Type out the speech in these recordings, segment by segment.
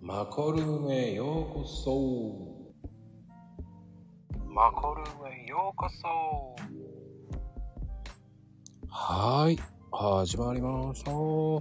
マコルームへようこそ。マコルームへようこそ。はい、始まりました。今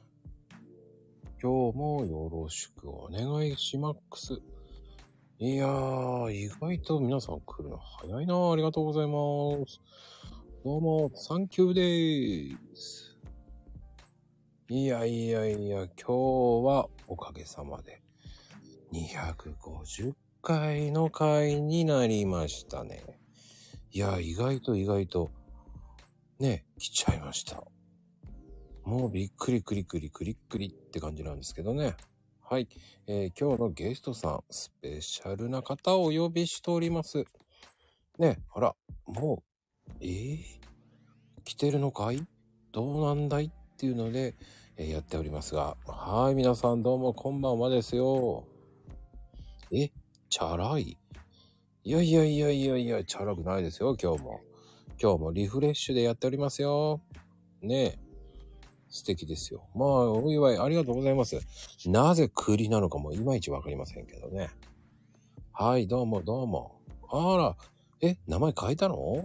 日もよろしくお願いします。いやー、意外と皆さん来るの早いな。ありがとうございます。どうも、サンキューでーす。いや、今日はおかげさまで250回の回になりましたね。いや、意外とね、来ちゃいました。もうびっくりって感じなんですけどね。はい、今日のゲストさん、スペシャルな方をお呼びしております。ね、あら、もう、来てるのかい？どうなんだいっていうので、やっておりますが、はい、皆さんどうもこんばんはですよ。チャラい？いや、チャラくないですよ、今日もリフレッシュでやっておりますよ。ねえ。素敵ですよ。まあ、お祝いありがとうございます。なぜ栗なのかもいまいちわかりませんけどね。はい、どうも。あら、名前変えたの？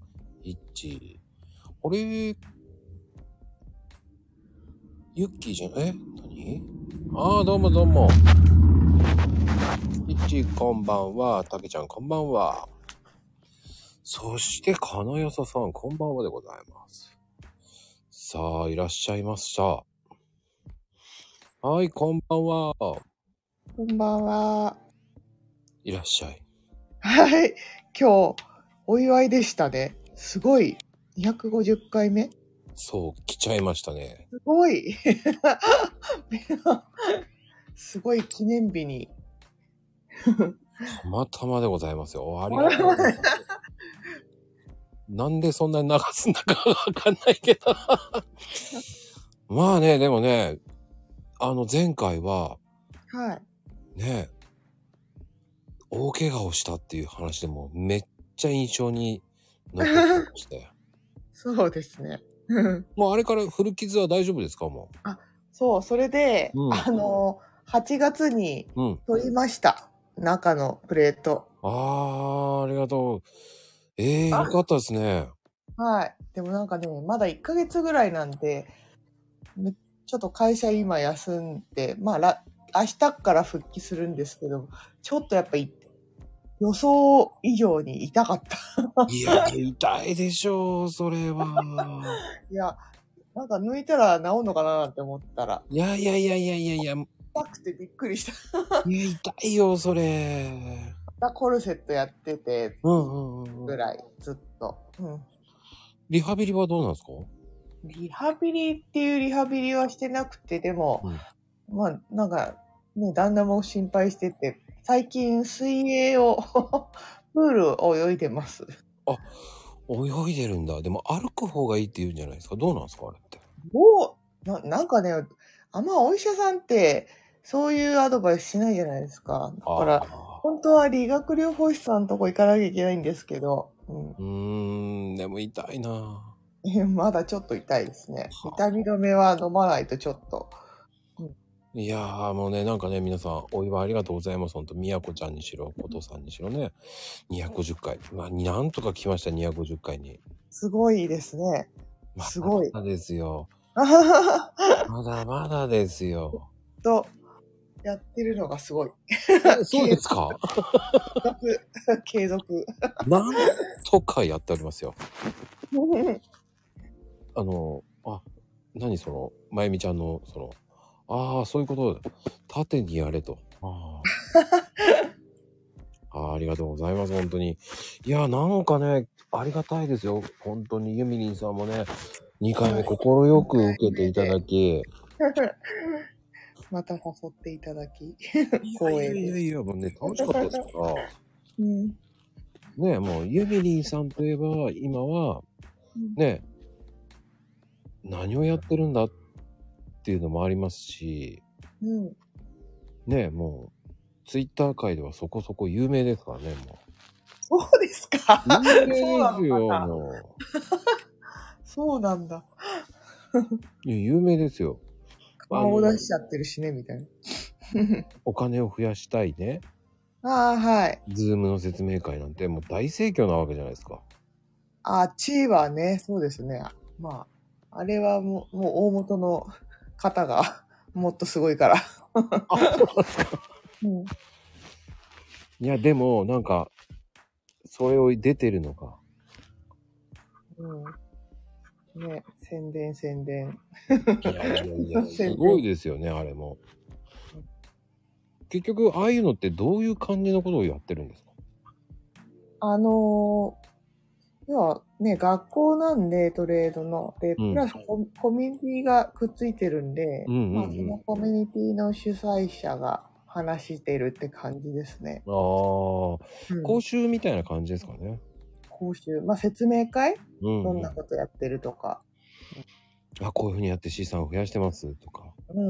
あれ？ユッキーじゃん。何？どうも。こんばんは。たけちゃんこんばんは。そして、金谷さんこんばんはでございます。さあ、いらっしゃいました。はい、こんばんは。 こんばんは。 いらっしゃい。 はい。今日、お祝いでしたね。すごい。250回目？ そう、来ちゃいましたね。 すごい。すごい記念日に。 たまたまでございますよ。ありがとうございます。なんでそんなに流すんだかわかんないけど。まあね、でもね、前回は、 はい。 ね、大怪我をしたっていう話でもめっちゃ印象に残ってまして。 そうですね。 もうあれから古傷は大丈夫ですか？もう。 そう、それで、8月に取りました。中のプレート。 ありがとう。よかったですね。 はい。でもなんかね、まだ1ヶ月ぐらいなんで、ちょっと会社今休んで、まあ、明日から復帰するんですけど、ちょっとやっぱり予想以上に痛かった。 いや、痛いでしょう、それは。 いや、なんか抜いたら治んのかなって思ったら。 いや。 痛くてびっくりした。 いや、痛いよ、それ。 またコルセットやってて、ぐらい、ずっと。 リハビリはどうなんですか？ リハビリっていうリハビリはしてなくて、でも、まあ、なんか、ね、旦那も心配してて、最近水泳を、プールを泳いでます。 あ、泳いでるんだ。でも歩く方がいいって言うんじゃないですか？どうなんですかあれって。 なんかね、あんまお医者さんって、そういうアドバイスしないじゃないですか。だから、本当は理学療法士さんのとこ行かなきゃいけないんですけど。 でも痛いな。 まだちょっと痛いですね。痛み止めは飲まないとちょっと。 いやーもうね、なんかね、皆さんお祝いありがとうございます。ほんと、みやこちゃんにしろ、ことさんにしろね。250回。まあ、なんとか来ました、250回に。 すごいですね。すごい。 まだですよ。まだですよ。 やってるのがすごい。 そうですか？ 継続。 なんとかやっておりますよ。何その、まゆみちゃんの、そういうこと、縦にやれと。ありがとうございます、本当に。いや、なんかね、ありがたいですよ。本当に、ゆみりんさんもね、2回目心よく受けていただき。 また誘っていただき。 いや、もうね、楽しかったですから。ね、もう、ゆみりんさんといえば、今は、ね、何をやってるんだっていうのもありますし、ね、もう、ツイッター界ではそこそこ有名ですからね、もう。 そうですか？ 有名ですよ、もう。 そうなんだ。 いや、有名ですよ。 顔出しちゃってるしね、みたいな。 お金を増やしたいね。 ああ、はい。 ズームの説明会なんてもう大盛況なわけじゃないですか。 地位はね、そうですね。まあ、あれはもう大元の方がもっとすごいから。 あ、そうなんですか。 うん。 いや、でも、なんか、それを出てるのが。 うん。ね、宣伝。 いやいやいや、す宣ごい伝。 ですよね、あれも。結局、ああいうのってどういう感じのことをやってるんですか？ 要はね、学校なんで、トレードの。で、 うん。 プラスコミュニティがくっついてるんで、 うんうんまあ、そうん。 のコミュニティの主催者が話してるって感じですね。 ああ、 うん。 講習みたいな感じですかね。 講習。まあ、説明会うんどんなうん。 ことやってるとか。 あ、こういうふうにやって資産を増やしてますとか。 うん。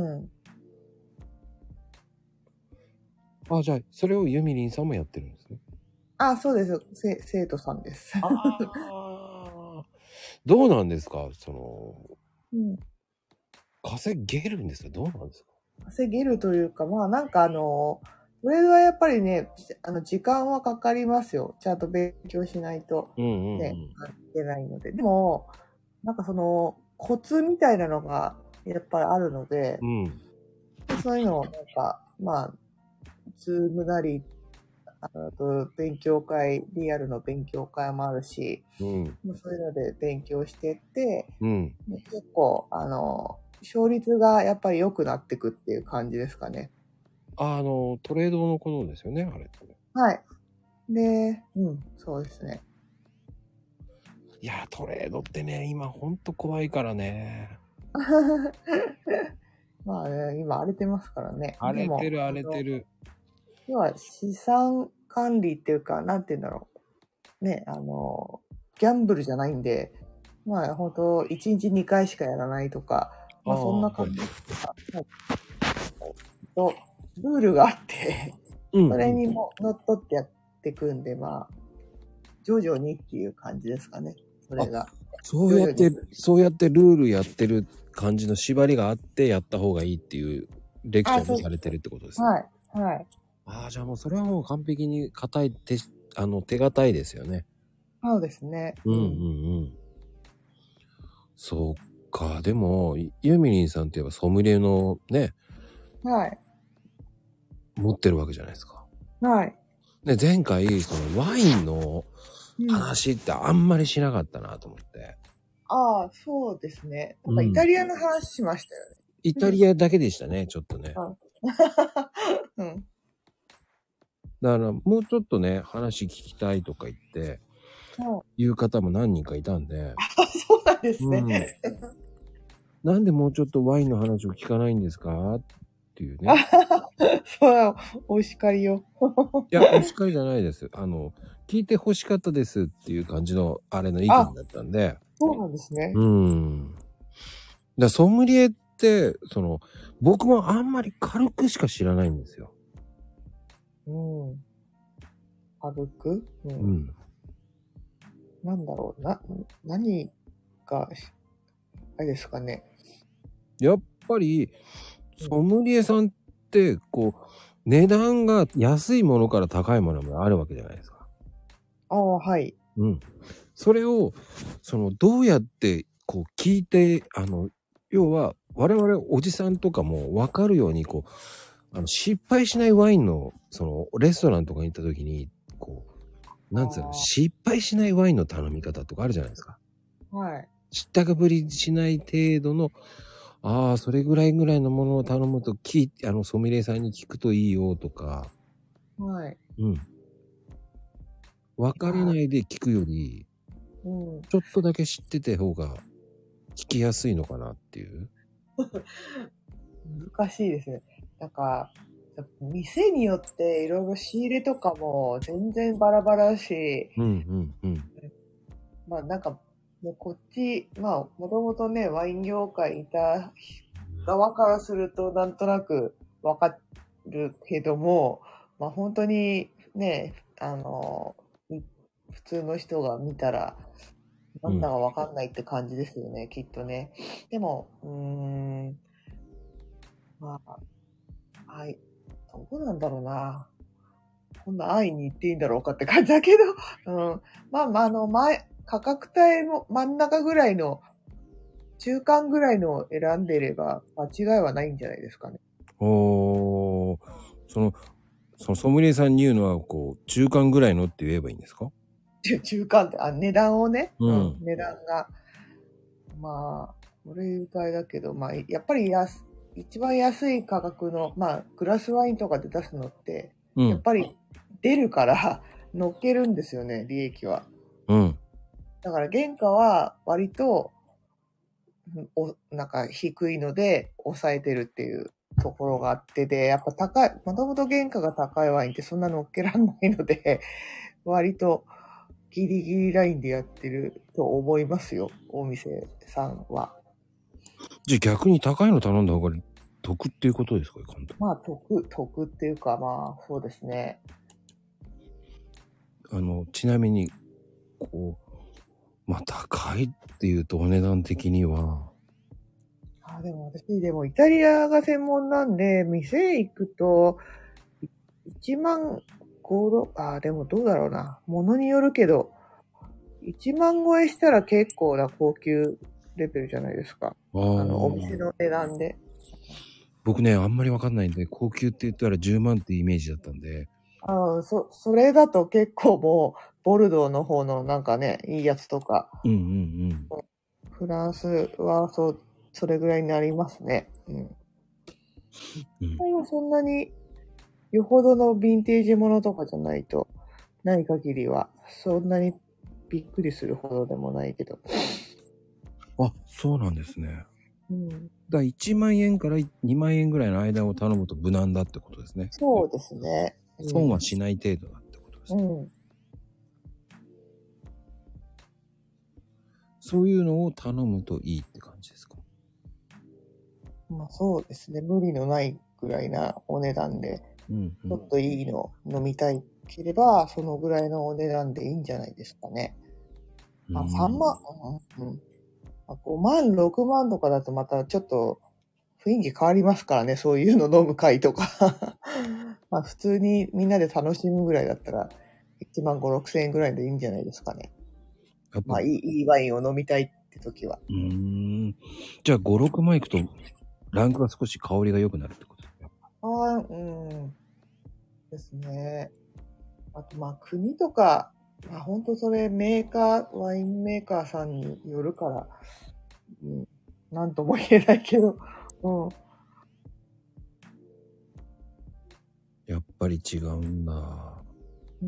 あ、じゃあ、それをユミリンさんもやってるんですね。 そうです。生徒さんです。 ああ、どうなんですかその、 うん。 稼げるんですか？どうなんですか？ 稼げるというか、まあなんかトレードはやっぱりね、時間はかかりますよ。ちゃんと勉強しないとうんうんうね、 ん。 いけないので。でも、なんかその、コツみたいなのがやっぱりあるので、 うん。 そういうのをなんか、まあ、ズームなり、あと勉強会、リアルの勉強会もあるし、 うん。 まあそういうので勉強してって、 うん。 結構、勝率がやっぱり良くなってくっていう感じですかね。 トレードのことですよね、あれって。 はい。で、そうですね。 いや、トレードってね、今ほんと怖いからね。 まあね、今荒れてますからね。でも、 荒れてる。 要は資産管理っていうか、なんて言うんだろう。ね、ギャンブルじゃないんで、まあ本当1日2回しかやらないとか、まあそんなはい。 感じと、ルールがあって、 うんそれにも乗っ取ってやっていくんで、まあ、徐々にっていう感じですかね。それが。 そうやってルールやってる感じの縛りがあってやった方がいいっていうレクチャーそうもされてるってことですね。 はい。はい。 じゃあもうそれはもう完璧に硬い手堅いですよね。 そうですね。 うんうんうん。そうか。でも、ユーミリンさんって言えばソムリエのね、 はい。 持ってるわけじゃないですか。 はい。 で、前回、そのワインのうん。 話ってあんまりしなかったなと思って。 そうですね。なんかうん。 イタリアの話しましたよね。 イタリアだけでしたね、ちょっとね。 うん。 だからもうちょっとね、話聞きたいとか言って、いう方も何人かいたんで。 そうなんですね。 なんでもうちょっとワインの話を聞かないんですかっていうね。 そう、お叱りよ。 いや、お叱りじゃないです。聞いて欲しかったですっていう感じの、あれの意見だったんで。 そうなんですね。 ソムリエって、僕もあんまり軽くしか知らないんですよ。 軽くなんだろう。何が、あれですかね。 やっぱり、ソムリエさんって、値段が安いものから高いものもあるわけじゃないですか。 はい。 それを、どうやって、聞いて、要は、我々おじさんとかも分かるように、失敗しないワインの、レストランとかに行った時に、なんつうの、失敗しないワインの頼み方とかあるじゃないですか。 はい。 知ったかぶりしない程度の、それぐらいのものを頼むと、ソムリエさんに聞くといいよとか。 はい。 わからないで聞くより、ちょっとだけ知ってた方が聞きやすいのかなっていう。 難しいですね。なんか、店によっていろいろ仕入れとかも全然バラバラだし、まあなんか、もうこっち、まあもともとね、ワイン業界いた側からするとなんとなくわかるけども、まあ本当にね、普通の人が見たら、なんだかわかんないって感じですよね、きっとね。でも、まあ、はい。 どうなんだろうな。こんな安易に言っていいんだろうかって感じだけど、うん。まあまあ、価格帯の真ん中ぐらいの、中間ぐらいのを選んでいれば、間違いはないんじゃないですかね。 おー、そのソムリエさんに言うのは、こう、中間ぐらいのって言えばいいんですか？ 中間って、値段をね、 うん。 値段が。まあ、これ言うとあれだけど、まあ、やっぱり一番安い価格の、まあ、グラスワインとかで出すのって、 うん。 やっぱり出るから乗っけるんですよね、利益は。 うん。 だから原価は割と、なんか低いので抑えてるっていうところがあって、で、やっぱもともと原価が高いワインってそんな乗っけらんないので、割とギリギリラインでやってると思いますよ、お店さんは。 じゃあ逆に高いの頼んだ方が得っていうことですか？今度。 まあ、得っていうか、まあ、そうですね。 ちなみに、こう、まあ高いっていうとお値段的には、 でも私、でもイタリアが専門なんで、店行くと、1万5、でもどうだろうな。ものによるけど、1万超えしたら結構な高級レベルじゃないですか。お店の値段で。 僕ね、あんまりわかんないんで、高級って言ったら10万ってイメージだったんで。 それだと結構もう、ボルドーの方のなんかね、いいやつとか、 うんうんうん。 フランスはそれぐらいになりますね。うん。 うんそんなに、よほどのヴィンテージものとかじゃない限りは、そんなにびっくりするほどでもないけど。 あ、そうなんですね。 うん。 だから1万円から2万円ぐらいの間を頼むと無難だってことですね。 そうですね。 損はしない程度だってことですね。 うん。 そういうのを頼むといいって感じですか？ まあそうですね。無理のないぐらいなお値段で、 うんちょっといいの飲みたいければ、そのぐらいのお値段でいいんじゃないですかね。まあ3万、5万、6万とかだとまたちょっと雰囲気変わりますからね。そういうの飲む会とか。まあ普通にみんなで楽しむぐらいだったら、1万5、6千円ぐらいでいいんじゃないですかね。 やっぱ、 まあいいワインを飲みたいって時は。 じゃあ5、6万いくとランクが少し香りが良くなるってことですね。 ですね。あとまあ国とか、まあ本当それワインメーカーさんによるから、なんとも言えないけど、 やっぱり違うんだ。 うん。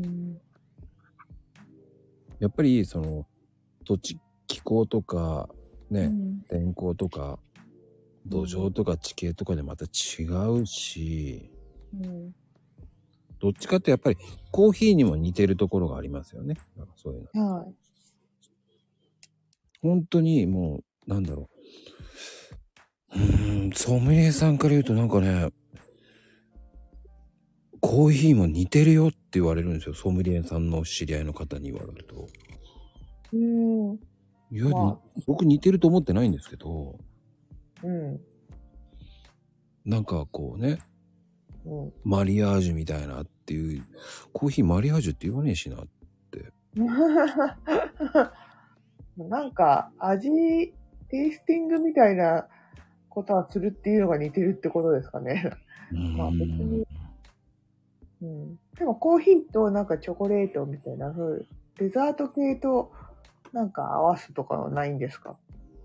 やっぱり土地、気候とか、ね、天候とか、土壌とか地形とかでまた違うし、どっちかってやっぱりコーヒーにも似てるところがありますよね。なんかそういうの。 はい。 本当にもう、なんだろう。ソムリエさんから言うとなんかね、コーヒーも似てるよって言われるんですよ。ソムリエさんの知り合いの方に言われると。いや、僕似てると思ってないんですけど、なんかこうね、マリアージュみたいなっていう、コーヒーマリアージュって言わねえしなって。 なんかテイスティングみたいなことはするっていうのが似てるってことですかね。まあ別に。でもコーヒーとなんかチョコレートみたいな、そういうデザート系となんか合わすとかはないんですか？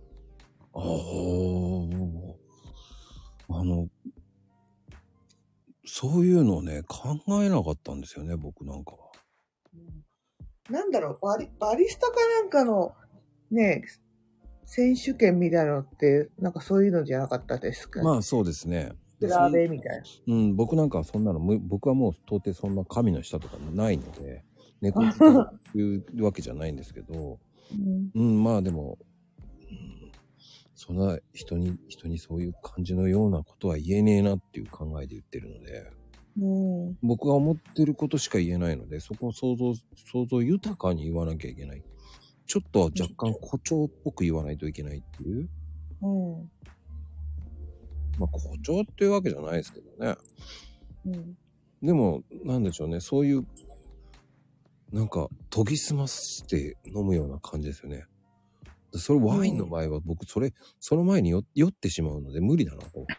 そういうのをね、考えなかったんですよね、僕なんかは。 なんだろう、バリスタかなんかのね、選手権みたいなのって、なんかそういうのじゃなかったですか？ まあそうですね。 比べみたいな。僕なんかはそんなの、僕はもう到底そんな神の舌とかないので、猫好きというわけじゃないんですけど、まあでも、そんな人にそういう感じのようなことは言えねえなっていう考えで言ってるので、僕が思ってることしか言えないので、そこを想像豊かに言わなきゃいけない。ちょっとは若干誇張っぽく言わないといけないっていう。まあ誇張っていうわけじゃないですけどね。 うん。 でも、なんでしょうね。そういう、なんか、研ぎ澄まして飲むような感じですよね。それワインの場合は僕、その前に酔ってしまうので無理だなと思って。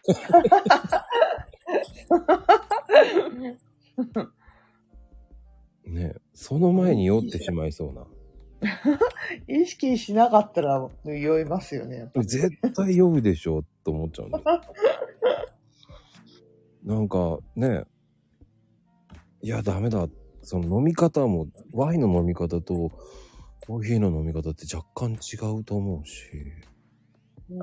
ね、その前に酔ってしまいそうな。 意識しなかったら酔いますよね、やっぱ。 絶対酔うでしょと思っちゃうんです。なんかね、いやダメだ。その飲み方も、ワインの飲み方とコーヒーの飲み方って若干違うと思うし。 うん。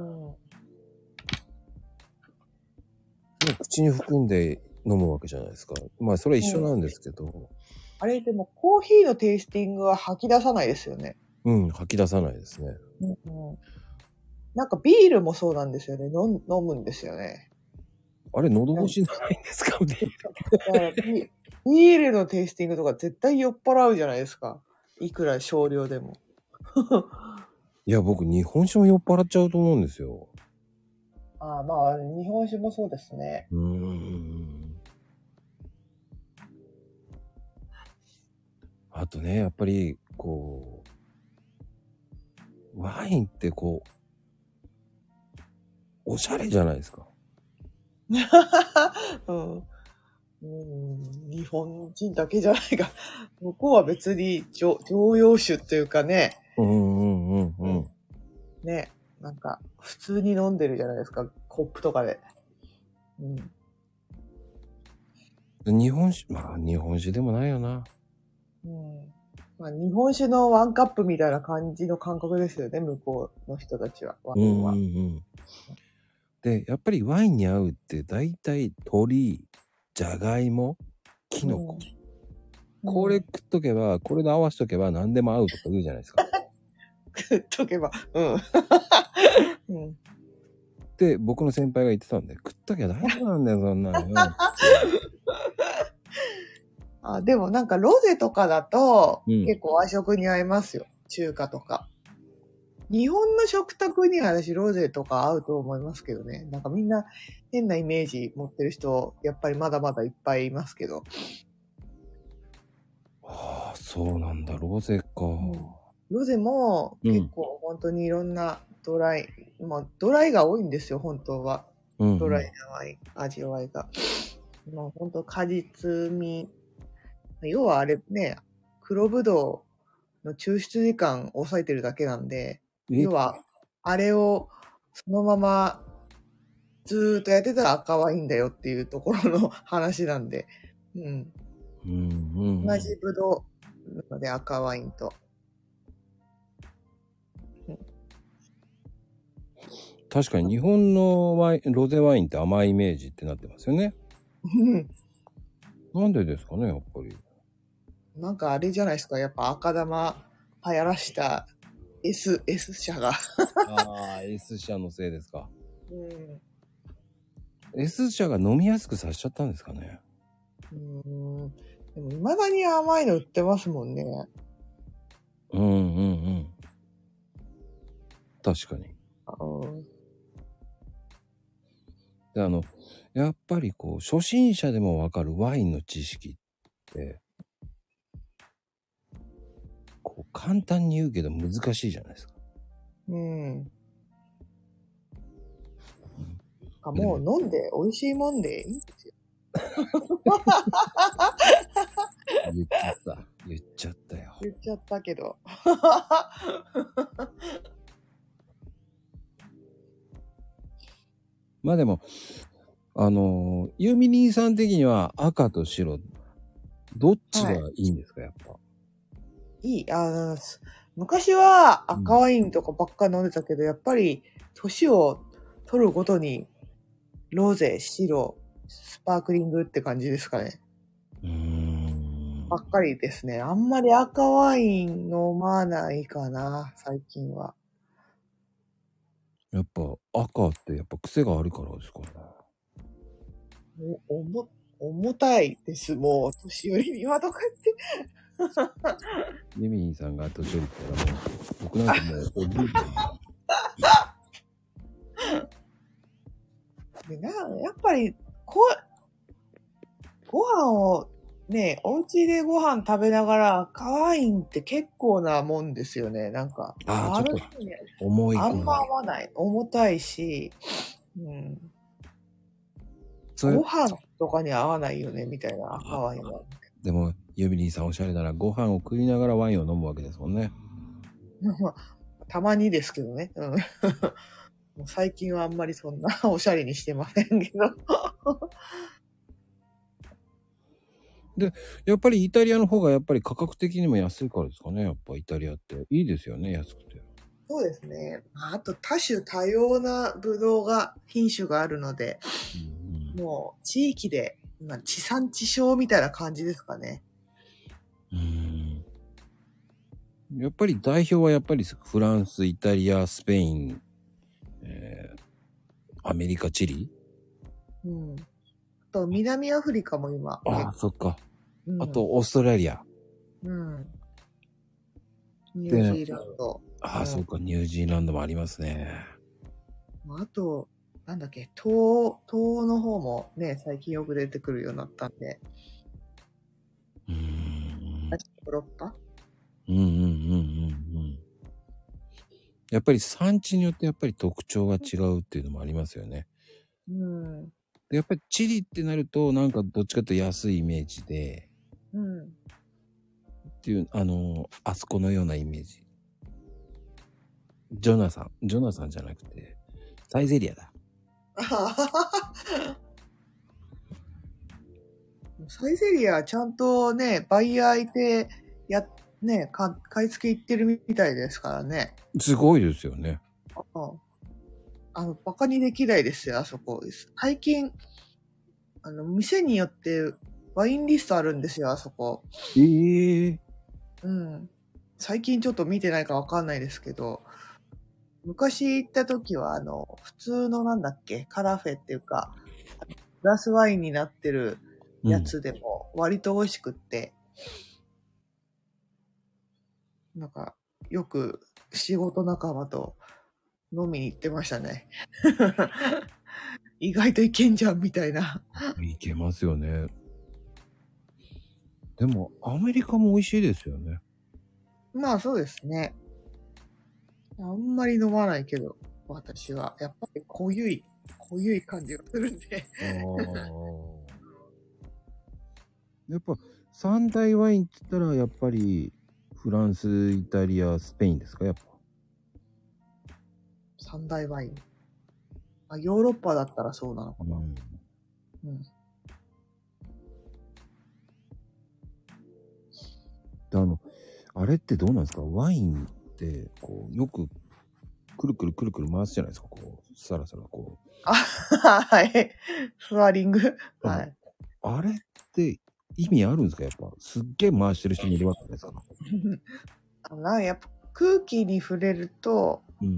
口に含んで飲むわけじゃないですか。まあそれは一緒なんですけど。 あれでもコーヒーのテイスティングは吐き出さないですよね。 うん、吐き出さないですね。 なんかビールもそうなんですよね。飲むんですよね。 あれ、喉越しないんですかビール。 だからビールのテイスティングとか絶対酔っ払うじゃないですか。いくら少量でも。 いや、僕、日本酒も酔っ払っちゃうと思うんですよ。 ああ、まあ、日本酒もそうですね。 あとね、やっぱり、こう、ワインってこう、おしゃれじゃないですか。 日本人だけじゃないか。向こうは別に常用酒っていうかね。ね。なんか、普通に飲んでるじゃないですか。コップとかで。 日本酒、まあ日本酒でもないよな。 まあ、日本酒のワンカップみたいな感じの感覚ですよね、向こうの人たちは。ワインは。 で、やっぱりワインに合うって大体鶏、じゃがいも、きのこ。これ食っとけば、これで合わしとけば何でも合うとか言うじゃないですか。 食っとけば。 で、僕の先輩が言ってたんで、食っときゃ大丈夫なんだよ、そんなのよ。 でもなんかロゼとかだと、結構和食に合いますよ。中華とか。日本の食卓には私ロゼとか合うと思いますけどね。なんかみんな変なイメージ持ってる人、やっぱりまだまだいっぱいいますけど。 ああ、そうなんだ、ロゼか。 ロゼも結構本当にいろんなドライ、ドライが多いんですよ、本当は。ドライなワイン、味わいが。もう本当果実味。要はあれね、黒ぶどうの抽出時間を抑えてるだけなんで、要はあれをそのままずーっとやってたら赤ワインだよっていうところの話なんで、同じぶどうなので赤ワインと。 確かに日本のロゼワインって甘いイメージってなってますよね。なんでですかね、やっぱり。 なんかあれじゃないですか、やっぱ赤玉流行らした S 社が。 ああ、S 社のせいですか。S 社が飲みやすくさせちゃったんですかね。 でも未だに甘いの売ってますもんね。 確かに。で、やっぱりこう、初心者でもわかるワインの知識って、こう、簡単に言うけど難しいじゃないですか。 もう飲んで美味しいもんでいいんですよ。 言っちゃったよ。 言っちゃったけど。 まあでも、ユーミニーさん的には赤と白、どっちがいいんですか、やっぱ。 昔は赤ワインとかばっか飲んでたけど、やっぱり年を取るごとにロゼ、白、スパークリングって感じですかね。ばっかりですね。あんまり赤ワイン飲まないかな、最近は。 やっぱ赤ってやっぱ癖があるからですかね。 重たいです、もう。年寄りにはとか言って。 ユミニーさんが年寄りからもう、僕なんかもう、おじいでやっぱり、 ご飯をね、お家でご飯食べながら赤ワインって結構なもんですよね。なんか、 ああ、ちょっとある人に重いごあんま合飯。 わない。重たいし、うん。 それ、 ご飯とかに合わないよね、みたいな赤あ、 ワインは。 でも、ユミリンさんおしゃれだな。ご飯を食いながらワインを飲むわけですもんね。 まあたまにですけどね。うん。もう最近はあんまりそんなおしゃれにしてませんけど。 で、やっぱりイタリアの方がやっぱり価格的にも安いからですかね。やっぱイタリアっていいですよね、安くて。 そうですね。あと多種多様なブドウが、品種があるので、 うんもう地域で、地産地消みたいな感じですかね。 うん。やっぱり代表はやっぱりフランス、イタリア、スペイン、アメリカ、チリ。 うん。あと南アフリカも今、 ああ、そっか。 うん。 あと、オーストラリア。 うん。ニュージで、 ーランド。 ああ、 うん。 そうか、ニュージーランドもありますね。 あと、なんだっけ、東の方もね、最近よく出てくるようになったんで、 うーん。 ヨーロッパ。 うんうんうんうんうん。やっぱり産地によってやっぱり特徴が違うっていうのもありますよね。 うん。 でやっぱりチリってなるとなんかどっちかというと安いイメージでうん。 っていうあそこのようなイメージ。ジョナサンじゃなくてサイゼリアだ。 サイゼリアちゃんとね、バイヤーいて、ね、買い付け行ってるみたいですからね。 すごいですよね。 うん。バカにできないですよ、あそこ。最近、店によってワインリストあるんですよ、あそこ。 ええうん。最近ちょっと見てないかわかんないですけど、昔行った時は、普通のなんだっけ、カラフェっていうか、グラスワインになってるうん。 やつでも割と美味しくって、なんか、よく仕事仲間と飲みに行ってましたね。意外といけんじゃん、みたいな。 いけますよね。でもアメリカも美味しいですよね。 まあそうですね。あんまり飲まないけど、私は。やっぱり濃ゆい感じがするんで。 ああ。やっぱ三大ワインって言ったらやっぱりフランス、イタリア、スペインですかやっぱ。 三大ワイン。ヨーロッパだったらそうなのかな。 うん。 うん。 であれってどうなんですかワインって、こう、よく、くるくるくるくる回すじゃないですかこう、さらさらこあ、はい。フワリング。 う。 はい。 あれって意味あるんですかやっぱ。すっげえ回してる人もいるわけですかやっぱ空気に触れると、 うん。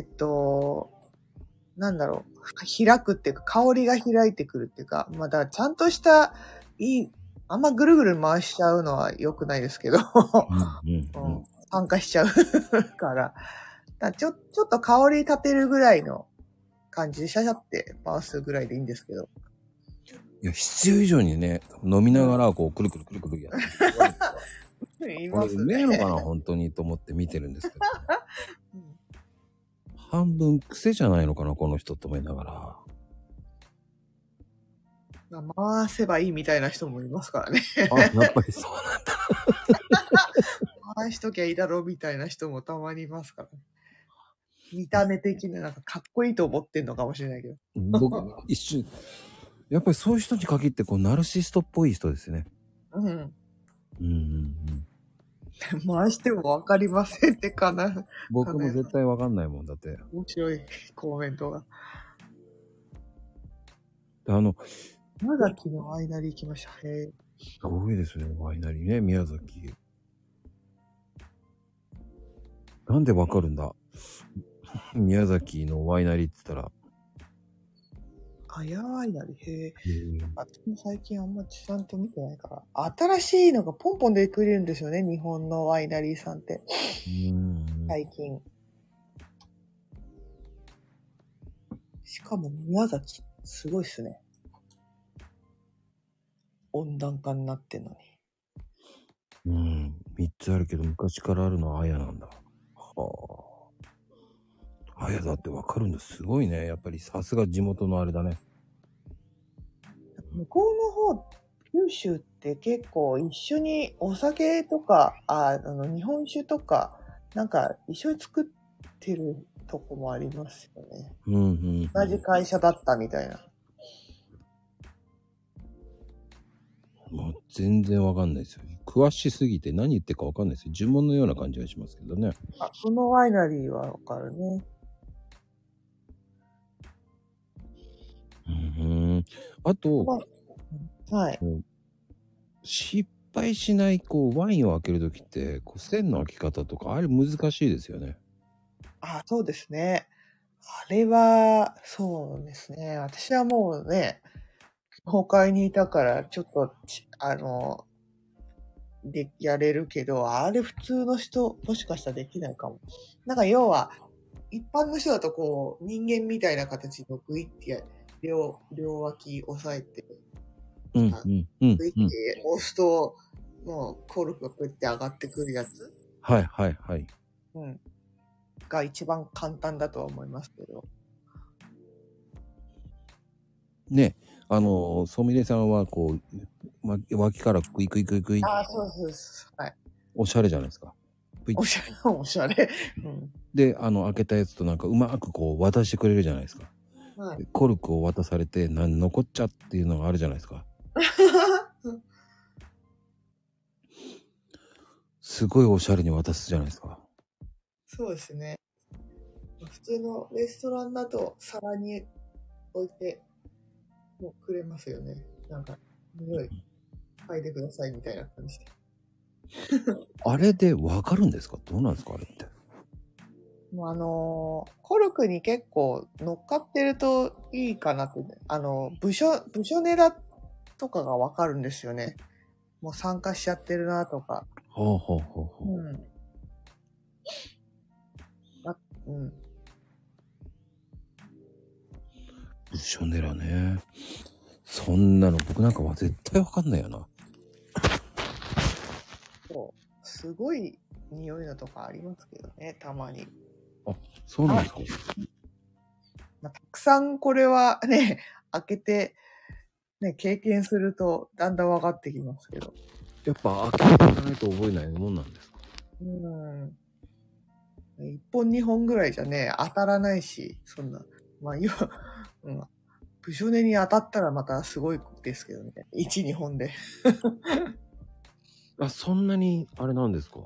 なんだろう、開くっていうか、香りが開いてくるっていうか、まあ、だからちゃんとした、あんまぐるぐる回しちゃうのは良くないですけど、 うんうんううん。 ん、酸化しちゃうから、ちょっと香り立てるぐらいの感じでシャシャって回すぐらいでいいんですけど。 いや、必要以上にね、飲みながらこう、くるくるくるくるやってる人いるわけですよ。 うん、いこれますね。 うめえのかな本当にと思って見てるんですけど。 うん、 半分癖じゃないのかなこの人と思いながら。 回せばいいみたいな人もいますからね。 あ、やっぱりそうなんだ。 回しときゃいいだろうみたいな人もたまにいますからね。見た目的な、なんかかっこいいと思ってんのかもしれないけど。 僕、一瞬、やっぱりそういう人に限ってこう、ナルシストっぽい人ですね。 うん。 うんうんうん。 回してもわかりませんってかな。 僕も絶対わかんないもんだって。 面白いコメントが。長崎のワイナリー行きました。へえ。 すごいですね、ワイナリーね、宮崎。なんでわかるんだ宮崎のワイナリーって言ったら。 ワイナリー。へえ。 へえ私も最近あんまちゃんと見てないから。新しいのがポンポン出てくれるんですよね。日本のワイナリーさんって。最近。しかも宮崎。すごいっすね。 温暖化になってんのに。 うん。3つあるけど、昔からあるのはあやなんだ。はあ。あやだってわかるんだ。すごいね。やっぱりさすが地元のあれだね。 向こうの方、九州って結構一緒にお酒とか、日本酒とか、なんか一緒に作ってるとこもありますよね。 うんうん、 同じ会社だったみたいな。 もう全然わかんないですよ。詳しすぎて何言ってるかわかんないですよ。呪文のような感じがしますけどね。 このワイナリーはわかるね。 あと、 はい。 失敗しないワインを開けるときって栓の開き方とかあれ難しいですよね。 そうですね。あれは、そうですね。私はもうね、崩壊にいたからちょっとやれるけど、あれ普通の人、もしかしたらできないかも。なんか要は、一般の人だと人間みたいな形のグイって両脇押さえて、グイって押すと、もうコルクがグイって上がってくるやつ。 はいはいはい。 が一番簡単だとは思いますけど。 ね、ソミレさんは脇からグイグイグイグイ。 そうです。はい。 おしゃれじゃないですか。 おしゃれ、おしゃれ。 で、開けたやつとなんかうまく渡してくれるじゃないですか。はい、コルクを渡されて、残っちゃっていうのがあるじゃないですか。すごいおしゃれに渡すじゃないですか。 そうですね。普通のレストランだと皿に置いてもうくれますよね。なんか、匂い嗅いでくださいみたいな感じで。 あれでわかるんですか？どうなんですかあれって。 コルクに結構乗っかってるといいかなって、部署ネラとかがわかるんですよね。もう参加しちゃってるなとか。 ほうほうほうほう。部署ネラね。そんなの僕なんかは絶対わかんないよな。 そう。すごい匂いのとかありますけどね、たまに。 あ、そうなんですか。 たくさんこれはね、開けて、ね、経験するとだんだん分かってきますけど。 やっぱ開けていかないと覚えないもんなんですか？ 1本2本ぐらいじゃね、当たらないし、そんな。まあ、部署ネに当たったらまたすごいですけどね。1、2本で。 そんなにあれなんですか？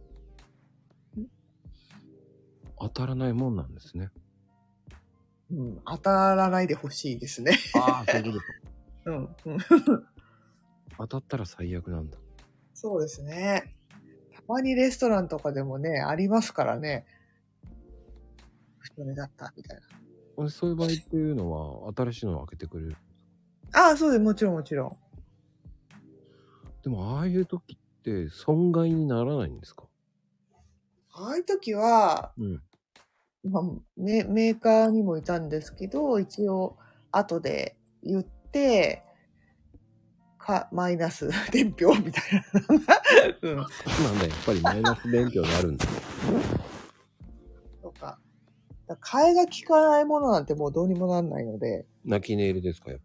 当たらないもんなんですね。 当たらないでほしいですね。 そういうことか。当たったら最悪なんだ。 そうですね。たまにレストランとかでもね、ありますからね。部署ネだったみたいな。 そういう場合っていうのは新しいのを開けてくれる？ そうです。もちろんもちろん。 でもああいう時って損害にならないんですか？ ああいう時は、メーカーにもいたんですけど、一応後で言って、マイナス伝票みたいな。 そうなんだ、やっぱりマイナス伝票になるんだ。 とか。替えが利かないものなんてもうどうにもなんないので。 泣き寝入りですか、やっ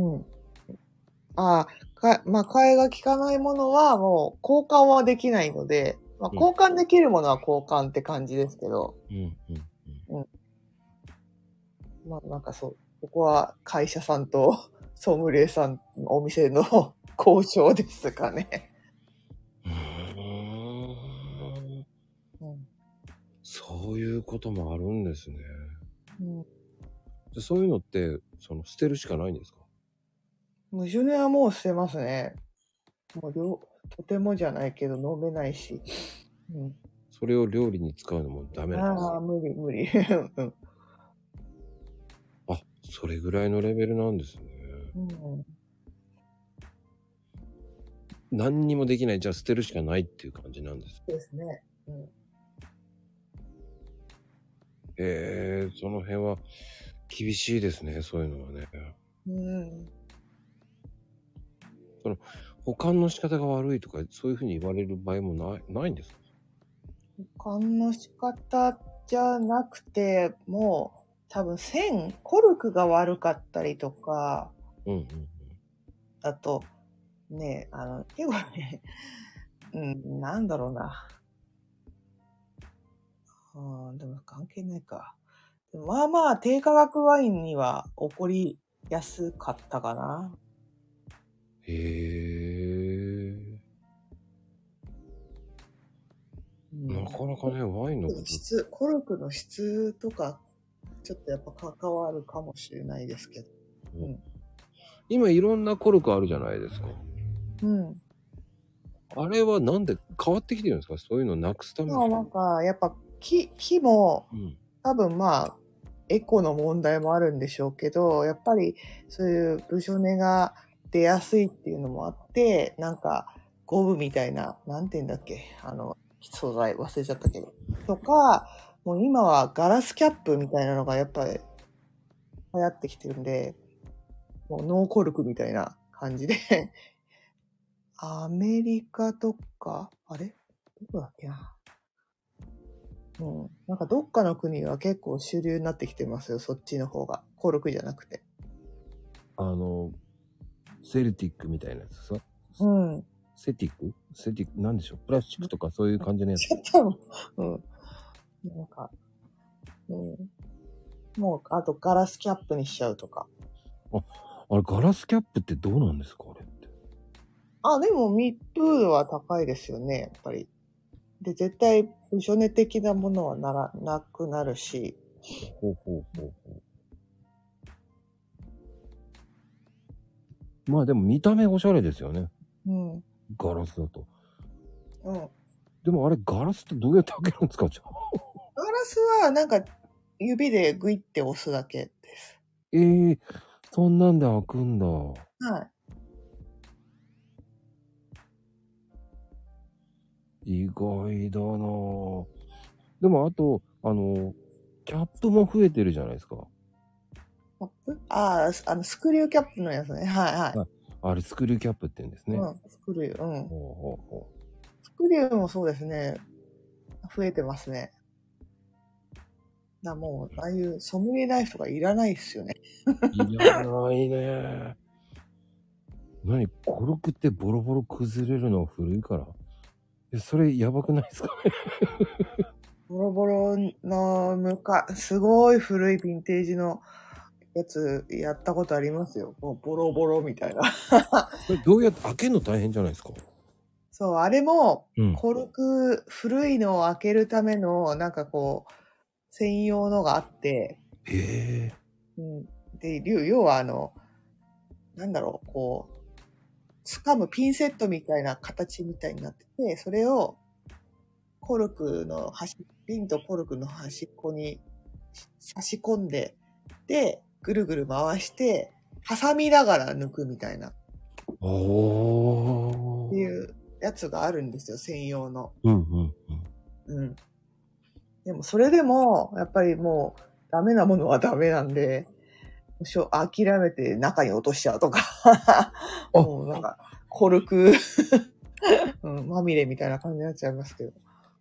ぱ。替えが利かないものはもう交換はできないので、交換できるものは交換って感じですけど。なんかここは会社さんとソムリエさん、お店の交渉ですかね。 そういうこともあるんですね。そういうのって捨てるしかないんですか？ 無ジュネはもう捨てますね。もうとてもじゃないけど飲めないし。 それを料理に使うのもダメなんですか？ 無理。 それぐらいのレベルなんですね。何にもできない、じゃあ捨てるしかないっていう感じなんです。 ですね。 その辺は厳しいですね、そういうのはね。 その、保管の仕方が悪いとか、そういうふうに言われる場合もないんですか？ 保管の仕方じゃなくて、もう多分コルクが悪かったりとか、 うんうんうん。 だと、ね、結構ね、なんだろうな。でも関係ないか。でもまあまあ、低価格ワインには起こりやすかったかな。 へえ。なかなかね、ワインのこと。 コルクの質とか、ちょっとやっぱ関わるかもしれないですけど。 今いろんなコルクあるじゃないですか。あれはなんで変わってきてるんですか？そういうのなくすために。 なんか、やっぱ木も、多分まあ、エコの問題もあるんでしょうけど、やっぱりそういうブショネが出やすいっていうのもあって、なんかゴムみたいな、なんて言うんだっけ、素材忘れちゃったけど。とか、もう今はガラスキャップみたいなのがやっぱり流行ってきてるんで、もうノーコルクみたいな感じで、アメリカとか、あれどこだっけな。なんかどっかの国は結構主流になってきてますよ、そっちの方が。コルクじゃなくて。 セルティックみたいなやつさ。セティックなんでしょう、プラスチックとかそういう感じのやつ。 なんか、もう、あとガラスキャップにしちゃうとか。 あれ、ガラスキャップってどうなんですかあれって。 でも密封度は高いですよね、やっぱり。で、絶対、ブショネ的なものはなくなるし。 ほう。まあでも見た目おしゃれですよね。ガラスだと。でもあれガラスってどうやって開けるんですかじゃあ。 ガラスはなんか指でグイって押すだけです。 そんなんで開くんだ。はい。意外だなぁ。でもあと、キャップも増えてるじゃないですか。 キャップ？スクリューキャップのやつね。はい。 あれ、スクリューキャップって言うんですね。 スクリュー。スクリューもそうですね。増えてますね。もう、ああいうソムリエナイフとかいらないですよね。 いらないね。何コルクってボロボロ崩れるの古いから。それやばくないですかね。 ボロボロのすごい古いヴィンテージのやつやったことありますよ。もうボロボロみたいな。 これどうやって開けるの大変じゃないですか？ そう、あれも、コルク、古いのを開けるための、なんかこう、専用のがあって、で、要はなんだろう、こう、掴むピンセットみたいな形みたいになってて、それをコルクのピンとコルクの端っこに差し込んで、で、ぐるぐる回して、挟みながら抜くみたいな。っていうやつがあるんですよ、専用の。でも、それでも、やっぱりもう、ダメなものはダメなんで、諦めて中に落としちゃうとか。もうなんか、コルク、まみれみたいな感じになっちゃいますけど。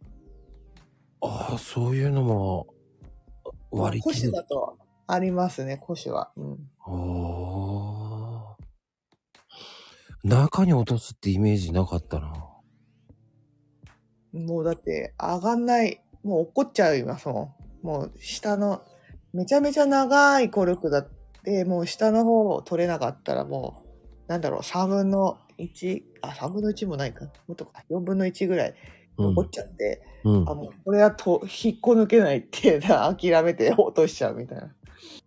そういうのも割り切る。 古紙だとありますね、古紙は。 中に落とすってイメージなかったな。 もうだって上がんない、もう落っこっちゃいますもん。もう下の、めちゃめちゃ長いコルクだって、もう下の方を取れなかったらもう、なんだろう、3分の1、3分の1もないか。もっとか、4分の1ぐらい残っちゃって、もうこれは引っこ抜けないって諦めて落としちゃうみたいな。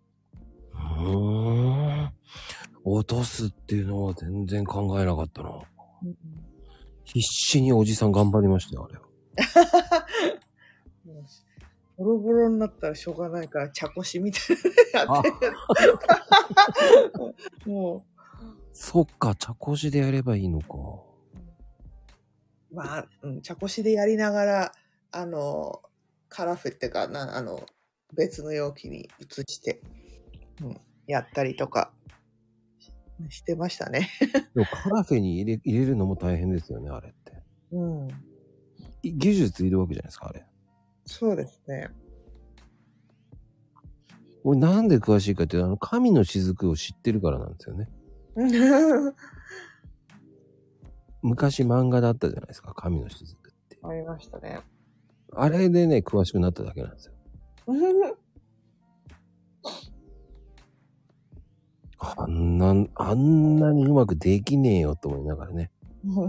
落とすっていうのは全然考えなかったな。必死におじさん頑張りましたよ、あれは。 ボロボロになったらしょうがないから茶こしみたいなやってもう。 そっか、茶こしでやればいいのか。 まあ、茶こしでやりながら、カラフっていうか別の容器に移して、やったりとかしてましたね。 でもカラフェに入れるのも大変ですよね、あれって。 うん。 技術いるわけじゃないですか、あれ。 そうですね。 俺なんで詳しいかっていうと、神の雫を知ってるからなんですよね。昔漫画だったじゃないですか、神の雫って。 ありましたね。 あれでね、詳しくなっただけなんですよ。あんなにうまくできねえよと思いながらね。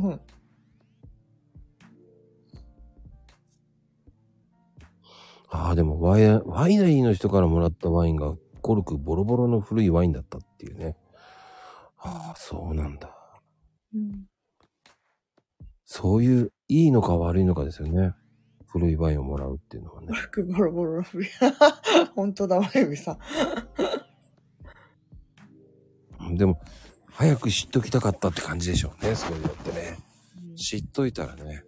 ああ、でもワイナリーの人からもらったワインがコルクボロボロの古いワインだったっていうね。ああ、そうなんだ。 うん、 そういう、いいのか悪いのかですよね。古いワインをもらうっていうのはね。 ボロボロの古い。本当だ、まゆみさん。 でも、早く知っときたかったって感じでしょうね、そういうのってね。知っといたらね。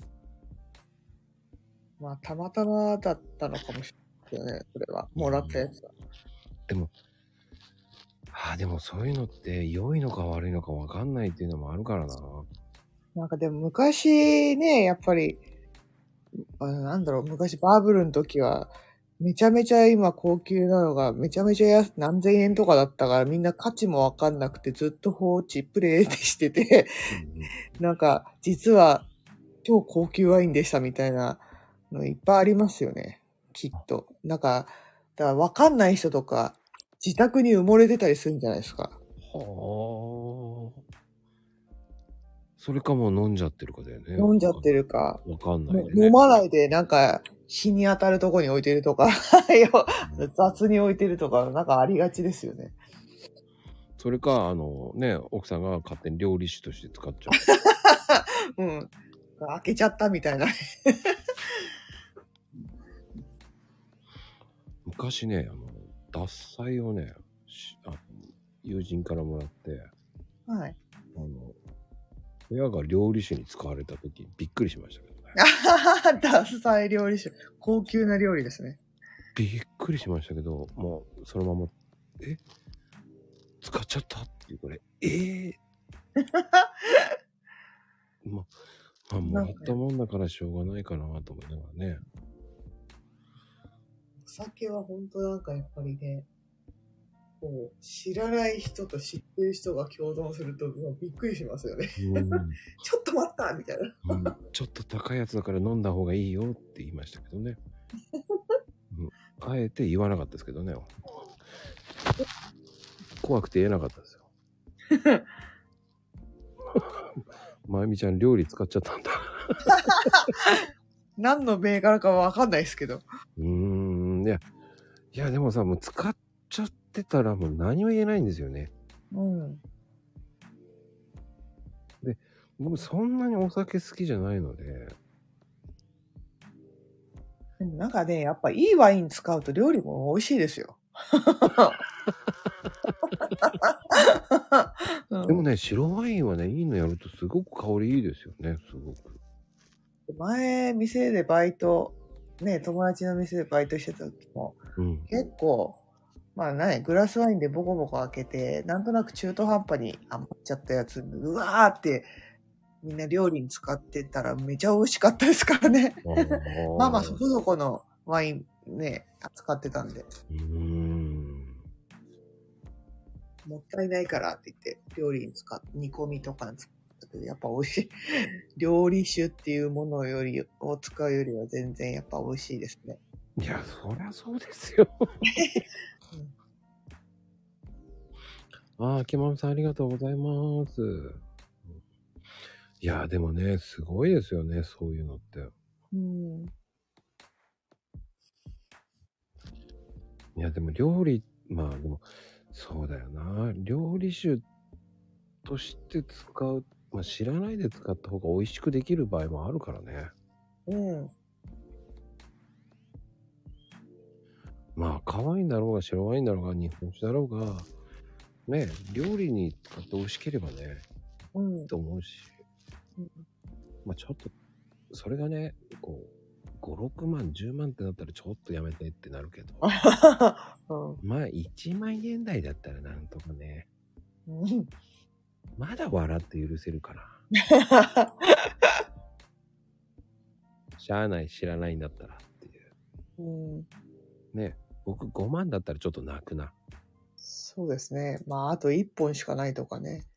まあ、たまたまだったのかもしれないけどね、それは。もらったやつは。 でも、でもそういうのって良いのか悪いのか分かんないっていうのもあるからな。 なんかでも昔ね、やっぱり、なんだろう、昔バブルの時は、めちゃめちゃ今高級なのが、めちゃめちゃ何千円とかだったから、みんな価値もわかんなくて、ずっと放置、プレイでしてて、なんか、実は、超高級ワインでしたみたいなのいっぱいありますよね。きっと。なんか、だからわかんない人とか、自宅に埋もれてたりするんじゃないですか。 はあ。それかもう飲んじゃってるかだよね。 飲んじゃってるか。 わかんないね。 飲まないで、なんか、日に当たるとこに置いてるとか、雑に置いてるとか、なんかありがちですよね。 それか、奥さんが勝手に料理酒として使っちゃうん。開けちゃったみたいな。 昔ね、獺祭をね、友人からもらって、 はい。 親が料理酒に使われた時びっくりしましたけどね。 ダサい料理酒。高級な料理ですね。 びっくりしましたけど、もうそのまま、使っちゃったっていうこれ、まあ、もらったもんだからしょうがないかなと思いながらね。 お酒は本当なんかやっぱりね、こう知らない人と知ってる人が共存するとびっくりしますよね。ちょっと待ったみたいな、 ちょっと高いやつだから飲んだ方がいいよって言いましたけどね。あえて言わなかったですけどね。怖くて言えなかったですよ。まゆみちゃん料理使っちゃったんだ。 何の銘柄かわかんないですけど。 いやでもさ、もう使っちゃってたらもう何も言えないんですよね。で、僕そんなにお酒好きじゃないので。 でもなんかね、やっぱいいワイン使うと料理も美味しいですよ。 でもね、白ワインはね、いいのやるとすごく香りいいですよね、すごく。 前、店でバイト、ね、友達の店でバイトしてた時も、結構、グラスワインでボコボコ開けて、なんとなく中途半端に余っちゃったやつ、うわーってみんな料理に使ってたらめちゃ美味しかったですからね。まあそこそこのワインね、扱ってたんで。もったいないからって言って、料理に煮込みとかに使ったけど、やっぱ美味しい。料理酒っていうものを使うよりは全然やっぱ美味しいですね。 いや、そりゃそうですよ。きまみさんありがとうございます。いや、でもね、すごいですよね、そういうのって。いや、でも料理、でも、そうだよな。料理酒として使う、知らないで使った方が美味しくできる場合もあるからね。赤ワインだろうが白ワインだろうが日本酒だろうが、ね、料理に使って美味しければね、と思うし。ちょっと、それがね、5、6万、10万ってなったらちょっとやめてってなるけど。1万円台だったらなんとかね。 うん、 まだ笑って許せるかな。しゃあない、知らないんだったらっていう。 うん、 ね、僕5万だったらちょっと泣くな。 そうですね。まあ、あと1本しかないとかね。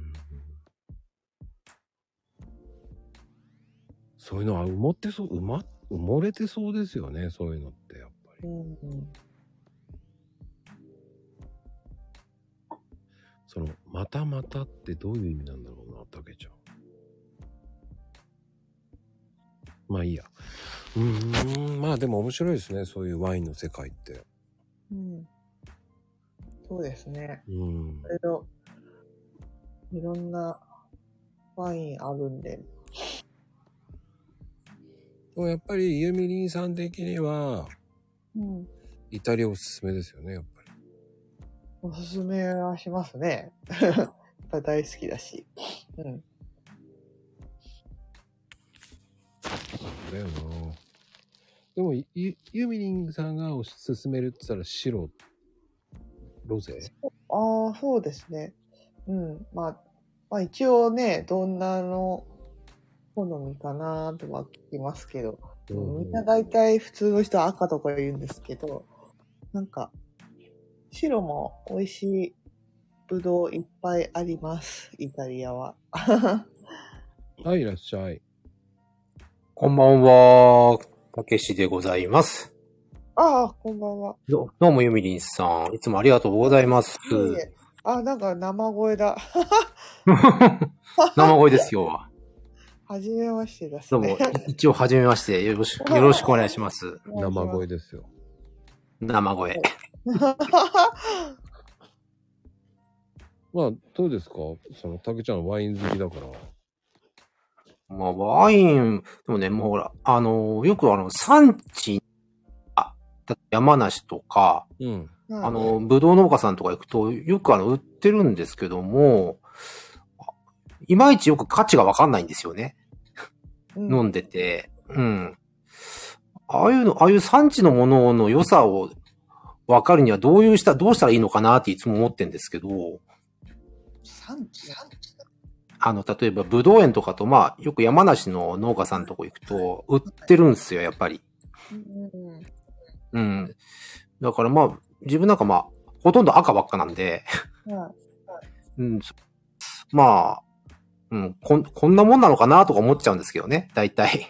そういうのは埋もれてそうですよね、そういうのってやっぱり。その、またまたってどういう意味なんだろうな、たけちゃん。まあいいや。まあでも面白いですね、そういうワインの世界って。 そうですね。いろんなワインあるんで。 やっぱりユミリンさん的には、イタリアおすすめですよね、やっぱり。 おすすめはしますね。やっぱ大好きだし。 だよな。でもユミリンさんがおすすめるって言ったら白、ロゼ？ ああ、そうですね。まあ一応ね、どんなの好みかなとは聞きますけど、みんな大体普通の人は赤とか言うんですけど、なんか、白も美味しいぶどういっぱいあります、イタリアは。 はい、いらっしゃい。 こんばんは、たけしでございます。 ああ、こんばんは。 どうもゆみりんさん、いつもありがとうございます。 なんか生声だ。 生声ですよ。 はじめましてですね。どうも、一応はじめまして。よろしくお願いします。 生声ですよ。 生声。 まあ、どうですか？たけちゃんワイン好きだから。 まあ、ワイン、でもね、もうほら、よく産地、山梨とか、ぶどう農家さんとか行くと、よく売ってるんですけども、いまいちよく価値がわかんないんですよね。飲んでて。ああいう産地のものの良さをわかるにはどうしたらいいのかなっていつも思ってんですけど。 産地例えば、ぶどう園とかと、まあ、よく山梨の農家さんのとこ行くと、売ってるんですよ、やっぱり。だからまあ、自分なんかまあ、ほとんど赤ばっかなんで、まあ、こんなもんなのかなとか思っちゃうんですけどね、大体。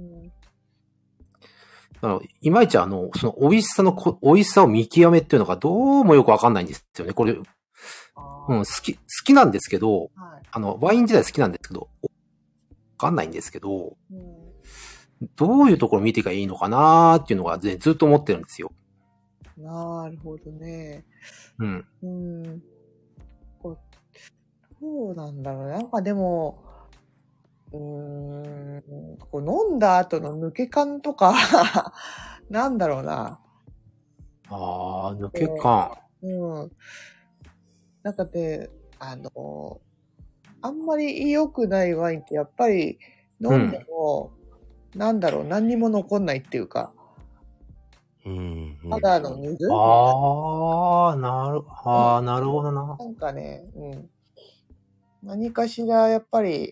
いまいちその美味しさを見極めっていうのがどうもよくわかんないんですよね。これ、好きなんですけど、ワイン自体好きなんですけど、わかんないんですけど、どういうところ見ていけばいいのかなーっていうのが、ずっと思ってるんですよ。 なるほどね。そうなんだろう。なんかでも、こう飲んだ後の抜け感とか、なんだろうな。 抜け感。 なんかね、あんまり良くないワインってやっぱり飲んでも、なんだろう、何にも残んないっていうか。ただの水？ なるほどな。 なんかね、何かしらやっぱり、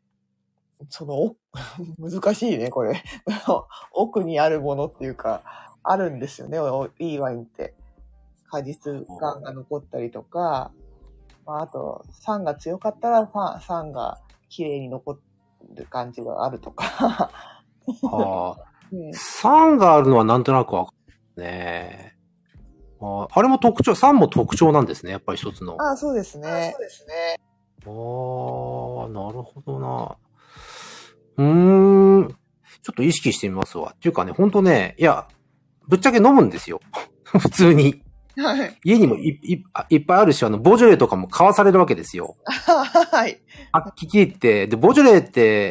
難しいね、これ。奥にあるものっていうか、あるんですよね、いいワインって。果実感が残ったりとか、あと、酸が強かったら酸が綺麗に残る感じがあるとか。 酸があるのはなんとなくわかるね。あれも酸も特徴なんですね、やっぱり一つの。 そうですね。 なるほどな。ちょっと意識してみますわ。っていうかね、ほんとね、いや、ぶっちゃけ飲むんですよ。普通に。 はい。 家にもいっぱいあるし、ボジョレーとかも買わされるわけですよ。 はい。 はっきり言って、で、ボジョレーって、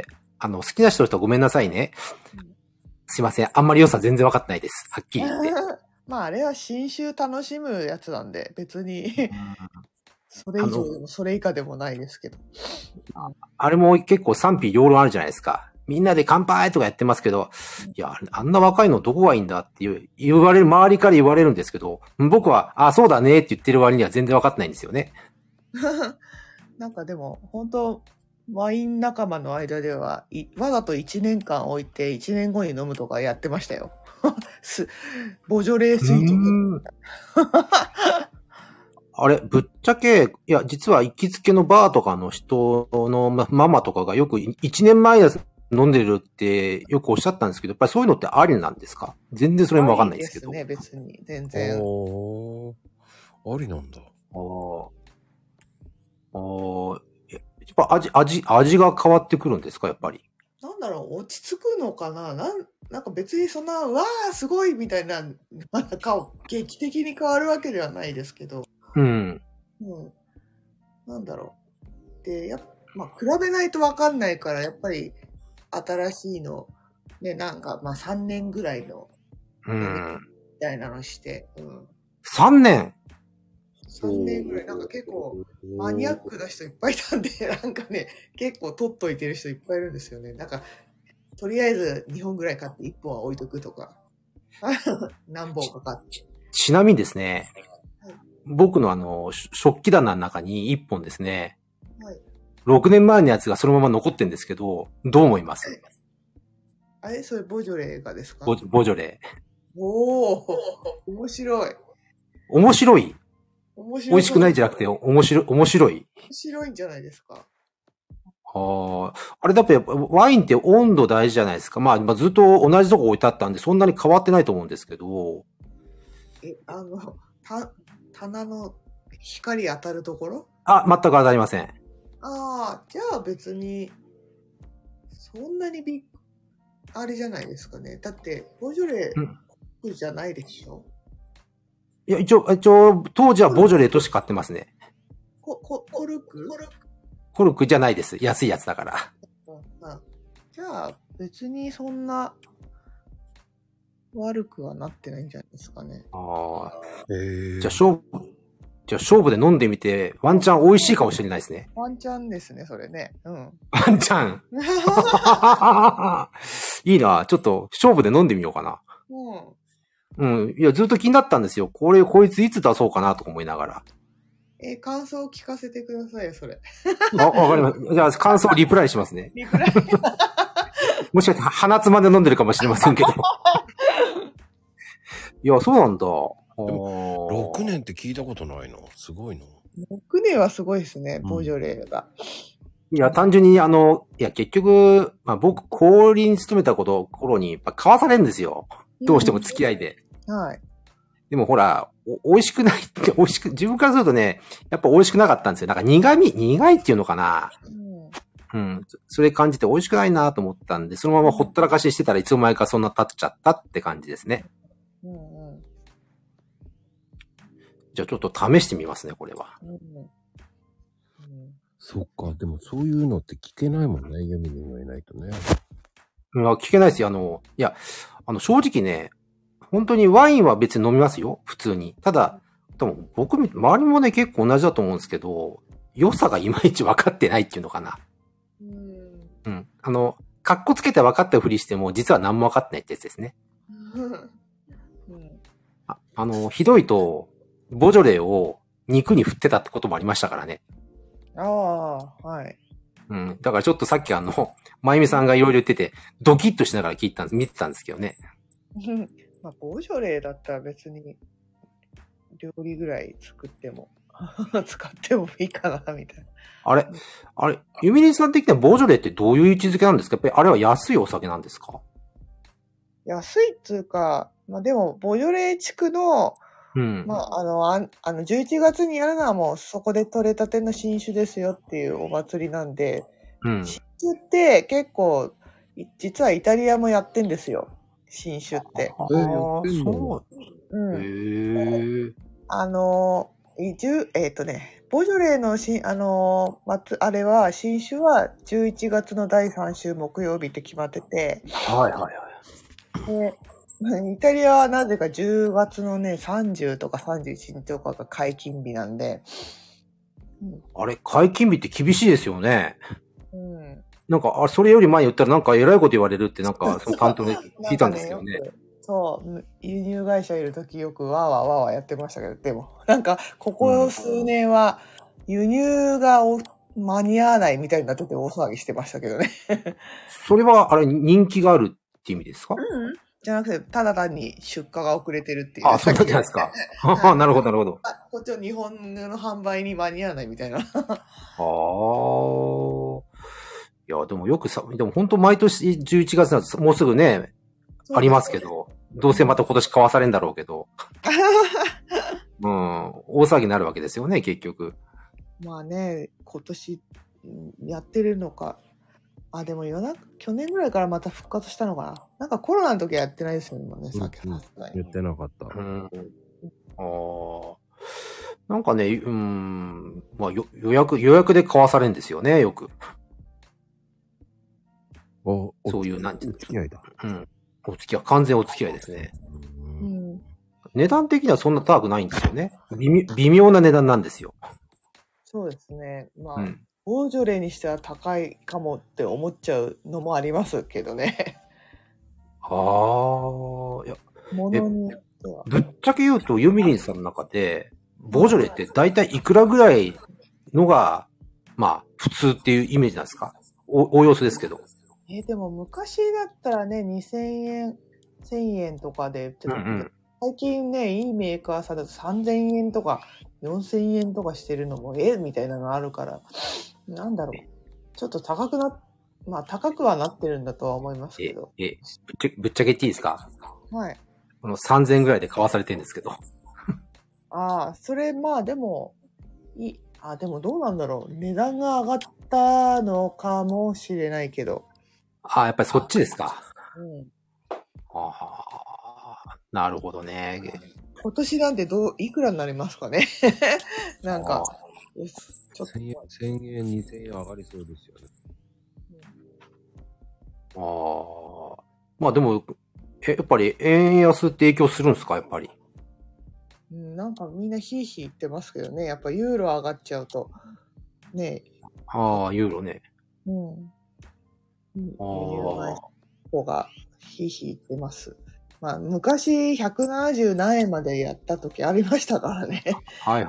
好きな人はごめんなさいね。すいません。あんまり良さ全然わかってないです。はっきり言って。 まあ、あれは新酒楽しむやつなんで、別に、それ以上でもそれ以下でもないですけど。 あれも結構賛否両論あるじゃないですか。みんなで乾杯とかやってますけど、いや、あんな若いのどこがいいんだって周りから言われるんですけど、僕は、そうだねって言ってる割には全然わかってないんですよね。 なんかでも、本当ワイン仲間の間では、わざと1年間置いて1年後に飲むとかやってましたよ。ボジョレースイート。 あれ、ぶっちゃけ、いや、実は行きつけのバーとかの人のママとかがよく1年前や飲んでるってよくおっしゃったんですけど、やっぱりそういうのってありなんですか？全然それもわかんないですけど。 ですね、別に。全然。 ありなんだ。 やっぱ味が変わってくるんですか、やっぱり。 なんだろう、落ち着くのかな。なんか別にそんな、わーすごいみたいな、なんか劇的に変わるわけではないですけど。 うん。 なんだろう。で、まあ、比べないとわかんないから、やっぱり、新しいの、ね、なんか、まあ、3年ぐらいの、みたいなのして、 3年 3年ぐらい、なんか結構、マニアックな人いっぱいいたんで、なんかね、結構取っといてる人いっぱいいるんですよね。なんか、とりあえず2本ぐらい買って1本は置いとくとか、何本か買って。 ちなみにですね、僕の食器棚の中に1本ですね、6年前のやつがそのまま残ってんですけど、どう思います？ あれそれボジョレーがですか？ ボジョレー。 おー、面白い。 面白い？ 美味しくないじゃなくて、面白い。面白いんじゃないですか。 あれだってワインって温度大事じゃないですか。まあずっと同じとこ置いてあったんで、そんなに変わってないと思うんですけど。 棚の光当たるところ？ 全く当たりません。 じゃあ別に、そんなにあれじゃないですかね。だって、ボジョレーじゃないでしょ？ いや、一応、当時はボジョレーとして買ってますね。 コルク？ コルクじゃないです。安いやつだから。 じゃあ、別にそんな、悪くはなってないんじゃないですかね。 じゃあ勝負で飲んでみて、ワンチャン美味しいかもしれないですね。 ワンチャンですね、それね。 ワンチャンいいな。ちょっと勝負で飲んでみようかな。いや、ずっと気になったんですよ。こいついつ出そうかなとか思いながら。 感想を聞かせてくださいよ、それ。 わかります。じゃあ、感想リプライしますね。 リプライもしかして鼻つまで飲んでるかもしれませんけど。いや、そうなんだ。 6年って聞いたことないの。すごいの。 6年はすごいですね、ボジョレーが。 いや、単純に結局、僕、小売に勤めた頃に、買わされるんですよ。どうしても付き合いで。 はい。 でもほら、美味しくないって、自分からするとね、やっぱ美味しくなかったんですよ。なんか苦いっていうのかな。それ感じて美味しくないなと思ったんで、そのままほったらかししてたらいつの間にかそんな経っちゃったって感じですね。じゃあちょっと試してみますね、これは。 そっか、でもそういうのって聞けないもんね、ユミリンがいないとね。 聞けないですよ。いや、正直ね、本当にワインは別に飲みますよ、普通に。ただ、多分周りもね、結構同じだと思うんですけど、良さがいまいち分かってないっていうのかな。かっこつけて分かったふりしても、実は何も分かってないってやつですね。ひどいと、ボジョレーを肉に振ってたってこともありましたからね。 はい。 だからちょっとさっきまゆみさんがいろいろ言ってて、ドキッとしながら見てたんですけどね。 ボジョレーだったら別に、料理ぐらい作っても、使ってもいいかな、みたいな。 あれ、ユミリンさん的にはボジョレーってどういう位置づけなんですか？やっぱりあれは安いお酒なんですか？ 安いっつうか、でも、ボジョレー地区の、11月にやるのはもうそこで採れたての新酒ですよっていうお祭りなんで、新酒って結構、実はイタリアもやってんですよ。新酒って。 そう。 ボジョレーのあれは、新酒は11月の第3週木曜日って決まってて、でイタリアはなぜか10月のね、30とか31日とかが解禁日なんで。 あれ、解禁日って厳しいですよね。なんか、それより前言ったらなんか偉いこと言われるってなんか、その担当で聞いたんですけどね。 そう、輸入会社いるときよくわーわーやってましたけど、でも、なんか、ここ数年は、 輸入が間に合わないみたいになってて大騒ぎしてましたけどね。 それは、あれ、人気があるって意味ですか？ じゃなくて、ただ単に出荷が遅れてるっていう。 あ、そうなんじゃないですか。はい、なるほど、なるほど。 こっちの日本の販売に間に合わないみたいな。 いや、でもよくでも本当毎年11月なんてもうすぐね、ありますけど、どうせまた今年買わされんだろうけど。うん、大騒ぎになるわけですよね、結局。 まあね、今年やってるのか。でも去年ぐらいからまた復活したのかな。なんかコロナの時はやってないですよね、今ね、さっき話した。 言ってなかった。 なんかね、まあ予約で買わされるんですよね、よく。そういう、なんていうの。お付き合いだ。お付き合い、完全お付き合いですね。値段的にはそんな高くないんですよね。微妙な値段なんですよ。 そうですね。まあ、ボージョレーにしては高いかもって思っちゃうのもありますけどね。 いや。 物によっては。 ぶっちゃけ言うと、ユミリンさんの中で、ボージョレーって大体いくらぐらいのが、まあ、普通っていうイメージなんですか？お様子ですけど。 でも昔だったらね、2000円、1000円とかで売ってたけど、最近ね、いいメーカーさんだと3000円とか4000円とかしてるのも、みたいなのあるから、なんだろう。ちょっと高くはなってるんだとは思いますけど。 ぶっちゃけ言っていいですか？ はい。 この3000円ぐらいで買わされてるんですけど。 それ、でも、でもどうなんだろう。値段が上がったのかもしれないけど。 やっぱりそっちですか。なるほどね。 今年なんていくらになりますかね。なんか、 ちょっと1000円、2000円上がりそうですよね。 まあでも、やっぱり円安って影響するんですか、やっぱり。 なんかみんなヒーヒー言ってますけどね。やっぱユーロ上がっちゃうと。ね。 ユーロね。 子がヒーヒー言ってます。昔170何円までやった時ありましたからね。 はい。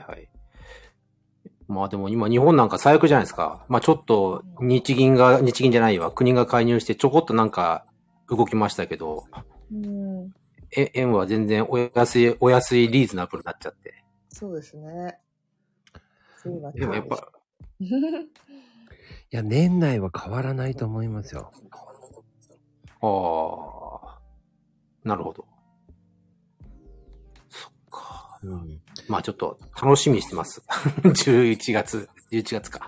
まあでも今日本なんか最悪じゃないですか。まあちょっと日銀じゃないわ。国が介入してちょこっとなんか動きましたけど、円は全然お安いリーズナブルになっちゃって。 そうですね。 でもやっぱ。 いや、年内は変わらないと思いますよ。 なるほど。そっか。まあちょっと楽しみにしてます。11月か。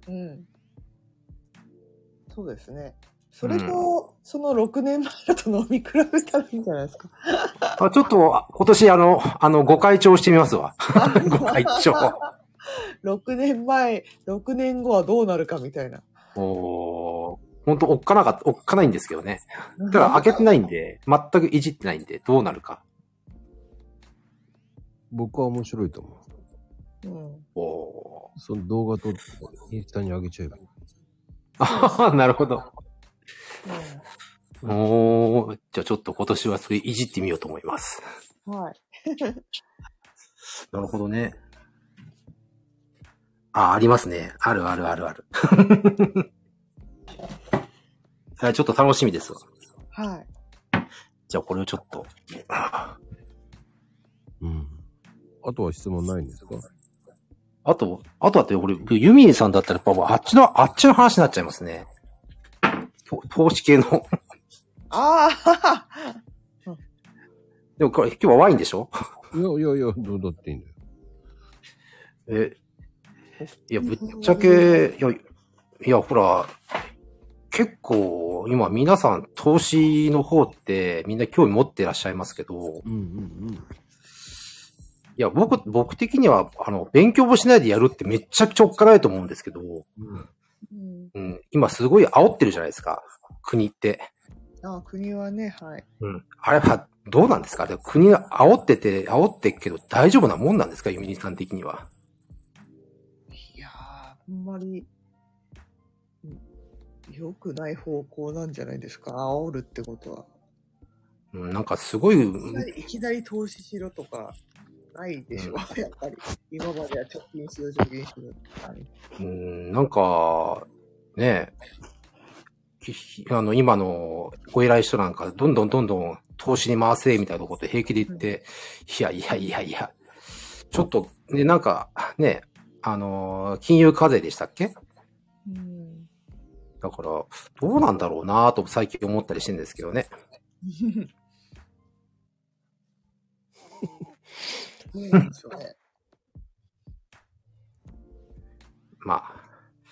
そうですね。それと、その6年前だと飲み比べたらいいんじゃないですか。 ちょっと今年ご開帳してみますわ。ご開帳。 6年前、6年後はどうなるかみたいな。 本当おっかないんですけどね。ただ開けてないんで、全くいじってないんで、どうなるか。 僕は面白いと思う。その動画撮って、インスタに上げちゃえばいい。 なるほど。じゃあちょっと今年はそれいじってみようと思います。 はい。 なるほどね。ありますね。ある。ちょっと楽しみですわ。 はい。 じゃあこれをちょっと。 あとは質問ないんですか？ あとはって俺、ユミンさんだったらやっぱあっちの話になっちゃいますね。投資系の。でもこれ今日はワインでしょ？ いや、どうだっていいんだよ。 いや、ぶっちゃけ、いや、ほら、結構、今皆さん投資の方ってみんな興味持ってらっしゃいますけど、いや、僕的には、勉強もしないでやるってめっちゃくちゃおっかないと思うんですけど、今すごい煽ってるじゃないですか、国って。 国はね、はい。 あれは、どうなんですか？国が煽ってっけど大丈夫なもんなんですか？ユミニさん的には。 いやー、あんまり、良くない方向なんじゃないですか？煽るってことは。 なんかすごい。 いきなり投資しろとか、 ないでしょ、やっぱり。今までは貯金する。 なんか、ね今のご偉い人なんか、どんどん投資に回せ、みたいなこと平気で言って、いや、ちょっと、ね、なんか、ね、金融課税でしたっけ？だから、どうなんだろうなぁと最近思ったりしてるんですけどね。まあ、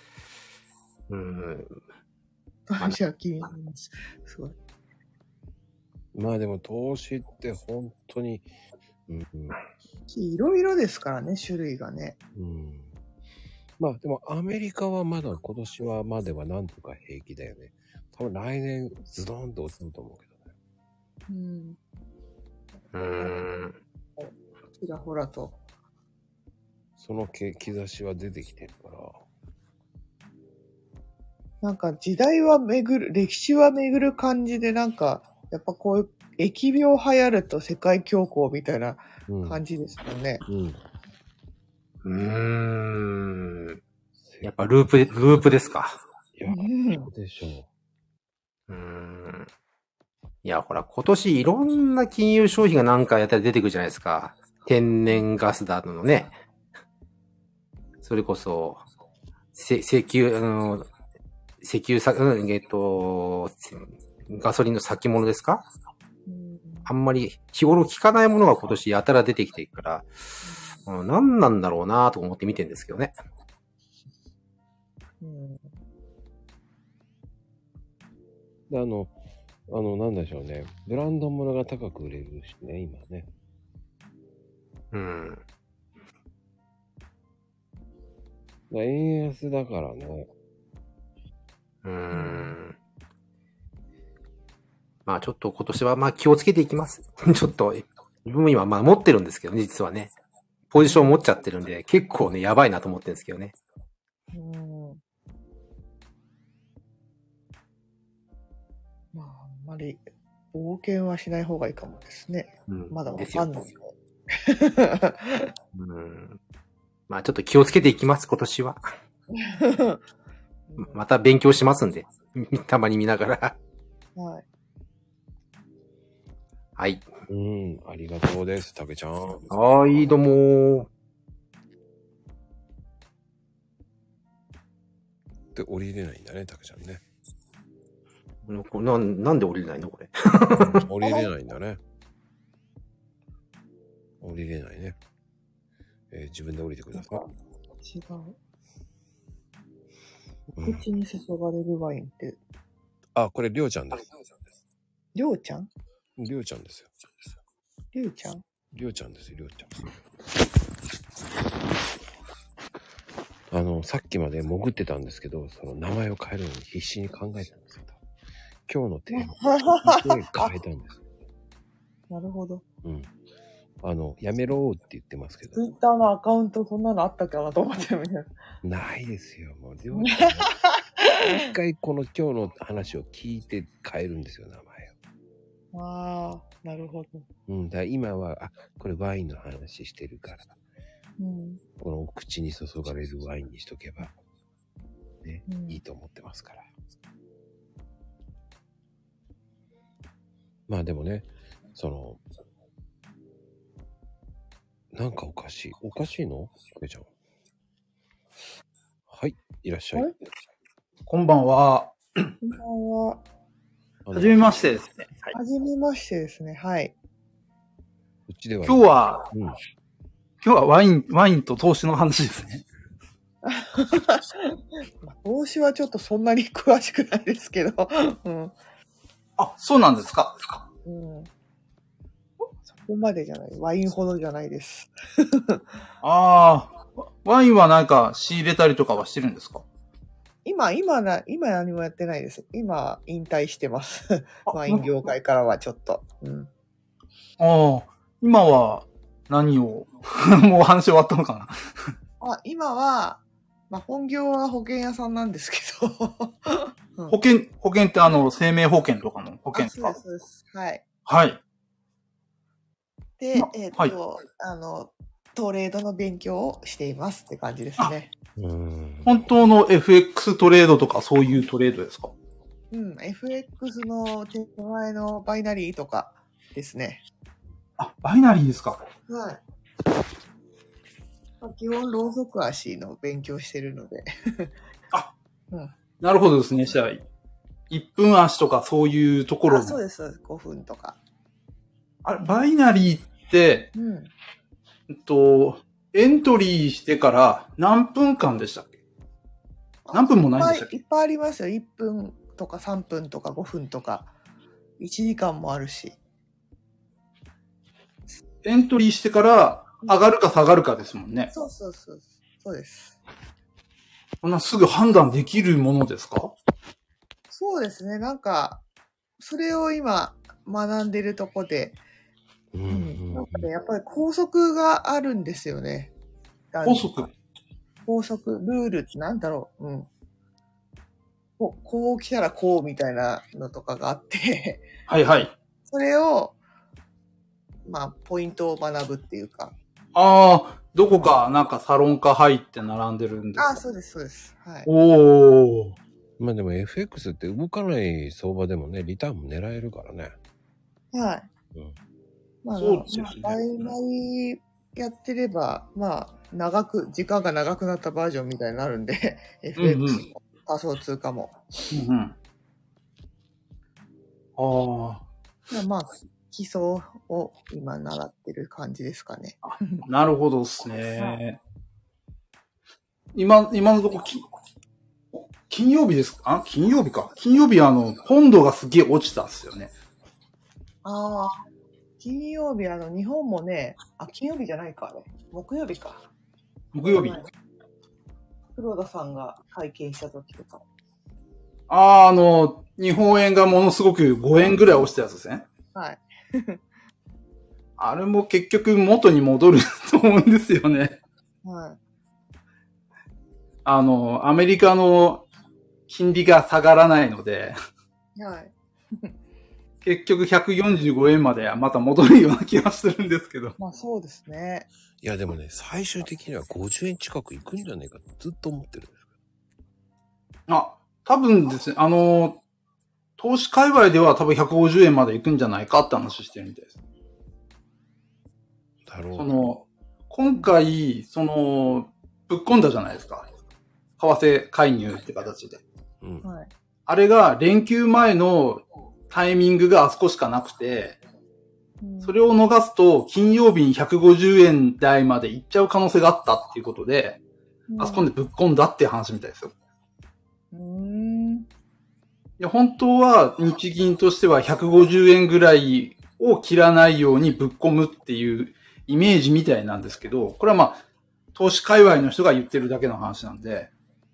私は気になります。すごい。 まあでも投資って本当に、 いろいろですからね、種類がね。 まあでもアメリカはまだ今年はまではなんとか平気だよね。多分来年ズドンと落ちると思うけどね。 ちらほらと。 その兆しは出てきてるから。 なんか時代は歴史は巡る感じでなんか、やっぱこういう疫病流行ると世界恐慌みたいな感じですよね。 やっぱループですか。 いや、そうでしょう。 いや、ほら、今年いろんな金融商品がなんかやったら出てくるじゃないですか。天然ガスだのね。それこそ、石油ガソリンの先物ですか？あんまり日頃聞かないものが今年やたら出てきてるから、何なんだろうなと思って見てるんですけどね。 なんでしょうね。ブランド物が高く売れるしね、今ね。円安だからね。 まあちょっと今年はまあ気をつけていきます。ちょっと、自分も今まあ持ってるんですけどね、実はね。ポジション持っちゃってるんで、結構ね、やばいなと思ってるんですけどね。 まあ、あんまり冒険はしない方がいいかもですね。まだわかんない。 まあちょっと気をつけていきます、今年は。また勉強しますんで、たまに見ながら。 はい。 はい。 ありがとうです、たけちゃん。 はい、どうも。 で、降りれないんだね、たけちゃんね。 なんで降りれないのこれ。 降りれないんだね。降りれないね。自分で降りてください。 違う。口に注がれるワインって。 あ、これ、りょうちゃんです。 りょうちゃん？ りょうちゃんですよ。 りょうちゃん？ りょうちゃんですよ、りょうちゃん。さっきまで潜ってたんですけど、その名前を変えるのに必死に考えたんですけど、今日のテーマで変えたんです。 なるほど。 やめろって言ってますけど。 ツイッターのアカウントそんなのあったかなと思ってみた。 ないですよ、もう。りょうちゃん。一回この今日の話を聞いて変えるんですよ、名前を。ああ、なるほど。 だから今は、これワインの話してるから。この口に注がれるワインにしとけば、ね、いいと思ってますから。まあでもね、なんかおかしい。おかしいの？かけちゃん。はい、いらっしゃい。 こんばんは。 こんばんは。 はじめましてですね。 はじめましてですね。はい。 うちでは。 今日はワインと投資の話ですね。 投資はちょっとそんなに詳しくないですけど。 あ、そうなんですか。 そこまでじゃない。ワインほどじゃないです。 ああ、ワインはなんか仕入れたりとかはしてるんですか？ 今何もやってないです。今、引退してます。ワイン業界からはちょっと。 ああ、今は何をもう話終わったのかな今は、本業は保険屋さんなんですけど。 保険って生命保険とかの保険ですか？ そうです。はい。 はい。 で、 はい。 トレードの勉強をしていますって感じですね。 本当の FX トレードとかそういうトレードですか？ うん、FX の手前のバイナリーとかですね。 あ、バイナリーですか？ はい。基本、ローソク足の勉強してるので。 あ、うん、なるほどですね。じゃあ、1分足とかそういうところ。 そうです。5分とか。 あれ、バイナリーって、エントリーしてから何分間でしたっけ？何分もないんでしたっけ？ いっぱいありますよ。1分とか3分とか5分とか、1時間もあるし。 エントリーしてから上がるか下がるかですもんね。 そうです。 こんなすぐ判断できるものですか？ そうですね。なんか、それを今学んでるとこで、なんかね、やっぱり拘束があるんですよね。 拘束、 ルールってなんだろう。こう来たらこうみたいなのとかがあって。 はいはい。 それを、ポイントを学ぶっていうか。 ああ、どこかなんかサロンか入って並んでるんですか？ そうです。はい。 おー。でも FX って動かない相場でもね、リターンも狙えるからね。 はい。 そうですね。 バイナリーやってれば、時間が長くなったバージョンみたいになるんで、FX も仮想通貨も。基礎を今習ってる感じですかね。 なるほどですね。今のとこ金曜日ですか？金曜日か。金曜日ポンドがすげえ落ちたっすよね。 金曜日日本もね、金曜日じゃないか、木曜日か。 木曜日。 黒田さんが会見した時とか。 日本円がものすごく5円ぐらい落ちたやつですね。 はい。 あれも結局元に戻ると思うんですよね。 はい。 アメリカの金利が下がらないので、 はい。 結局145円までまた戻るような気がするんですけど。 そうですね。 いやでもね、最終的には50円近くいくんじゃねえかってずっと思ってる。 多分ですね、投資界隈では多分150円までいくんじゃないかって話してるみたいです。 だろう。今回、ぶっ込んだじゃないですか。為替介入って形で。 はい。 あれが連休前のタイミングがあそこしかなくて、それを逃すと金曜日に150円台まで行っちゃう可能性があったっていうことで、あそこでぶっ込んだっていう話みたいですよ。いや本当は日銀としては150円ぐらいを切らないようにぶっ込むっていうイメージみたいなんですけど、これは投資界隈の人が言ってるだけの話なんで、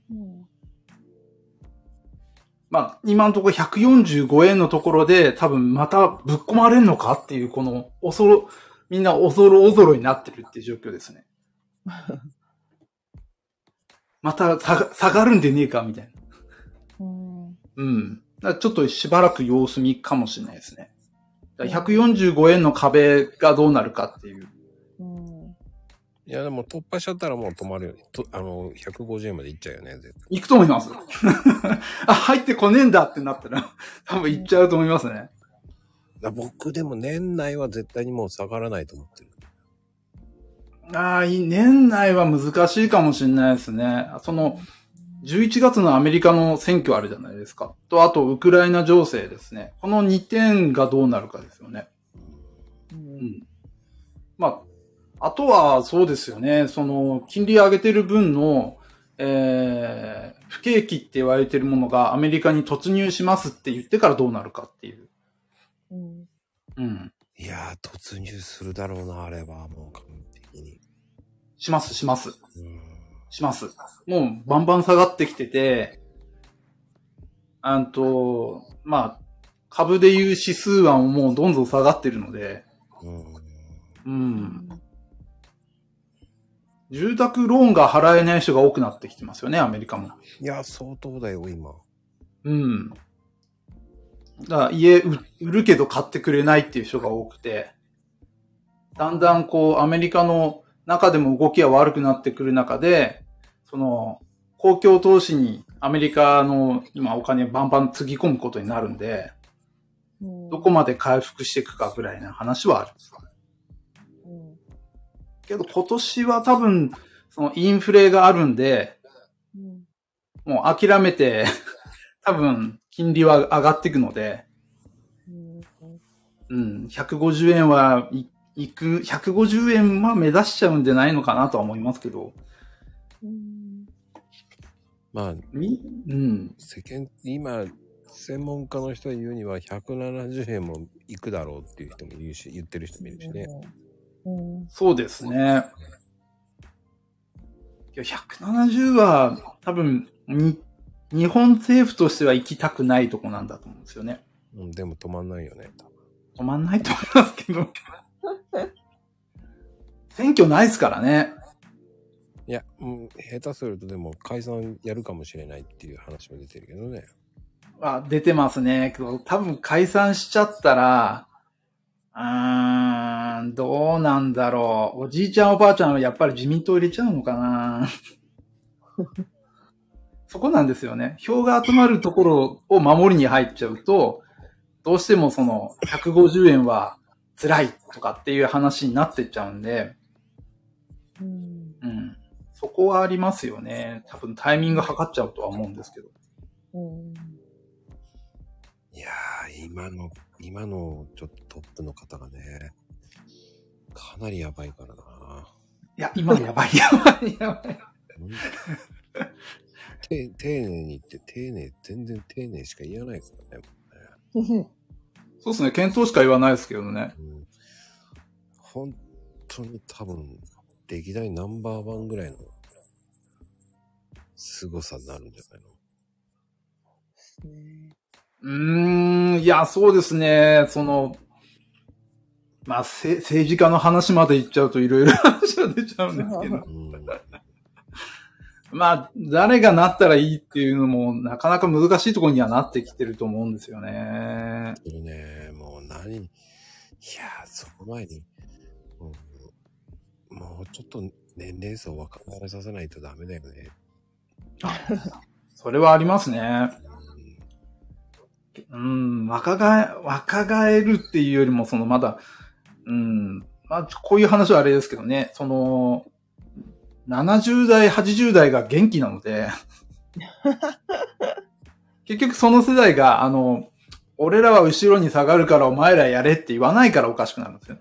今のところ145円のところで多分またぶっ込まれんのかっていうみんなおぞろになってるっていう状況ですね。また下がるんでねえかみたいな。ちょっとしばらく様子見かもしれないですね。145円の壁がどうなるかっていう。 いやでも突破しちゃったらもう止まるよね。150円までいっちゃうよね。絶対行くと思います。入ってこねえんだってなったら多分行っちゃうと思いますね。 僕でも年内は絶対にもう下がらないと思ってる。 年内は難しいかもしれないですね。11月のアメリカの選挙あるじゃないですか。あと、ウクライナ情勢ですね。この2点がどうなるかですよね。あとは、そうですよね。金利上げてる分の、不景気って言われてるものがアメリカに突入しますって言ってからどうなるかっていう。 いやー、突入するだろうな、あれはもう完璧に。 します。します。もうバンバン下がってきてて、株でいう指数はもうどんどん下がってるので、住宅ローンが払えない人が多くなってきてますよね、アメリカも。 いや、相当だよ、今。 だから家売るけど買ってくれないっていう人が多くて。 だんだんこう、アメリカの中でも動きが悪くなってくる中で、その、公共投資にアメリカの今お金バンバンつぎ込むことになるんで、どこまで回復していくかぐらいな話はある。けど今年は多分、そのインフレがあるんで、もう諦めて、多分金利は上がっていくので、150円はいく、150円は目指しちゃうんじゃないのかなとは思いますけど。 まあ、世間、今、専門家の人が言うには170円もいくだろうっていう人も言うし、言ってる人もいるしね。 そうですね。いや、170は多分日本政府としては行きたくないとこなんだと思うんですよね。 でも止まんないよね。 止まんないと思いますけど。選挙ないですからね。 いや、下手するとでも解散やるかもしれないっていう話も出てるけどね。 出てますね。けど多分解散しちゃったら、どうなんだろう。おじいちゃんおばあちゃんはやっぱり自民党入れちゃうのかな。そこなんですよね。票が集まるところを守りに入っちゃうと、どうしてもその150円は辛いとかっていう話になってっちゃうんで、そこはありますよね。多分タイミング測っちゃうとは思うんですけど。 いやー、今のちょっとトップの方がね、かなりやばいからな。 いや、今やばい。 丁寧に言って、全然丁寧しか言わないですからね。 そうですね、検討しか言わないですけどね。 本当に多分、歴代ナンバーワンぐらいの凄さになるんじゃないの？ いや、そうですね。政治家の話まで言っちゃうといろいろ話が出ちゃうんですけど。誰がなったらいいっていうのも、なかなか難しいところにはなってきてると思うんですよね。 もういや、その前に、もうちょっと年齢層を若返させないとダメだよね。 それはありますね。若返るっていうよりも、まだ、こういう話はあれですけどね、70代、80代が元気なので、結局その世代が、俺らは後ろに下がるからお前らやれって言わないからおかしくなるんですよ。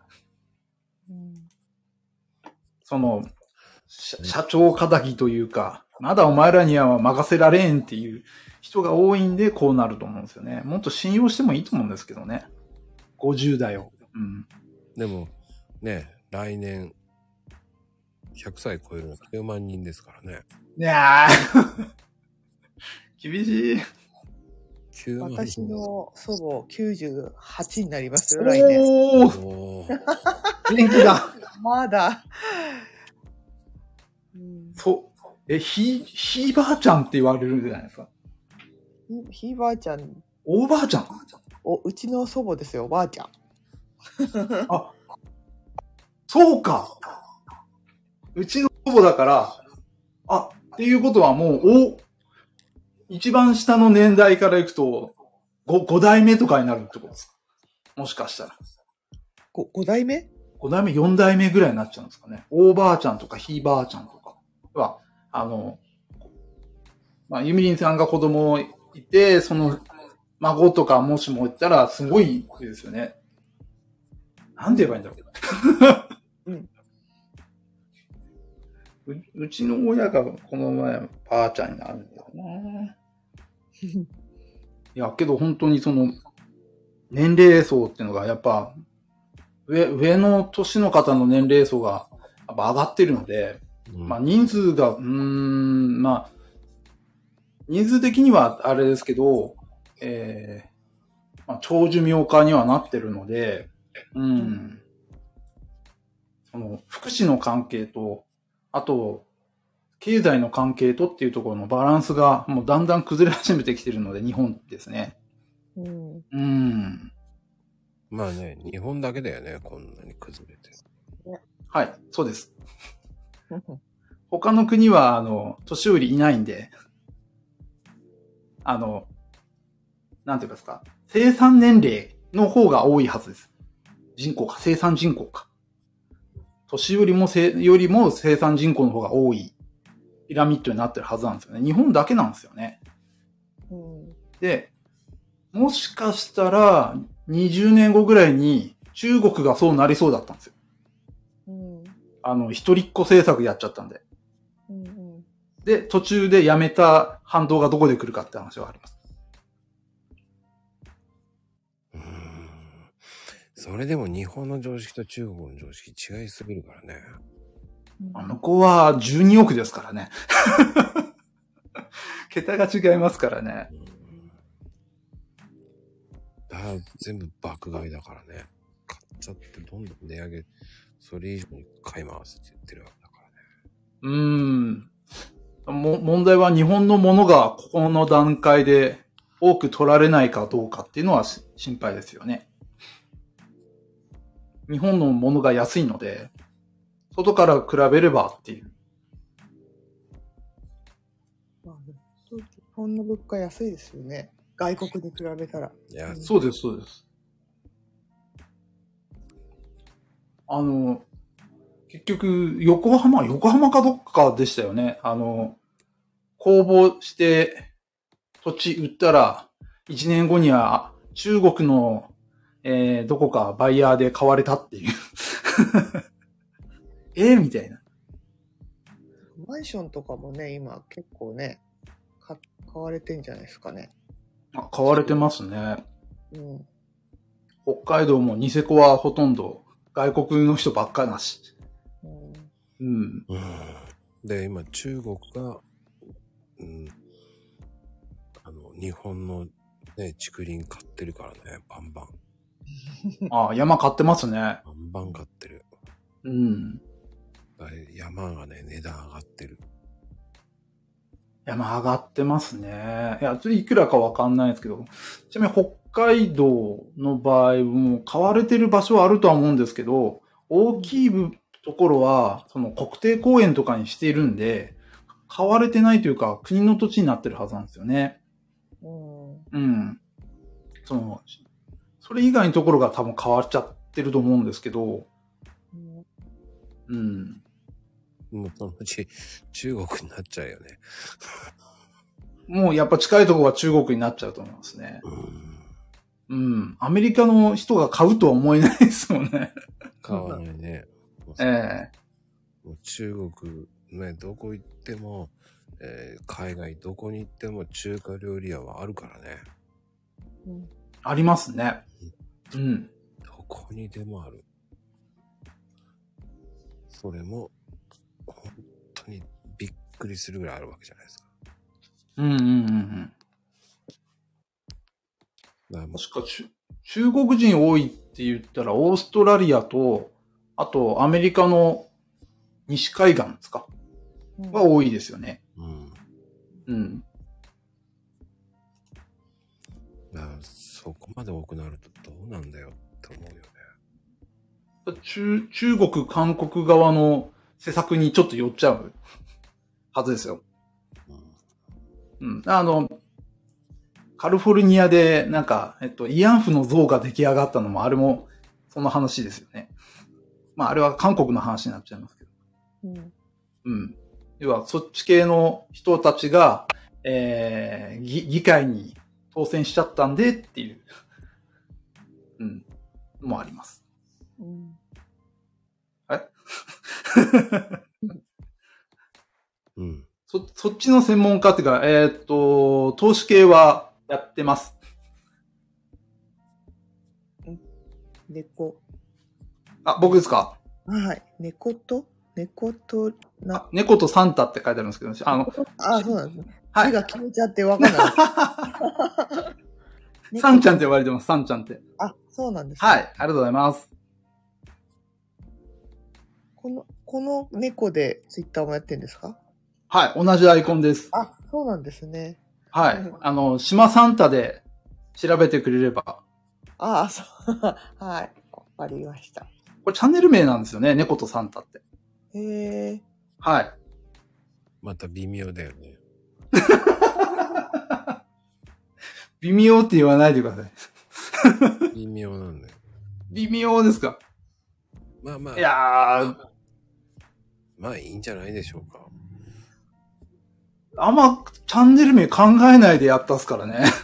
社長仇というか、まだお前らには任せられんっていう人が多いんでこうなると思うんですよね。もっと信用してもいいと思うんですけどね。50代を。 でも、ね、来年、100歳超えるの9万人ですからね。 いやー厳しい。 私の祖母98になりますよ、来年。 元気だ。 まだ。 ひいばあちゃんって言われるんじゃないですか。 ひいばあちゃん。 おばあちゃん。 うちの祖母ですよ、おばあちゃん。 そうか。うちの祖母だから、っていうことはもう、一番下の年代からいくと、5代目とかになるってことですか？もしかしたら。 5代目 ?5 代目、4代目ぐらいになっちゃうんですかね。おばあちゃんとかひいばあちゃんとかは、ゆみりんさんが子供いて、その孫とかもしも言ったらすごいですよね。なんて言えばいいんだろう。うちの親がこの前ばあちゃんになるんだよな。いや、けど本当に年齢層っていうのがやっぱ、上の年の方の年齢層がやっぱ上がってるので、人数が、人数的にはあれですけど、長寿命化にはなってるので、福祉の関係と、あと、経済の関係とっていうところのバランスがもうだんだん崩れ始めてきてるので、日本ですね。 まあね、日本だけだよね、こんなに崩れてる。 はい、そうです。他の国は、年寄りいないんで、なんていうんですか、生産年齢の方が多いはずです。生産人口か。年寄りもよりも生産人口の方が多いピラミッドになってるはずなんですよね。日本だけなんですよね。で、もしかしたら20年後ぐらいに中国がそうなりそうだったんですよ。一人っ子政策やっちゃったんで。で、途中でやめた反動がどこで来るかって話はあります。 それでも日本の常識と中国の常識違いすぎるからね。 向こうは12億ですからね。桁が違いますからね。 全部爆買いだからね。買っちゃってどんどん値上げ、それ以上に買いますって言ってるわけだからね。 問題は日本のものがここの段階で多く取られないかどうかっていうのは心配ですよね。日本のものが安いので、外から比べればっていう。 日本の物価安いですよね。外国に比べたら。 そうです、そうです。結局、横浜かどっかでしたよね。公募して、土地売ったら、1年後には中国の、どこかバイヤーで買われたっていう。みたいな。 マンションとかもね、今結構ね、買われてんじゃないですかね。 買われてますね。北海道もニセコはほとんど外国の人ばっかりだし。 で、今中国が、日本のね、竹林買ってるからね、バンバン。 山買ってますね。 バンバン買ってる。山がね、値段上がってる。 山上がってますね。いくらかわかんないですけど。ちなみに北海道の場合も買われてる場所はあるとは思うんですけど、大きいところは、その国定公園とかにしているんで、買われてないというか、国の土地になってるはずなんですよね。それ以外のところが多分変わっちゃってると思うんですけど、 もうそのうち中国になっちゃうよね。 もうやっぱ近いところは中国になっちゃうと思いますね。アメリカの人が買うとは思えないですもんね。 買わないね。もう中国ね、どこ行っても、海外どこに行っても中華料理屋はあるからね。 ありますね。 どこにでもある。それも本当にびっくりするぐらいあるわけじゃないですか。 確か中国人多いって言ったらオーストラリアと、あとアメリカの西海岸ですか、が多いですよね。 そこまで多くなるとどうなんだよって思うよね。 中国、韓国側の施策にちょっと寄っちゃうはずですよ。カリフォルニアでなんか、慰安婦の像が出来上がったのもあれもその話ですよね。あれは韓国の話になっちゃいますけど。要はそっち系の人たちが、議会に当選しちゃったんでっていう、もあります。そっちの専門家っていうか、投資系はやってます。 猫。 僕ですか？ はい。猫とサンタって書いてあるんですけど、そうなんですね。字が消えちゃってわかんない。 サンちゃんって呼ばれてます、サンちゃんって。 そうなんですね。 はい、ありがとうございます。 この猫でツイッターもやってるんですか？ はい、同じアイコンです。 そうなんですね。 はい。島サンタで調べてくれれば。 はい。わかりました。 これチャンネル名なんですよね。猫とサンタって。 へえ。 はい。 また微妙だよね。 微妙って言わないでください。 微妙なんだよ。 微妙ですか？ まあまあ。 いやー。 まあいいんじゃないでしょうか。 あんまチャンネル名考えないでやったっすからね。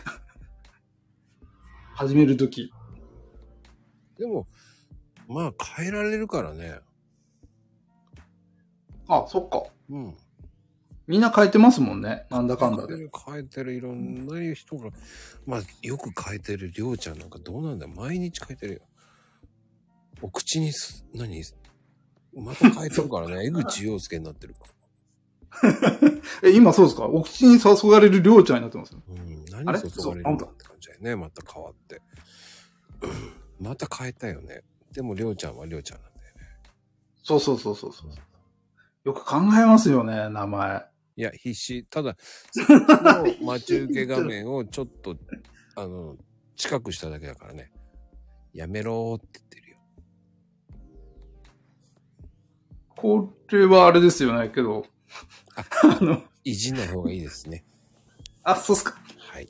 始めるとき。 でも、まあ変えられるからね。 あ、そっか。 うん。 みんな変えてますもんね。なんだかんだで。 変えてるいろんな人が、まあよく変えてるりょうちゃんなんかどうなんだよ。毎日変えてるよ。お口にまた変えてるからね。江口洋介になってるから。 今そうですか？お口に注がれるりょうちゃんになってますよ。 うん。何注がれるんだって感じだよね。また変わって。また変えたよね。でもりょうちゃんはりょうちゃんなんだよね。 そう。よく考えますよね、名前。 いや、必死。ただ、待ち受け画面をちょっと、近くしただけだからね。やめろーって言ってるよ。 これはあれですよね、けど。 いじんない方がいいですね。 あ、そうっすか。 はい。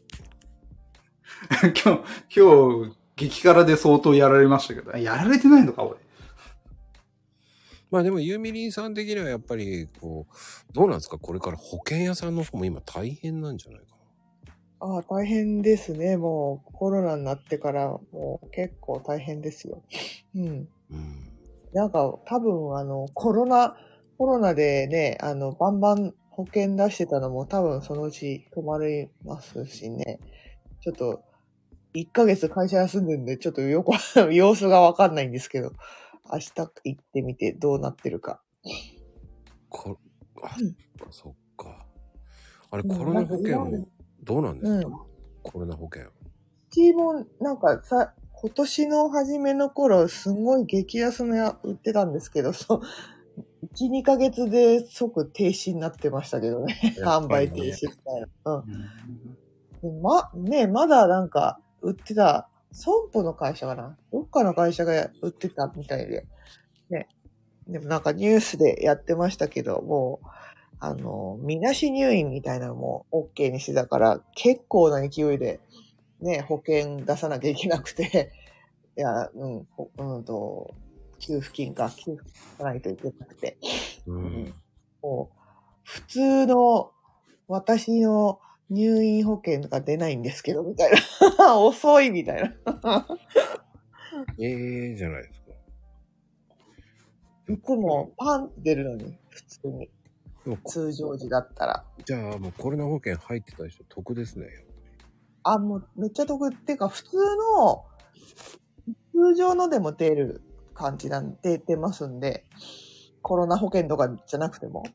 今日、激辛で相当やられましたけど。やられてないのか、俺。 まあでも、ユーミリンさん的にはやっぱり、こう、どうなんですか？これから保険屋さんの方も今大変なんじゃないかな。ああ、大変ですね。もうコロナになってからもう結構大変ですよ。うん。なんか多分コロナでね、バンバン保険出してたのも多分そのうち止まりますしね。ちょっと、1ヶ月会社休んでるんで、ちょっと様子がわかんないんですけど、明日行ってみてどうなってるか。 そっか。あれ、コロナ保険もどうなんですか？コロナ保険。 うちもなんか今年の初めの頃、すごい激安の売ってたんですけど、1、2ヶ月で即停止になってましたけどね。販売停止みたいな。まだなんか売ってた、損保の会社かな？どっかの会社が売ってたみたいで。ね。でもなんかニュースでやってましたけど、もう、みなし入院みたいなのも OK にしてたから、結構な勢いで、ね、保険出さなきゃいけなくて、いや、給付金出さないといけなくて。もう普通の私の入院保険が出ないんですけど、みたいな。遅いみたいな。 じゃないですか。 いつもパンって出るのに、普通に。通常時だったら。 じゃあもうコロナ保険入ってた人得ですね。 もうめっちゃ得っていうか、通常のでも出る感じなんで、出ますんで、コロナ保険とかじゃなくても。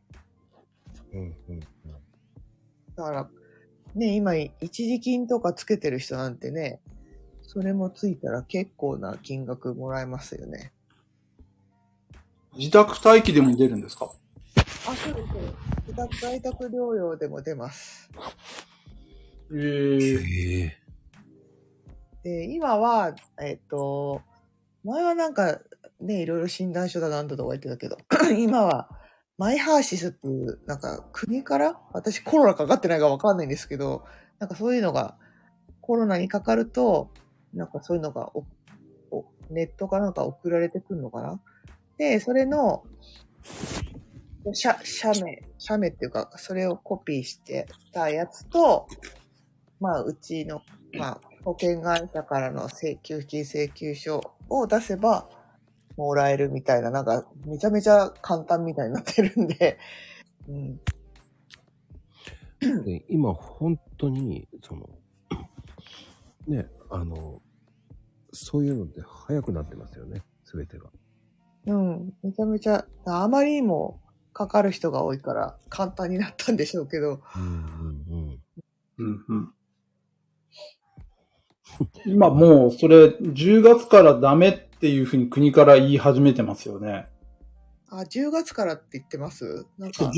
だから、ね、今、一時金とかつけてる人なんてね、それもついたら結構な金額もらえますよね。 自宅待機でも出るんですか？ そうです。在宅療養でも出ます。 で、 今は、前はなんかね、いろいろ診断書だなんだとか言ってたけど、今は、マイハーシスっていう、なんか国から私コロナかかってないかわかんないんですけど、なんかそういうのが、コロナにかかると、なんかそういうのがネットかなんか送られてくるのかな？で、それの、写メっていうか、それをコピーしてたやつと、うちの、保険会社からの給付金請求書を出せば、もらえるみたいな、なんか、めちゃめちゃ簡単みたいになってるんで、 で今、本当に、ね、そういうので早くなってますよね、すべてが。 めちゃめちゃ、あまりにもかかる人が多いから簡単になったんでしょうけど。 今もうそれ10月からダメっていうふうに国から言い始めてますよね。 10月からって言ってます？なんか。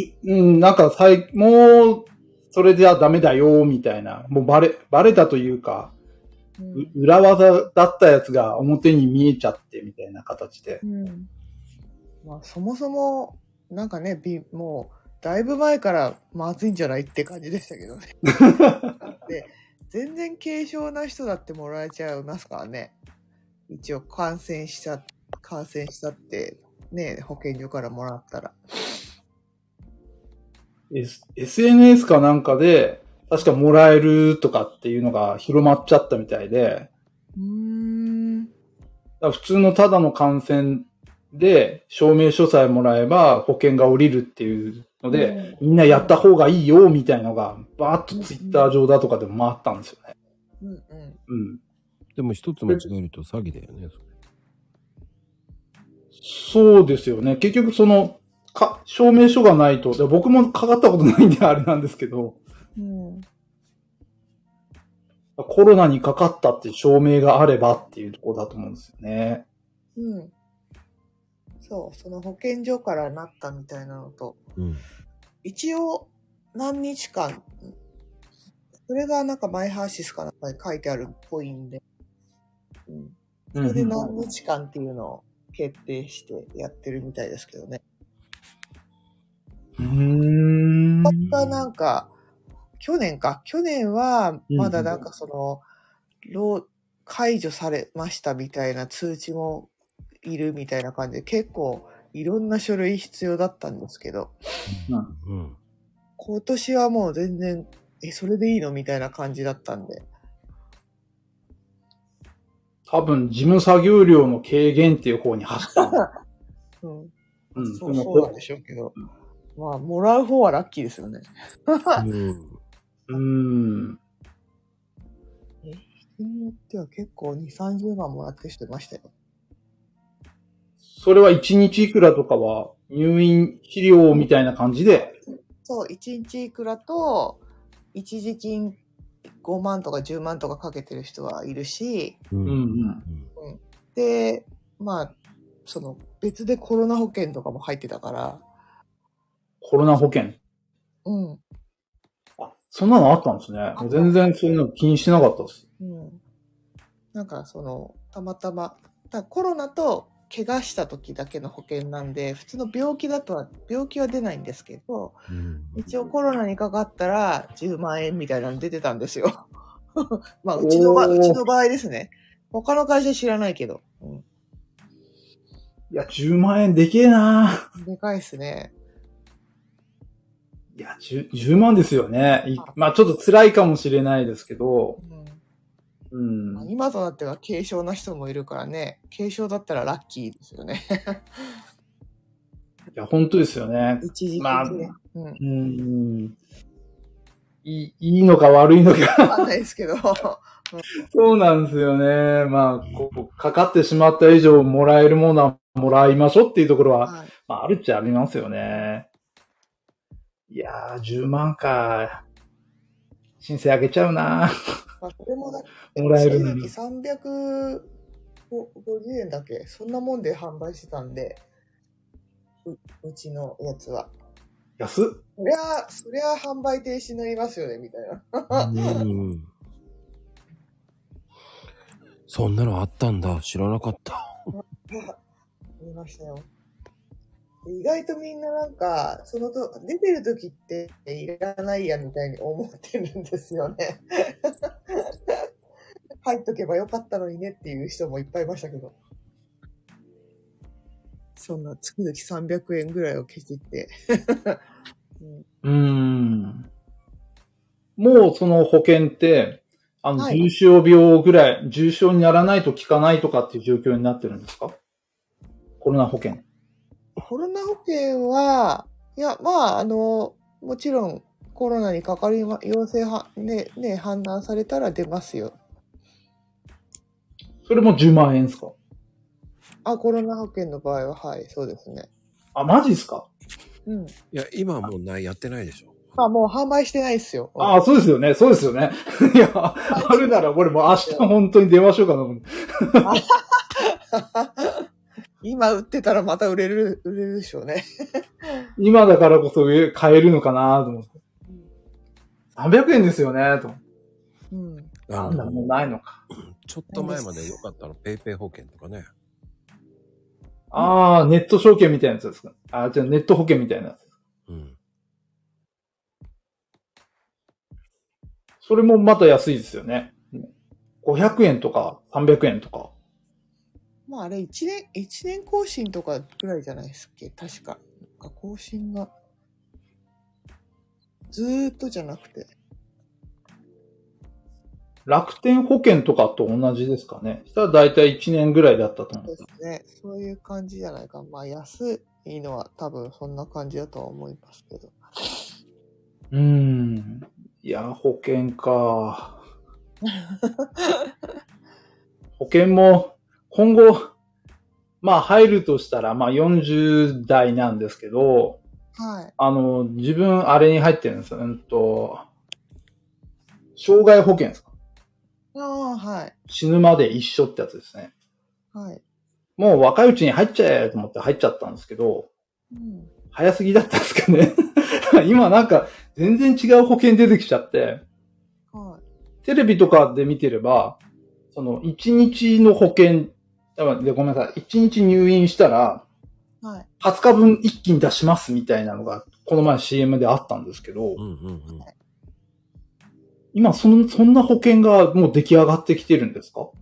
もうそれじゃダメだよみたいな。もうバレたというか、 裏技だったやつが表に見えちゃってみたいな形で。 まあ、そもそも、なんかね、もう、だいぶ前からまずいんじゃないって感じでしたけどね。で、全然軽症な人だってもらえちゃいますからね。一応感染したってね、保健所からもらったら。 SNS かなんかで、確かもらえるとかっていうのが広まっちゃったみたいで。だ普通のただの感染で証明書さえもらえば保険が下りるっていうので、みんなやった方がいいよみたいのがバーッとツイッター上だとかでも回ったんですよね。 でも一つ間違えると詐欺だよね。 そうですよね。結局証明書がないと、僕もかかったことないんであれなんですけど、コロナにかかったっていう証明があればっていうところだと思うんですよね。 そう、その保健所からなったみたいなのと、一応何日間、それがなんかマイハーシスかなんかに書いてあるっぽいんで、それで何日間っていうのを決定してやってるみたいですけどね。なんか、去年はまだなんか解除されましたみたいな通知もいるみたいな感じで、結構いろんな書類必要だったんですけど、今年はもう全然、それでいいのみたいな感じだったんで。 多分、事務作業量の軽減っていう方に走った。 そうなんでしょうけど。まあ、もらう方はラッキーですよね。人によっては結構2、30万もらってしてましたよ。 それは1日いくらとかは入院費用みたいな感じで？ そう、1日いくらと、一時金5万とか10万とかかけてる人はいるし、で、まあ、別でコロナ保険とかも入ってたから。 コロナ保険？あ、そんなのあったんですね。全然そういうの気にしてなかったです。 なんかたまたま、コロナと怪我した時だけの保険なんで、普通の病気は出ないんですけど、一応コロナにかかったら10万円みたいなの出てたんですよ。まあ、うちの場合ですね。他の会社知らないけど。 いや、10万円でけえな。 でかいっすね。 いや、10万ですよね。まあ、ちょっと辛いかもしれないですけど。 今となっては軽症な人もいるからね。軽症だったらラッキーですよね。 いや、本当ですよね。 一時期ね。 いいのか悪いのか。 わかんないですけど。 そうなんですよね。まあ、かかってしまった以上もらえるものはもらいましょうっていうところは、まあ、あるっちゃありますよね。いやー、10万か。申請あげちゃうな。 まあ、それももらえるのに。 350円だけ、そんなもんで販売してたんで、うちのやつは。 安っ。 そりゃ販売停止になりますよね、みたいな。 そんなのあったんだ。知らなかった。 見ましたよ。意外とみんななんか、出てる時っていらないやみたいに思ってるんですよね。入っとけばよかったのにねっていう人もいっぱいいましたけど。そんな月々300円ぐらいをケチって。 もうその保険って、重症病ぐらい、重症にならないと効かないとかっていう状況になってるんですか？コロナ保険。 コロナ保険は、いや、まあ、もちろんコロナにかかり陽性ね、判断されたら出ますよ。 それも10万円ですか？ コロナ保険の場合は、はい、そうですね。 マジですか？ いや、今はもうやってないでしょ。 もう販売してないですよ。 そうですよね。そうですよね。いや、あるなら俺もう明日本当に電話しようかなと思って。 今売ってたらまた売れるでしょうね。 今だからこそ買えるのかなと思って。300円ですよね、と。 なんだ、もうないのか。 ちょっと前まで良かったの、ペイペイ保険とかね。 ああ、ネット証券みたいなやつですか。ああ、じゃあネット保険みたいなやつ。うん。それもまた安いですよね。500円とか300円とか。 まああれ1年更新とかぐらいじゃないですっけ、確か。更新が。ずーっとじゃなくて。 楽天保険とかと同じですかね。したらだいたい1年ぐらいだったと思う。 そうですね。そういう感じじゃないか。まあ安いのは多分そんな感じだとは思いますけど。 いや、保険か。保険も今後、まあ入るとしたら、まあ40代なんですけど、 はい。 自分あれに入ってるんですよ。障害保険ですか？ ああ、はい。 死ぬまで一緒ってやつですね。 はい。 もう若いうちに入っちゃえと思って入っちゃったんですけど、早すぎだったんですかね。今なんか全然違う保険出てきちゃって、はい、テレビとかで見てれば、その1日の保険、ごめんなさい、1日入院したら、はい、20日分一気に出しますみたいなのが、この前 CM であったんですけど、今そんな保険がもう出来上がってきてるんですか？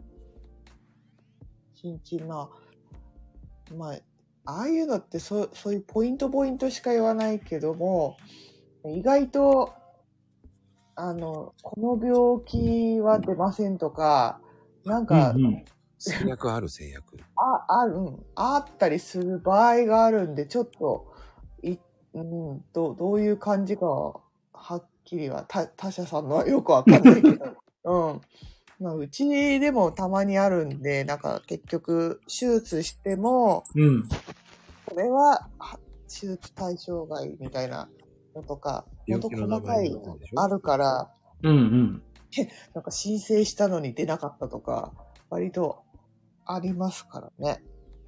1日まあ、ああいうのってそういうポイントしか言わないけども、意外と、この病気は出ませんとか、なんか、 制約ある制約。 あったりする場合があるんで、ちょっと、どういう感じかはっきりは、他社さんのはよくわかんないけど、まあ、うちでもたまにあるんで、なんか結局、手術しても、これは手術対象外みたいなのとか、ほんと細かいあるから、なんか申請したのに出なかったとか、割とありますからね。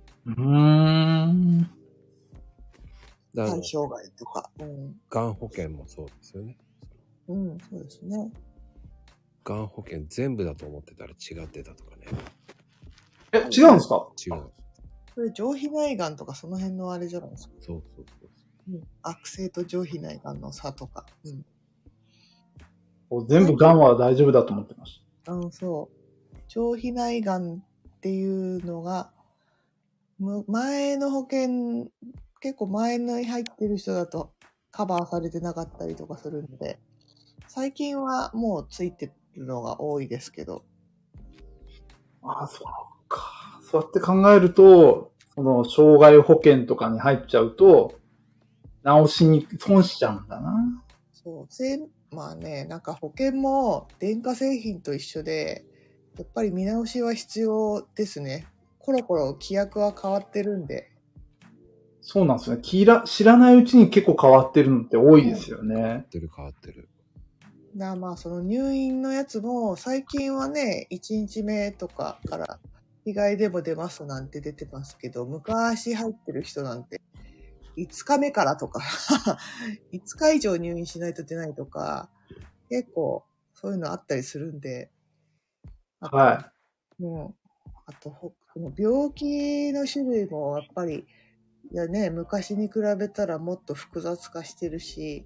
対象外とか。 がん保険もそうですよね。 そうですね。 がん保険全部だと思ってたら違ってたとかね。 違うんですか？ 違う。 これ上皮内がんとかその辺のあれじゃないですか。 そう。 悪性と上皮内がんの差とか。 全部がんは大丈夫だと思ってました。 そう。上皮内がんっていうのが、前の保険、結構前に入ってる人だとカバーされてなかったりとかするんで、最近はもうついてるのが多いですけど。 ああ、そうか。そうやって考えると、その、障害保険とかに入っちゃうと、直しに損しちゃうんだな。 そう。まあね、なんか保険も電化製品と一緒で、やっぱり見直しは必要ですね。コロコロ規約は変わってるんで。 そうなんですね。知らないうちに結構変わってるのって多いですよね。 変わってる。 まあその入院のやつも最近はね、1日目とかから日帰りでも出ますなんて出てますけど、昔入ってる人なんて5日目からとか5日以上入院しないと出ないとか、結構そういうのあったりするんで。 はい。 あと病気の種類もやっぱり、いやね、昔に比べたらもっと複雑化してるし、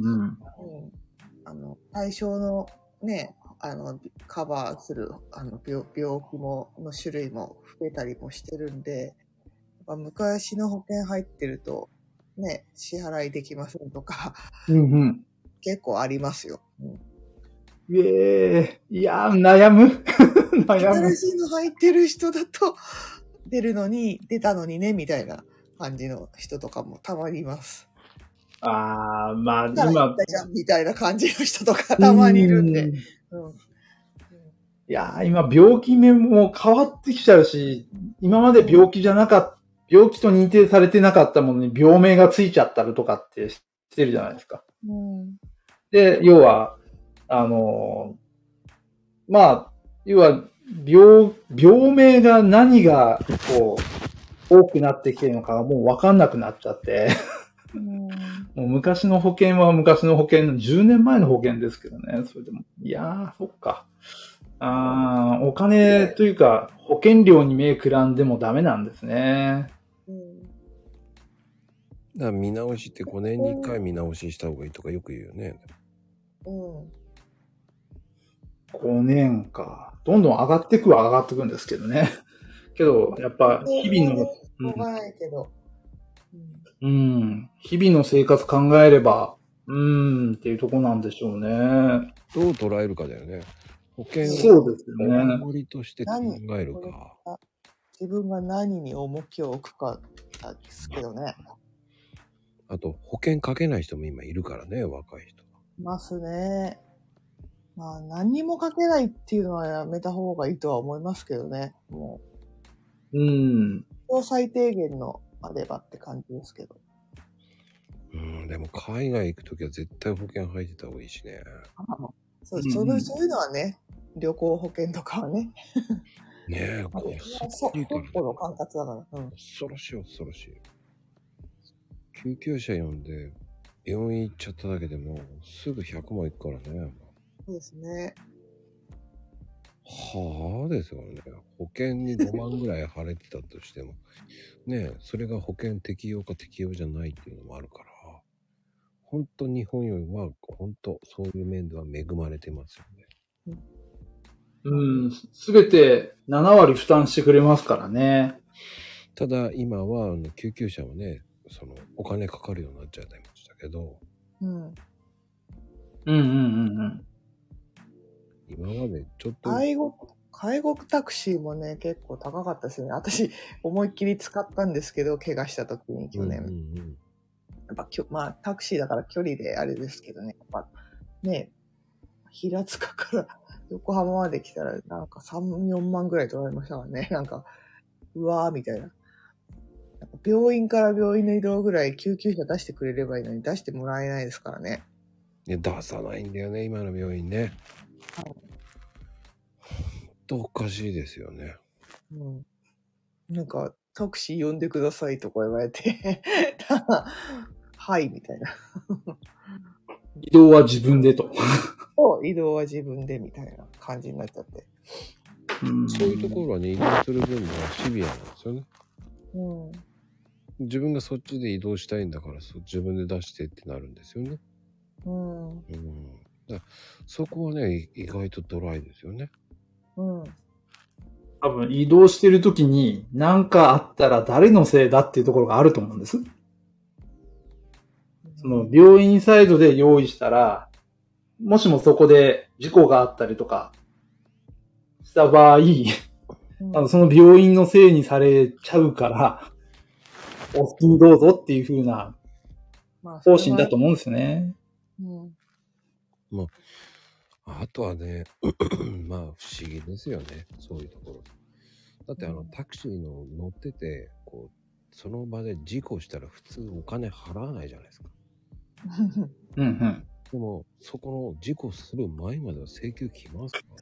対象のね、カバーする病気の種類も増えたりもしてるんで、昔の保険入ってるとね、支払いできませんとか、結構ありますよ。 いやー、悩む。 新しいの入ってる人だと出たのにねみたいな感じの人とかもたまにいます。 まあ今じゃんみたいな感じの人とかたまにいるんで。 いやー、今病気名も変わってきちゃうし、今まで病気と認定されてなかったものに病名がついちゃったりとかってしてるじゃないですか。で、要は、要は、病名が何が、多くなってきてるのかがもう分かんなくなっちゃって。もう昔の保険は昔の保険の10年前の保険ですけどね。それでも、いやー、そっか。 お金というか、保険料に目くらんでもダメなんですね。 だから見直しって5年に1回見直しした方がいいとかよく言うよね。 5年か。どんどん上がってくは上がってくんですけどね。けど、やっぱ、日々の、日々の生活考えれば、っていうとこなんでしょうね。 どう捉えるかだよね。保険そうですよね。 守りとして考えるか。 自分が何に重きを置くかですけどね。 あと、保険かけない人も今いるからね、若い人。 いますね。まあ、何にもかけないっていうのはやめた方がいいとは思いますけどね。もう。最低限のあればって感じですけど。 でも海外行くときは絶対保険入ってた方がいいしね。 そういうのはね、旅行保険とかはね。 ねえ、 そこの管轄だから。 恐ろしい。救急車呼んで病院行っちゃっただけでもすぐ100万いくからね。 そうですね。 はあですよね。保険に5万ぐらい払ってたとしてもね、それが保険適用か適用じゃないっていうのもあるから、本当日本よりは本当そういう面では恵まれてますよね。 すべて7割負担してくれますからね。 ただ今は救急車はね、お金かかるようになっちゃいましたけど。今までちょっと介護タクシーもね結構高かったですね。私思いっきり使ったんですけど、怪我した時に去年。やっぱまあタクシーだから距離であれですけどね。やっぱね、平塚から横浜まで来たらなんか3、4万ぐらい取られましたからね。なんかうわーみたいな。病院から病院の移動ぐらい救急車出してくれればいいのに出してもらえないですからね。 いや出さないんだよね、今の病院ね。おかしいですよね。 なんかタクシー呼んでくださいとか言われてはいみたいな移動は自分でと移動は自分でみたいな感じになっちゃって、 そういうところはね、移動する分にはシビアなんですよね。自分がそっちで移動したいんだから自分で出してってなるんですよね。だからそこはね意外とドライですよね。 多分移動してるときに何かあったら誰のせいだっていうところがあると思うんです。その病院サイドで用意したら、もしもそこで事故があったりとかした場合、その病院のせいにされちゃうから、お好きにどうぞっていう風な方針だと思うんですよね。 あとはね、まあ不思議ですよね、そういうところ。だってタクシーの乗ってて、その場で事故したら普通お金払わないじゃないですか。でも、そこの事故する前までは請求来ますか？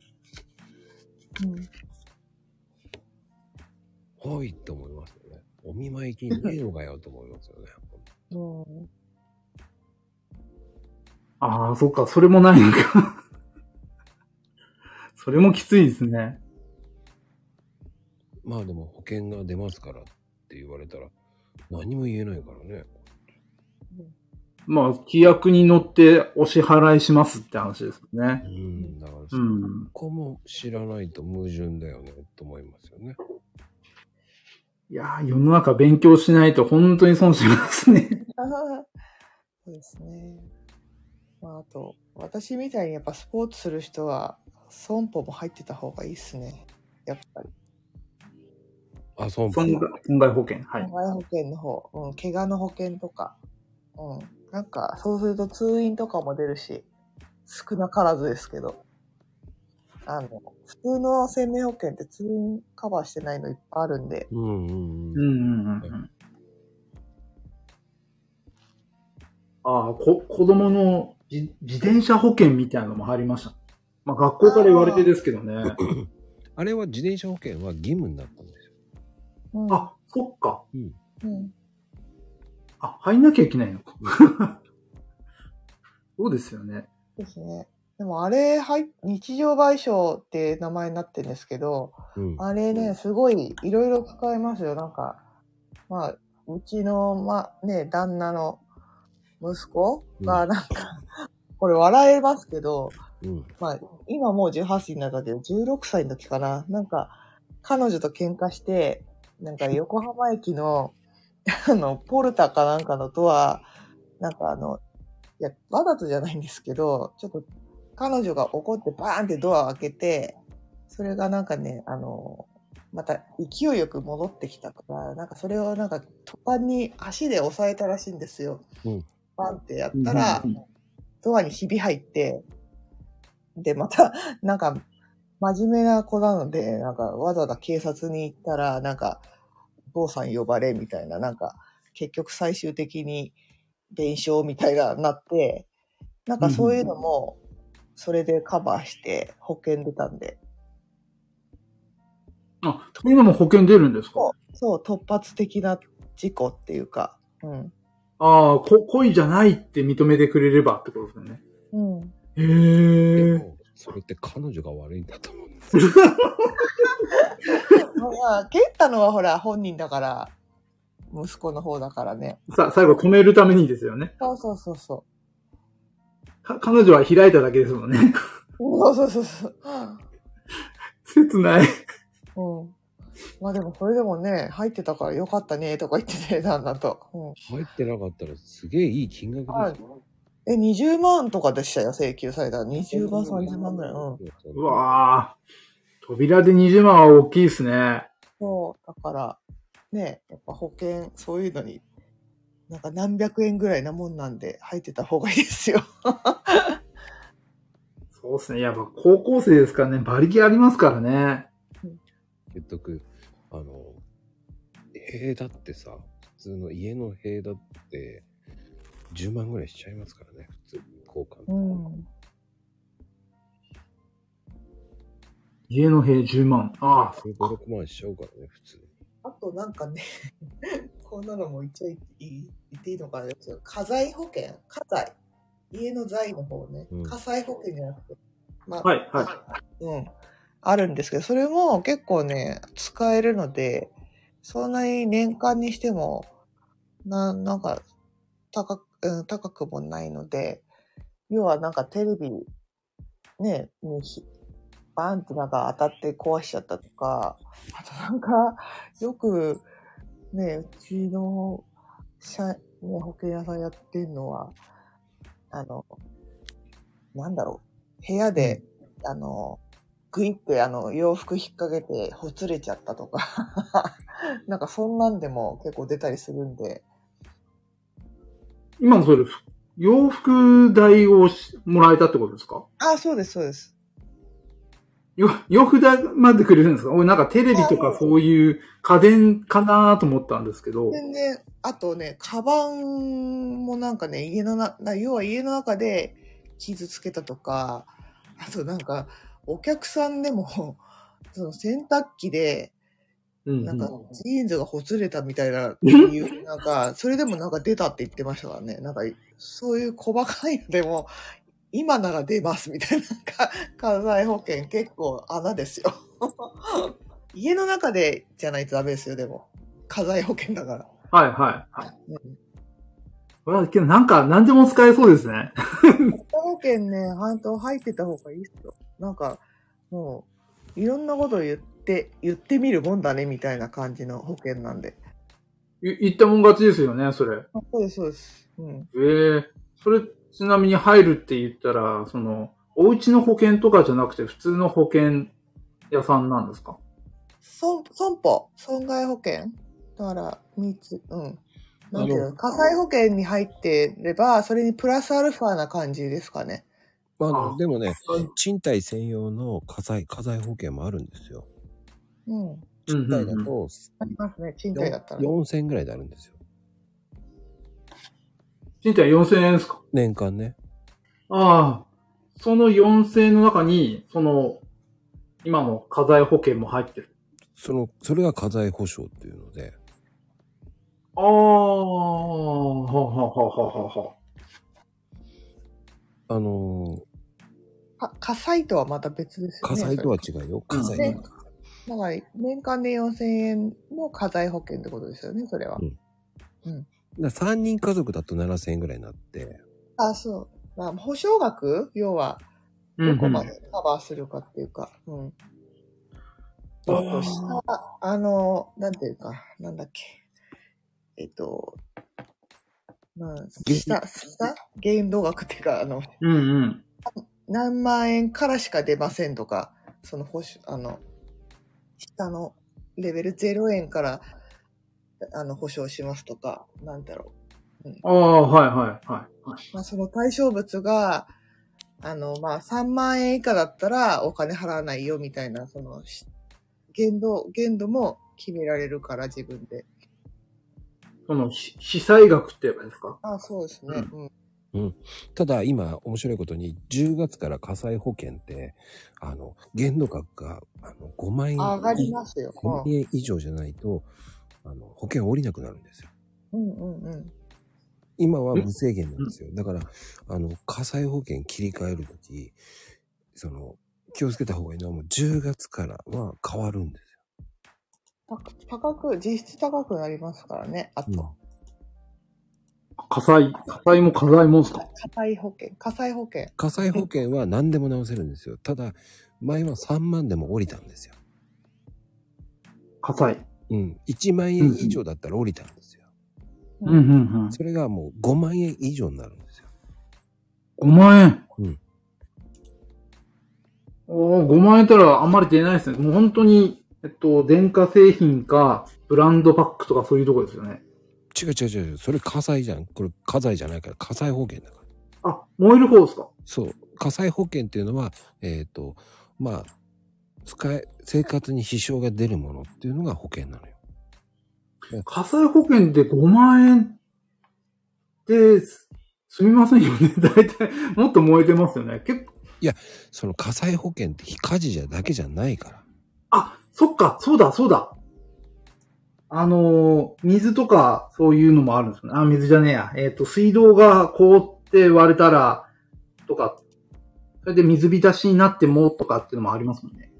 はいって思いますよね。お見舞い金ねえのかよと思いますよね。 ああ、そっか、それもないのか。それもきついですね。 まあでも保険が出ますからって言われたら何も言えないからね。 まあ、規約に乗ってお支払いしますって話ですよね。 だからそこも知らないと矛盾だよねと思いますよね。 いやー、世の中勉強しないと本当に損しますね。 そうですね。まあ、あと、私みたいにやっぱスポーツする人は損保も入ってた方がいいっすね。やっぱり。 損害保険。はい。 損害保険の方。怪我の保険とか。なんか、そうすると通院とかも出るし、少なからずですけど。普通の生命保険って通院カバーしてないのいっぱいあるんで。 子供の自転車保険みたいなのも入りました。まあ学校から言われてですけどね。 あれは自転車保険は義務になったんですよ。 あ、そっか。入んなきゃいけないのか。そうですよね。 ですね。 でもあれ、日常賠償って名前になってるんですけど、あれね、すごいいろいろ使えますよ。なんか、まあ、うちの、旦那の息子がなんか、これ笑えますけど、まあ、今もう18歳になったけど、16歳の時かな。なんか、彼女と喧嘩して、なんか横浜駅の、ポルタかなんかのドア、なんかいや、わざとじゃないんですけど、ちょっと彼女が怒ってバーンってドアを開けて、それがなんかね、また勢いよく戻ってきたから、なんかそれをなんか途端に足で押さえたらしいんですよ。バンってやったら、ドアにひび入って、で、また、なんか、真面目な子なので、なんかわざわざ警察に行ったら、なんか、坊さん呼ばれみたいな、なんか、結局最終的に弁償みたいななって、なんかそういうのも、それでカバーして保険出たんで。 あ、そういうのも保険出るんですか？ そう、突発的な事故っていうか。 ああ、故意じゃないって認めてくれればってことですよね。へえ。 それって彼女が悪いんだと思うんですよ。 蹴ったのはほら、本人だから、息子の方だからね。 最後止めるためにですよね。 そう。 彼女は開いただけですもんね。 そう。 切ない。 まあでもそれでもね、入ってたからよかったねとか言ってて、旦那と。 入ってなかったらすげえいい金額ですよ。 20万とかでしたよ、請求されたら。20万、30万ぐらい。 うわぁ。扉で20万は大きいですね。 そう、だから、ね、やっぱ保険、そういうのに、なんか何百円ぐらいなもんなんで入ってた方がいいですよ。 そうですね。やっぱ高校生ですからね、馬力ありますからね。 言っとく、塀だってさ、普通の家の塀だって10万ぐらいしちゃいますからね、普通交換。 家の塀10万。ああ。 5、6万しちゃうからね、普通。 あとなんかね、こんなのも言っていいのかな。家財保険、家の財の方ね、火災保険じゃなくて、あるんですけど、それも結構ね、使えるので、そんなに年間にしても、なんか高くもないので、要はなんかテレビね、バーンってなんか当たって壊しちゃったとか、あとなんか、よくね、うちの保険屋さんやってんのは、なんだろう、部屋で、グイって洋服引っ掛けてほつれちゃったとか、なんかそんなんでも結構出たりするんで。 今のそれ、洋服代をもらえたってことですか？ あ、そうです、そうです。 洋服代までくれるんですか？俺なんかテレビとかそういう家電かなと思ったんですけど。 全然、あとね、カバンもなんかね、要は家の中で傷つけたとか、あとなんか、お客さんでも、その洗濯機で、なんか、ジーンズがほつれたみたいな、なんか、それでもなんか出たって言ってましたからね。なんか、そういう細かいのでも、今なら出ますみたいな、家財保険結構穴ですよ。家の中でじゃないとダメですよ、でも。家財保険だから。 けどなんか、何でも使えそうですね。 家財保険ね、本当入ってた方がいいですよ。なんか、もう、いろんなことを言ってみるもんだね、みたいな感じの保険なんで。 言ったもん勝ちですよね、それ。 そうです、そうです。 それ、ちなみに入るって言ったら、お家の保険とかじゃなくて普通の保険屋さんなんですか？ 損害保険だから、3つ、なんていうの、火災保険に入ってれば、それにプラスアルファな感じですかね。 でもね、賃貸専用の家財保険もあるんですよ。賃貸だと、 ありますね、賃貸だったら。 4000円ぐらいであるんですよ。 賃貸4000円ですか？ 年間ね。 ああ。その4000円の中に、今の家財保険も入ってる。 それが家財保証っていうので。 火災とはまた別ですよね。 火災とは違うよ。火災ね。だから、年間で4000円の火災保険ってことですよね、それは。 うん。だ3人家族だと7000円ぐらいになって。 あ、そう。まあ、保証額要は、どこまでカバーするかっていうか。うん。なんていうか、なんだっけ。限度額っていうか、何万円からしか出ませんとか、その下のレベル0円から保証しますとか、なんだろう。うん、 はい。 まあ、その対象物が、まあ、3万円以下だったらお金払わないよみたいな、その、限度も決められるから自分で。 その、被災額って言えばいいですか？ あ、そうですね。 うん。ただ今面白いことに10月から火災保険って限度額が5万円上がりますよ。 5万円以上じゃないと保険降りなくなるんですよ。今は無制限なんですよ。だから火災保険切り替えるとき気をつけた方がいいのはもう10月からは変わるんですよ。実質高くなりますからね。あと。 火災も火災もですか？ 火災保険。 火災保険は何でも直せるんですよ。ただ、前は3万でも降りたんですよ。 火災。 うん。1万円以上だったら降りたんですよ。それがもう5万円以上になるんですよ。 5万円？うん。5万円ったらあんまり出ないですね。もう本当に、電化製品か、ブランドパックとかそういうとこですよね。 違う。それ火災じゃん。これ火災じゃないから火災保険だから。 あ、燃える方ですか？ そう。火災保険っていうのは、まあ、生活に支障が出るものっていうのが保険なのよ。 火災保険で5万円ってすみませんよね。大体、もっと燃えてますよね。結構。 いや、その火災保険って火事だけじゃないから。 あ、そっか、そうだ。水とかそういうのもあるんですね。あ、水じゃねえや。水道が凍って割れたら、とか、それで水浸しになってもとかっていうのもありますもんね。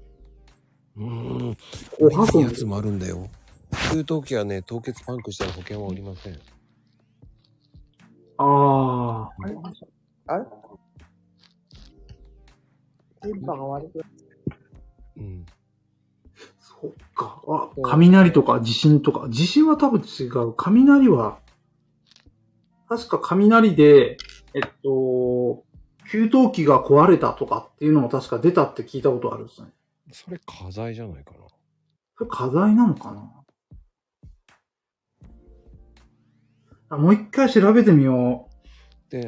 降りないやつもあるんだよ。給湯器はね、凍結パンクしたら保険はおりません。 あれ電波が悪くなる。 そっか。雷とか地震とか。地震は多分違う。雷は、確か雷で、給湯器が壊れたとかっていうのも確か出たって聞いたことあるんですね。 それ火災じゃないかな。 それ火災なのかな。もう一回調べてみよう。で、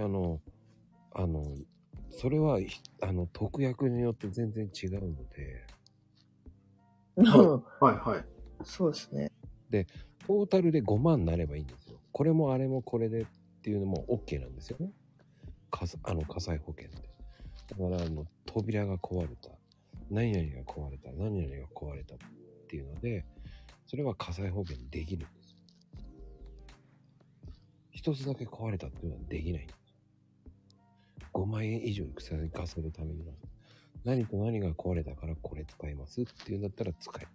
それは、特約によって全然違うので。 はい。 そうですね。 で、トータルで5万になればいいんですよ。これもあれもこれでっていうのも OK なんですよね。火災保険って。だから扉が壊れた。何々が壊れた。何々が壊れたっていうので、それは火災保険にできるんです。一つだけ壊れたっていうのはできないんです。5万円以上稼ぐためには、何と何が壊れたからこれ使いますっていうんだったら使え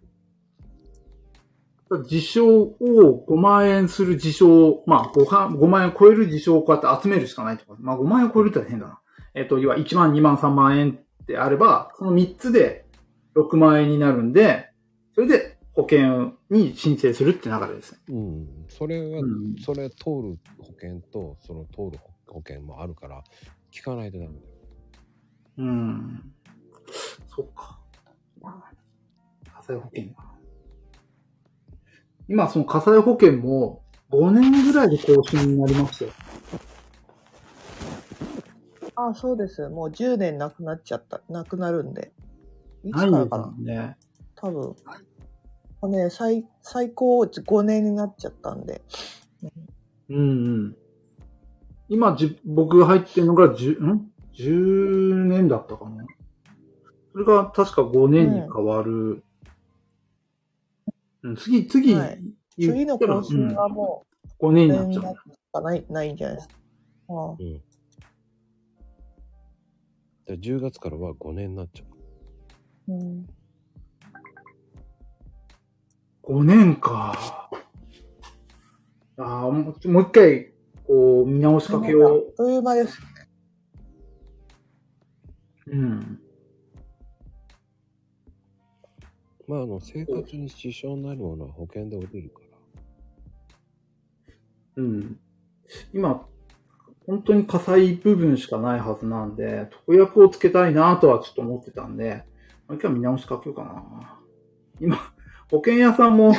る。事象を5万円する事象、まあ5万円超える事象をこうやって集めるしかないとか。まあ5万円超えるって変だな。要は1万、2万、3万円ってあれば、その3つで6万円になるんで、それで保険に申請するって流れですね。 それは、それ通る保険と、その通る保険もあるから、聞かないとダメだよ。 そっか。火災保険か。今、その火災保険も5年ぐらいで更新になりましたよ。 あ、そうです。もう10年なくなるんで。いつからかな。 ね。 多分。ね、最高5年になっちゃったんで。 今、僕が入ってるのが10年だったかな。それが確か5年に変わる。次の更新はもう 5年になっちゃう。 ないんじゃないですか。 で10月からは5年になっちゃう。 5年か。ああ、もう一回、こう、見直しかけよう。 あっという間ですね。 うん。 まあ、生活に支障になるものは保険で降りるから。 うん。今、本当に火災部分しかないはずなんで、特約をつけたいなとはちょっと思ってたんで、もう一回見直しかけようかな。今、保険屋さんも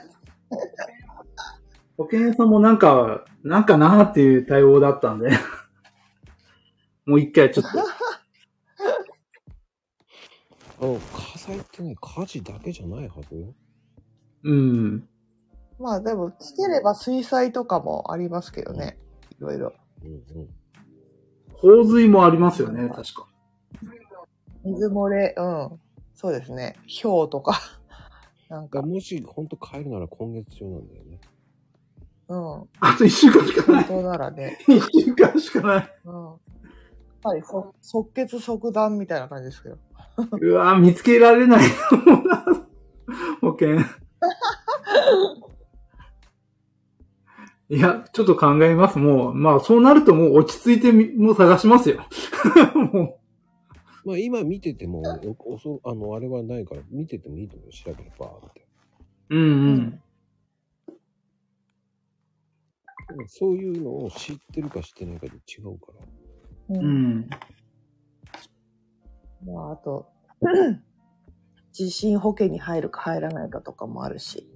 なんかなーっていう対応だったんで、もう一回ちょっと。 火災ってね、火事だけじゃないはずよ。 うん。 まあでも、つければ水災とかもありますけどね。いろいろ。 洪水もありますよね、確か。 水漏れ、そうですね。氷とか。なんか。 もし本当帰るなら今月中なんだよね。 あと1週間しかない。 本当ならね。 1週間しかない。 やっぱり即決即断みたいな感じですけど。 うわぁ、見つけられない保険。いや、ちょっと考えます。もう、まあ、そうなるともう落ち着いてもう探しますよ。 もう。まあ、今見てても、あれはないから、見ててもいいと思う。調べればって。そういうのを知ってるか知ってないかで違うから。 まあ、あと、地震保険に入るか入らないかとかもあるし。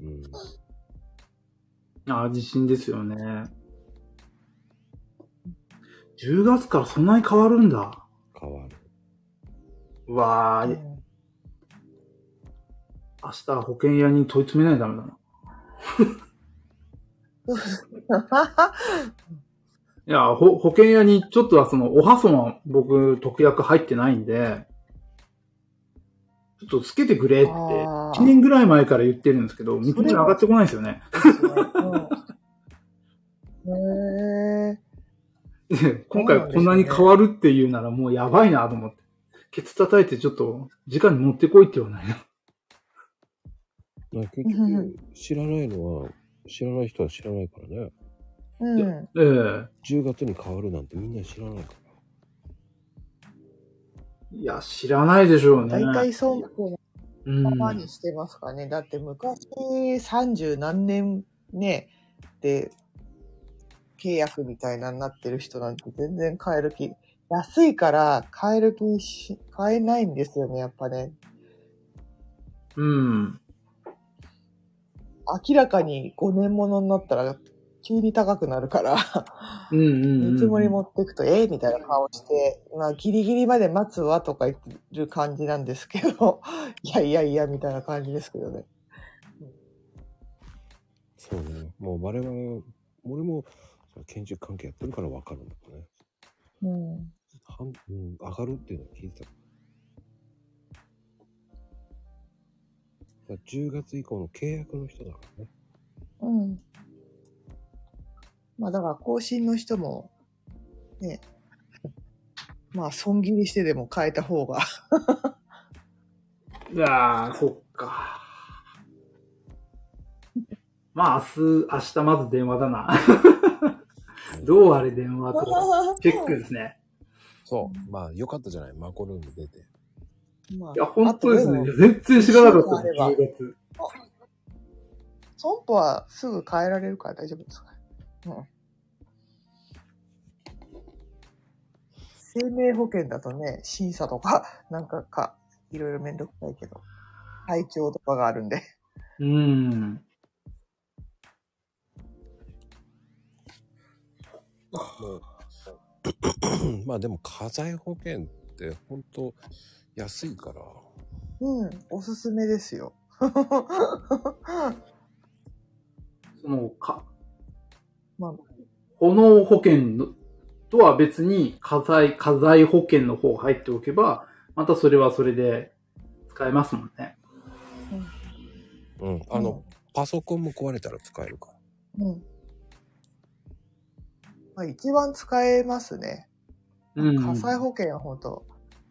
地震ですよね。10月からそんなに変わるんだ。 変わる。 うわぁ、明日保険屋に問い詰めないとダメだな。いや、保険屋にちょっとはおはそも僕特約入ってないんで、ちょっとつけてくれって、1年ぐらい前から言ってるんですけど、見込み上がってこないですよね。今回こんなに変わるっていうならもうやばいなと思って。ケツ叩いてちょっと直に持ってこいって言わないな。結局、知らないのは、知らない人は知らないからね。10月に変わるなんてみんな知らないから。 いや、知らないでしょうね。 大体そうままにしてますかね。だって昔30何年ね、で、契約みたいなになってる人なんて全然買える気、安いから買えないんですよね、やっぱね。 明らかに5年ものになったら急に高くなるから、見積もり持っていくと、みたいな顔して、まあギリギリまで待つわとか言ってる感じなんですけど、いや、みたいな感じですけどね。 そうね。もう俺も建築関係やってるから分かるんだけどね。上がるっていうのは聞いてた。10月以降の契約の人だからね。 まあだから更新の人も、ね、まあ損切りしてでも変えた方が。 そっか。まあ明日まず電話だな。どうあれ電話とチェックですね。 そう。まあよかったじゃない。マコルーム出て。 いや、本当ですね。全然知らなかったです、10月。 損保はすぐ変えられるから大丈夫ですか？生命保険だとね、審査とか、いろいろめんどくさいけど、体調とかがあるんで。 まあでも火災保険って本当安いから。 おすすめですよ。 炎保険とは別に火災保険の方入っておけば、またそれはそれで使えますもんね。 パソコンも壊れたら使えるから。 まあ、一番使えますね。火災保険は本当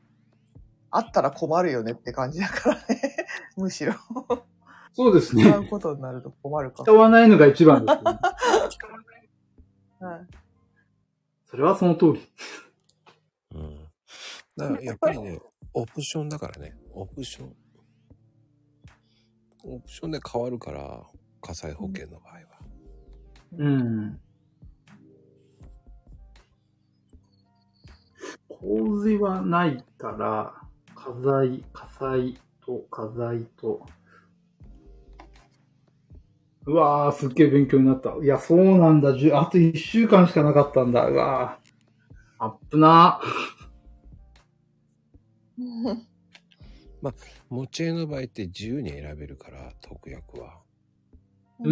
あったら困るよねって感じだからね。むしろ。 そうですね。 使うことになると困るかも。 使わないのが一番です、ね。 はい。 それはその通り。 うん。だからやっぱりね、オプションだからね。オプションで変わるから、火災保険の場合は。 うん。洪水はないから、火災と、うわー、すっげー勉強になった。いや、そうなんだ。あと1週間しかなかったんだ。うわー。アップなまあ、持ち家の場合って自由に選べるから、特約は。 うん。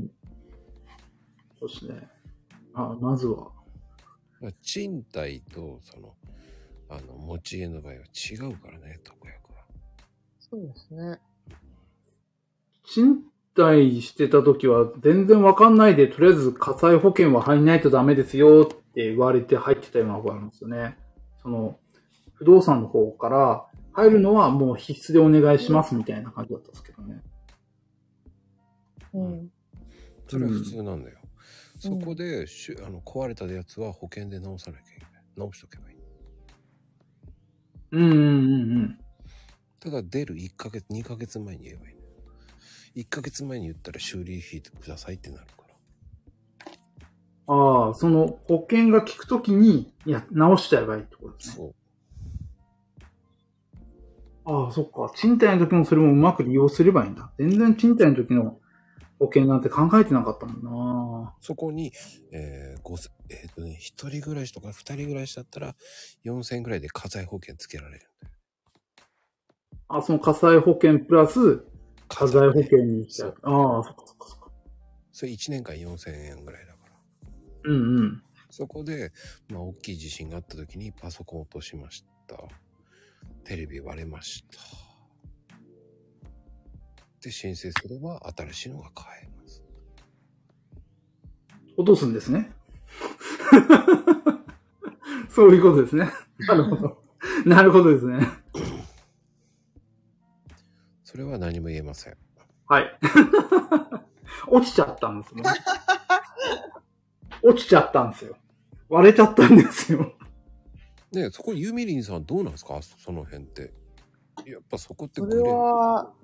そうですね。まずは。 賃貸と、持ち家の場合は違うからね、特約は。 そうですね。 賃貸してた時は全然わかんないで、とりあえず火災保険は入んないとダメですよって言われて入ってたようなのがありますよね。不動産の方から入るのはもう必須でお願いしますみたいな感じだったんですけどね。 うん。 それは普通なんだよ。そこで、壊れたやつは保険で直さなきゃいけない。直しとけばいい。ただ出る1ヶ月、2ヶ月前に言えばいい。1ヶ月前に言ったら修理費くださいってなるから。 その保険が効くときに、直しちゃえばいいってことですね。そう。そっか。賃貸の時もそれもうまく利用すればいいんだ。全然賃貸の時の保険なんて考えてなかったもんな。 そこに、一人暮らしとか二人暮らしだったら4000円ぐらいで火災保険つけられるんだよ。 その火災保険プラス火災保険にしちゃう。そっか。 それ1年間4000円ぐらいだから。そこで、大きい地震があった時にパソコン落としました。テレビ割れました。で、申請すれば新しいのが買えます。 落とすんですね。そういうことですね。なるほど。なるほどですね。 それは何も言えません。 はい。落ちちゃったんですね。落ちちゃったんですよ。割れちゃったんですよ。 ねえ、そこユミリンさんどうなんですか？その辺って。やっぱそこってそれは、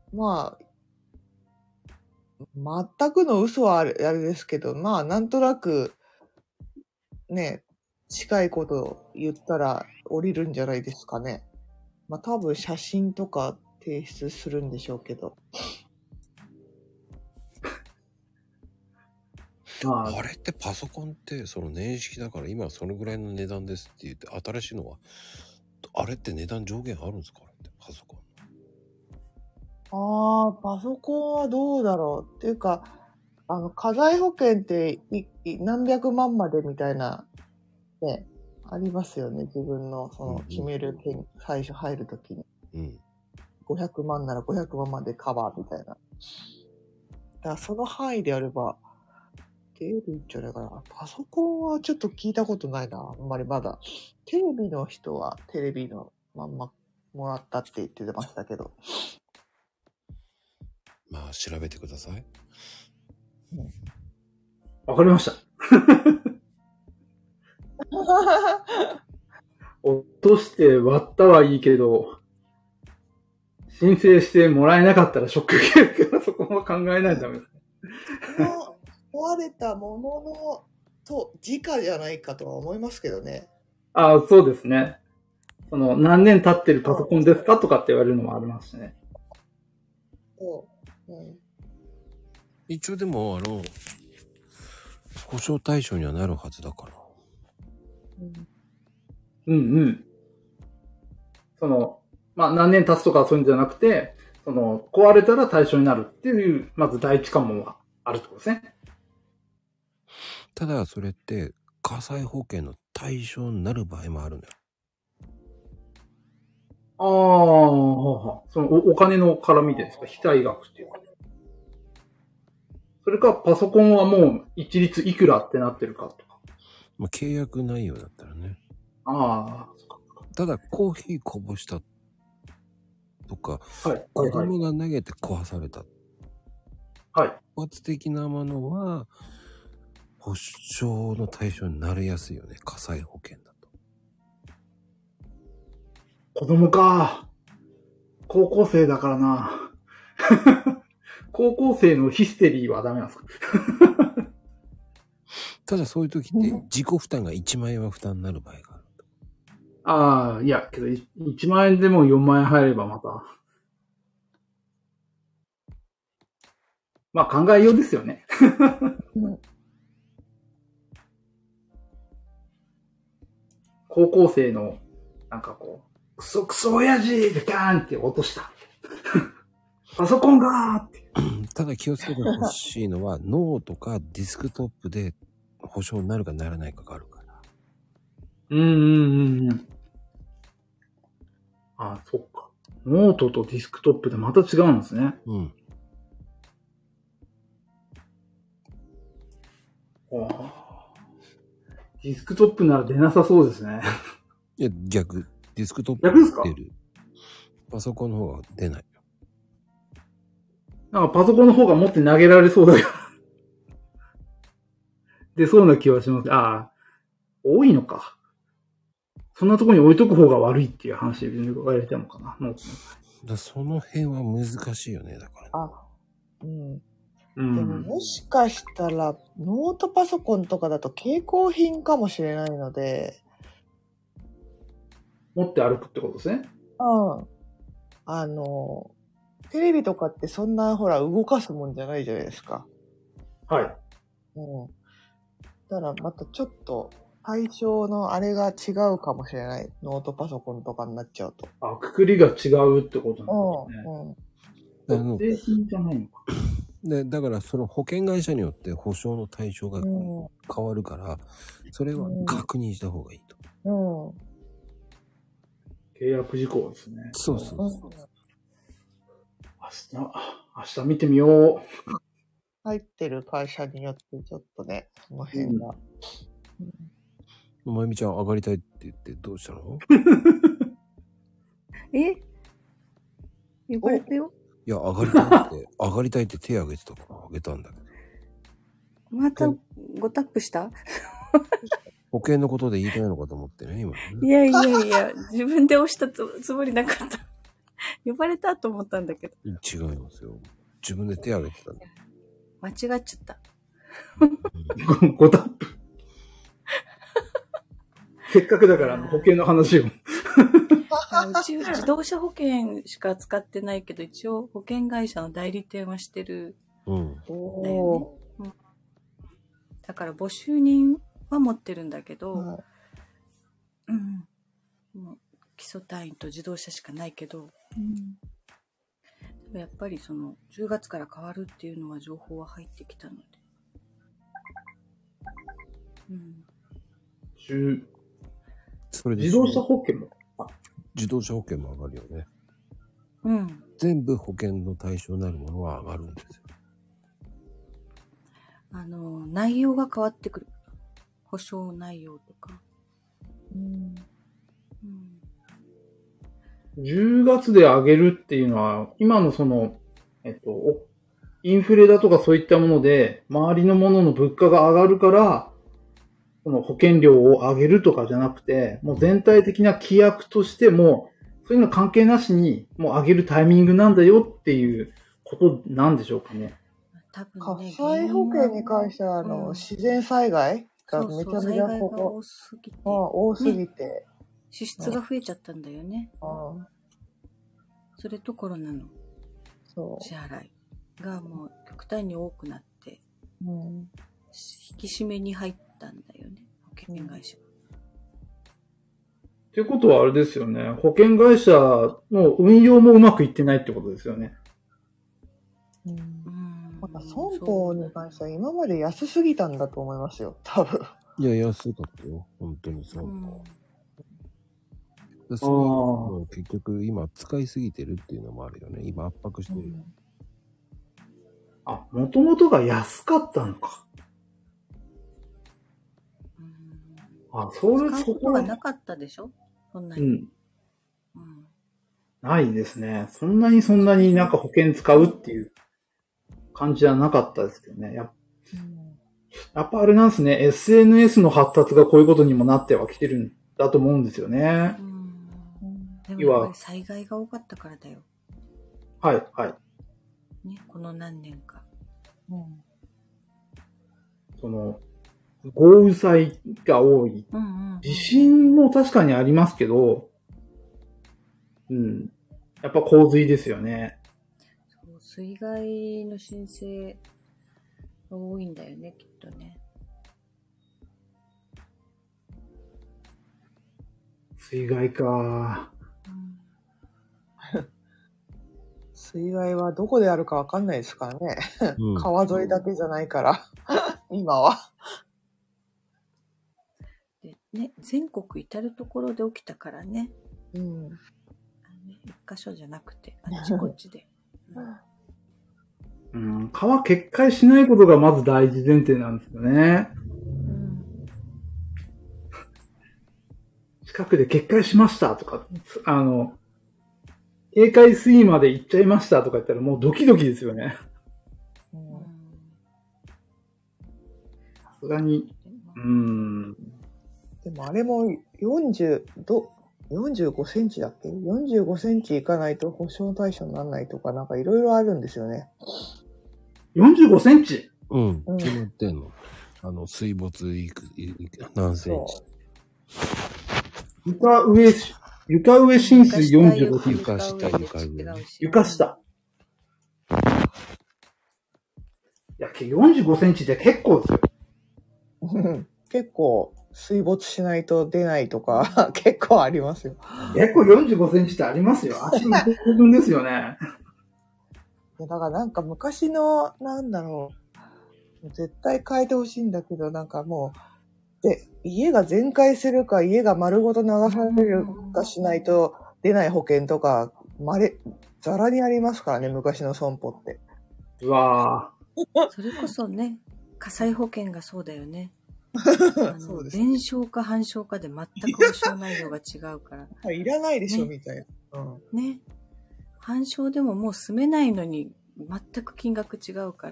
全くの嘘はあれですけど、なんとなく、ね、近いことを言ったら降りるんじゃないですかね。多分写真とか提出するんでしょうけど。 あれってパソコンってその年式だから今そのぐらいの値段ですって言って新しいのはあれって値段上限あるんですか？あれってパソコン。 パソコンはどうだろうっていうか、火災保険って何百万までみたいなねありますよね。自分の決める最初入るときに、500万なら500万までカバーみたいな。だからその範囲であれば出るんじゃないかな。パソコンはちょっと聞いたことないな。あんまりまだ。テレビの人はテレビのまんまもらったって言ってましたけど。 調べてください。 わかりました。落として割ったはいいけど、申請してもらえなかったらショック受けるからそこは考えないとダメですね。 壊れたもののと時価じゃないかとは思いますけどね。 そうですね。何年経ってるパソコンですかとかって言われるのもありますしね。 一応でも保証対象にはなるはずだから。 何年経つとかそういうんじゃなくて、壊れたら対象になるっていう、まず第一関門はあるってことですね。 ただ、それって、火災保険の対象になる場合もあるんだよ。 お金の絡みですか？非対額っていうか。それか、パソコンはもう一律いくらってなってるかとか。 契約内容だったらね。 そっか。 ただコーヒーこぼしたとか、 はい。 子供が投げて壊された。 はい。 突発的なものは、保証の対象になりやすいよね。火災保険だと。 子供か。高校生だからな。高校生のヒステリーはダメなんですか？ ただそういう時って自己負担が1万円は負担になる場合がある。 ああ、いや、けど1万円でも4万円入ればまた。まあ考えようですよね。高校生の、なんかこう、クソクソ親父でガーンって落とした。パソコンがーって。 ただ気をつけてほしいのは、ノートかディスクトップで保証になるかならないかがあるから。 ああ、そっか。ノートとディスクトップでまた違うんですね。 うん。 ディスクトップなら出なさそうですね。 いや、逆。ディスクトップ逆ですか？ 出る。パソコンの方が出ない。 なんかパソコンの方が持って投げられそうだよ。出そうな気はします。ああ、多いのか。そんなところに置いとく方が悪いっていう話で言われてるのかな。 その辺は難しいよね、だから。 うん。でももしかしたら、ノートパソコンとかだと携行品かもしれないので。 持って歩くってことですね。 うん。テレビとかってそんなほら動かすもんじゃないじゃないですか。 はい。 うん。だからまたちょっと対象のあれが違うかもしれない。ノートパソコンとかになっちゃうと。 あ、くくりが違うってことなんですね。製品じゃないのか。 で、だからその保険会社によって保証の対象が変わるから、それは確認した方がいいと。 契約事項ですね。 そうそうそう。 明日見てみよう。 入ってる会社によってちょっとね、その辺が。 まゆみちゃん上がりたいって言ってどうしたの？ 呼ばれたよ。 いや、上がりたいって手挙げてたから上げたんだけど。 またごタップした保険のことで言いたいのかと思ってね、今ね。 いや、自分で押したつもりなかった。呼ばれたと思ったんだけど。 違いますよ。自分で手挙げてたんだ。 間違っちゃった。 ごタップ。せっかくだから保険の話を。 うち自動車保険しか使ってないけど、一応保険会社の代理店はしてるんだよね。だから募集人は持ってるんだけど、もう基礎単位と自動車しかないけど、やっぱりその10月から変わるっていうのは情報は入ってきたので。 それで自動車保険も自動車保険も上がるよね。 うん。 全部保険の対象になるものは上がるんですよ。 内容が変わってくる。保証内容とか。 10月で上げるっていうのは、今のその、インフレだとかそういったもので、周りのものの物価が上がるから、その保険料を上げるとかじゃなくて、もう全体的な規約としても、そういうの関係なしに、もう上げるタイミングなんだよっていうことなんでしょうかね。 多分ね、火災保険に関しては、自然災害がめちゃめちゃ多すぎて。 支出が増えちゃったんだよね。それとコロナの支払いがもう極端に多くなって、引き締めに入ったんだよね、保険会社。 っていうことはあれですよね。保険会社の運用もうまくいってないってことですよね。 なんか損保に関しては今まで安すぎたんだと思いますよ、多分。 いや、安かったよ。本当に損保。もう結局今使いすぎてるっていうのもあるよね。今圧迫してるよ。 もともとが安かったのか。 そこがなかったでしょ？ そんなに。 ないですね。そんなになんか保険使うっていう感じはなかったですけどね。やっぱあれなんですね。SNS の発達がこういうことにもなってはきてるんだと思うんですよね。 でもやっぱり災害が多かったからだよ。 はい、はい。 ね、この何年か。 豪雨災が多い。地震も確かにありますけど、やっぱ洪水ですよね。 そう、水害の申請が多いんだよね、きっとね。 水害か。 水害はどこであるかわかんないですからね。川沿いだけじゃないから、今は。 でね、全国至るところで起きたからね。一箇所じゃなくて、あっちこっちで。 川決壊しないことがまず大事前提なんですよね。近くで決壊しましたとか、警戒水位まで行っちゃいましたとか言ったらもうドキドキですよね。さすがに。 でもあれも45センチだっけ ?45 センチいかないと保証対象にならないとか、なんかいろいろあるんですよね。 45センチ？ 決まってんの。水没何センチ。 床上浸水45センチ。床下。いや、45センチって結構ですよ。 結構水没しないと出ないとか結構ありますよ。 結構45センチってありますよ。足の部分ですよね。 だからなんか昔の、絶対変えてほしいんだけど、なんかもう、で、家が全壊するか、家が丸ごと流されるかしないと出ない保険とか、ざらにありますからね、昔の損保って。 うわぁ。それこそね、火災保険がそうだよね。 そうです。 弁償か反証かで全く保証内容が違うから。 いらないでしょ、みたいな。 ね。反証でももう住めないのに全く金額違うから、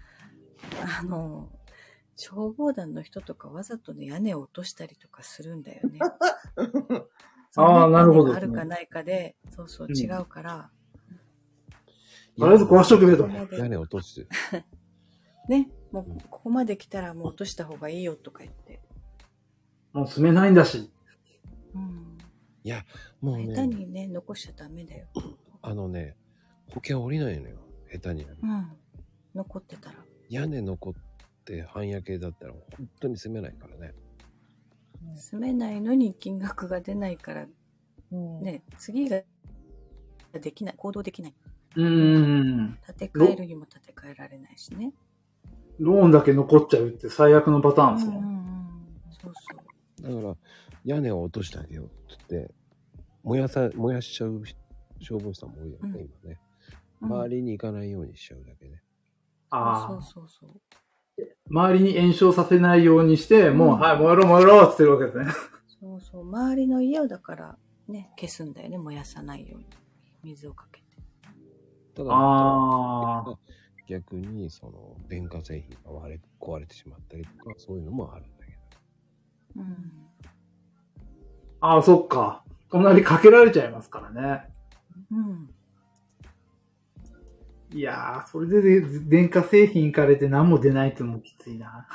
消防団の人とかわざとね、屋根を落としたりとかするんだよね。 なるほど。 あるかないかで、そうそう、違うから。 とりあえず壊しとくれと。 屋根落として。 ね、もうここまで来たらもう落とした方がいいよとか言って。 もう住めないんだし。 いや、もうね。 下手にね、残しちゃダメだよ。 保険降りないのよ。下手に。 残ってたら。 屋根残って半焼けだったら本当に住めないからね。 住めないのに金額が出ないから、ね、次ができない、行動できない。建て替えるにも建て替えられないしね。 ローンだけ残っちゃうって最悪のパターンですか？ そうそう。 だから屋根を落としてあげようって言って燃やしちゃう消防士さんも多いよね、今ね。周りに行かないようにしちゃうだけね。 そう。 周りに延焼させないようにして、もう、はい、燃えろって言ってるわけですね。 そうそう。周りの家をだからね、消すんだよね。燃やさないように。水をかけて。 ただ、逆に、電化製品が壊れてしまったりとか、そういうのもあるんだけど。そっか。隣かけられちゃいますからね。いやー、それで電化製品いかれて何も出ないってのもきついな。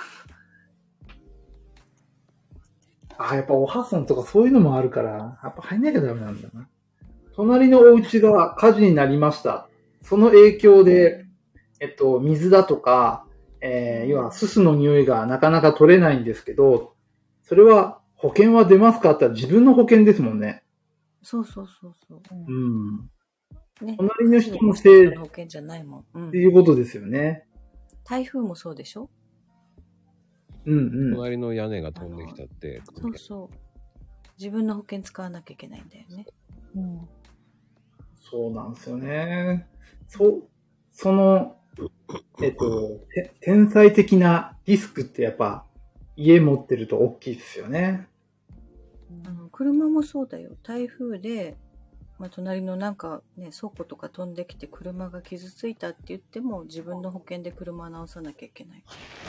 やっぱおはそんとかそういうのもあるから、やっぱ入んなきゃダメなんだな。隣のお家が火事になりました。その影響で、水だとか、要はすすの匂いがなかなか取れないんですけど、それは保険は出ますかって言ったら自分の保険ですもんね。 そう。 ね、隣の人のせい保険じゃないもん。 っていうことですよね。 台風もそうでしょ？ 隣の屋根が飛んできたって。 そう。自分の保険使わなきゃいけないんだよね。 そうなんですよね。天才的なリスクってやっぱ家持ってると大きいですよね。 車もそうだよ。台風で、隣のなんかね、倉庫とか飛んできて車が傷ついたって言っても、自分の保険で車を直さなきゃいけない。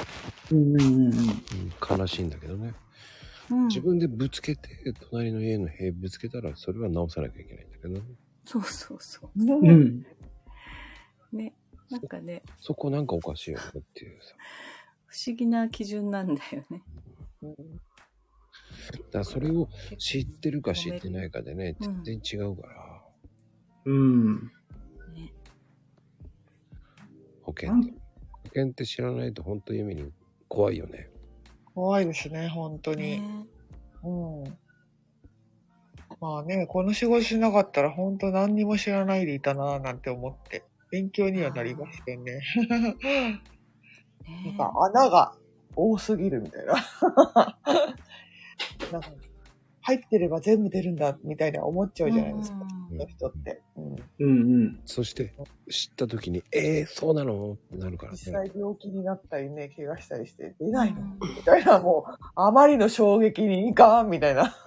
悲しいんだけどね。自分でぶつけて、隣の家の塀ぶつけたら、それは直さなきゃいけないんだけどね。 そうそうそう。ね、なんかね。 そこなんかおかしいよねっていうさ。 不思議な基準なんだよね。 だからそれを知ってるか知ってないかでね、全然違うから。 ね、 保険って知らないと本当に夢に怖いよね。 怖いですね、本当に。まあね、この仕事しなかったら本当何にも知らないでいたなぁなんて思って、勉強にはなりましてね。なんか穴が多すぎるみたいな。なんか入ってれば全部出るんだみたいな思っちゃうじゃないですか、人って。 そして知った時にそうなのってなるからね。 実際病気になったりね、怪我したりして出ないのみたいな、もうあまりの衝撃にいかんみたいな。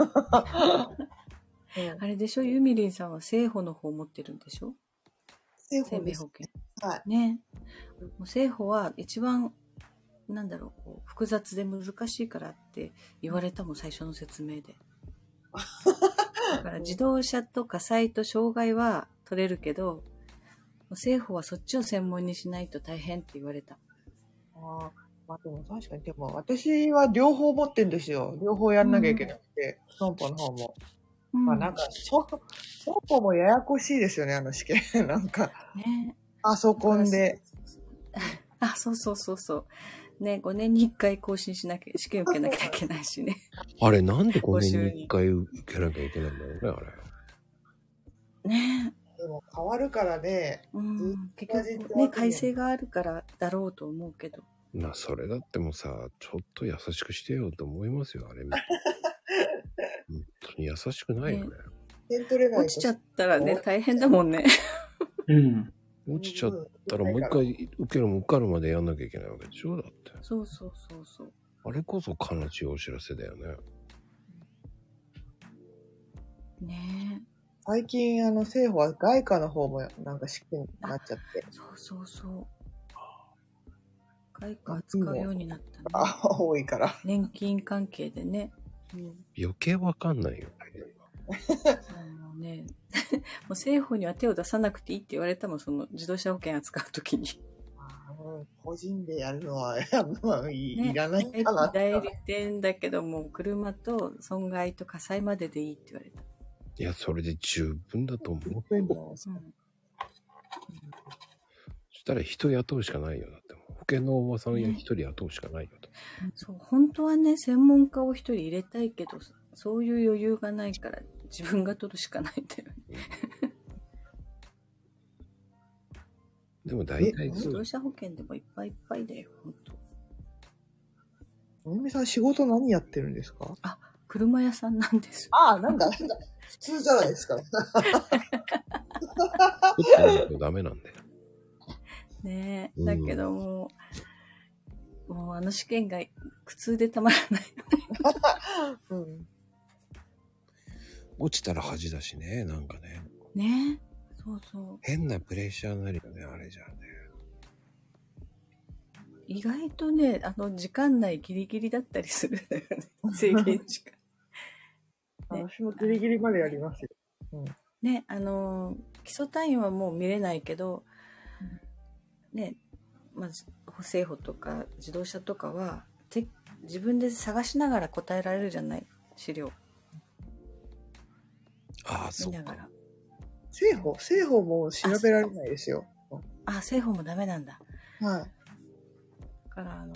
あれでしょ、ゆみりんさんは生保の方持ってるんでしょ？ 生命保険。 はい。 ね。もう生保は一番なんだろう、こう複雑で難しいからって言われたもん、最初の説明で。だから自動車と火災と障害は取れるけど、政府はそっちを専門にしないと大変って言われた。 ああ、まあでも確かに、でも私は両方持ってんですよ。両方やんなきゃいけなくて、損保の方も。まあなんか、損保もややこしいですよね、あの試験。なんか、 ね、 パソコンで。 あ、そうそうそうそう。ね、5年に1回更新しなきゃ、試験受けなきゃいけないしね。 あれ、なんで5年に1回受けなきゃいけないんだろうね、あれ。 ね。 でも変わるからね。 結局ね、改正があるからだろうと思うけど。 まあ、それだってもさ、ちょっと優しくしてよと思いますよ、あれ。本当に優しくないよね。 落ちちゃったらね、大変だもんね。 落ちちゃったらもう一回受けるまでやんなきゃいけないわけでしょ、だって。 そうそうそうそう。 あれこそ悲しいお知らせだよね。 ねえ。 最近政府は外貨の方もなんか試験になっちゃって。 そうそうそう。外貨使うようになったね。 多いから。 年金関係でね。 余計わかんないよ。 ね、もう政府には手を出さなくていいって言われたもん、その自動車保険扱うときに。 個人でやるのは、いらないかな。 代理店だけども、車と損害と火災まででいいって言われた。 いや、それで十分だと思う。そしたら人雇うしかないよ。だって保険のおばさんや一人雇うしかないよと。 そう、本当はね、専門家を一人入れたいけど、そういう余裕がないから自分が取るしかないんだよね。 でも大体自動車保険でもいっぱいいっぱいだよ、本当。 おみさん仕事何やってるんですか？ あ、車屋さんなんです。 なんだ。普通じゃないですか。 ダメなんだよ。 ねえ、だけどもう試験が苦痛でたまらない。 落ちたら恥だしね、なんかね。 ねえ。そうそう。 変なプレッシャーになるよね、あれじゃあね。 意外とね、時間内ギリギリだったりするんだよね。制限時間。 私もギリギリまでやりますよ。 ね、基礎単位はもう見れないけど、ね、まず、政府とか自動車とかは、自分で探しながら答えられるじゃない、資料。 そうか。 見ながら。 政府も調べられないですよ。 政府もダメなんだ。 はい。 だから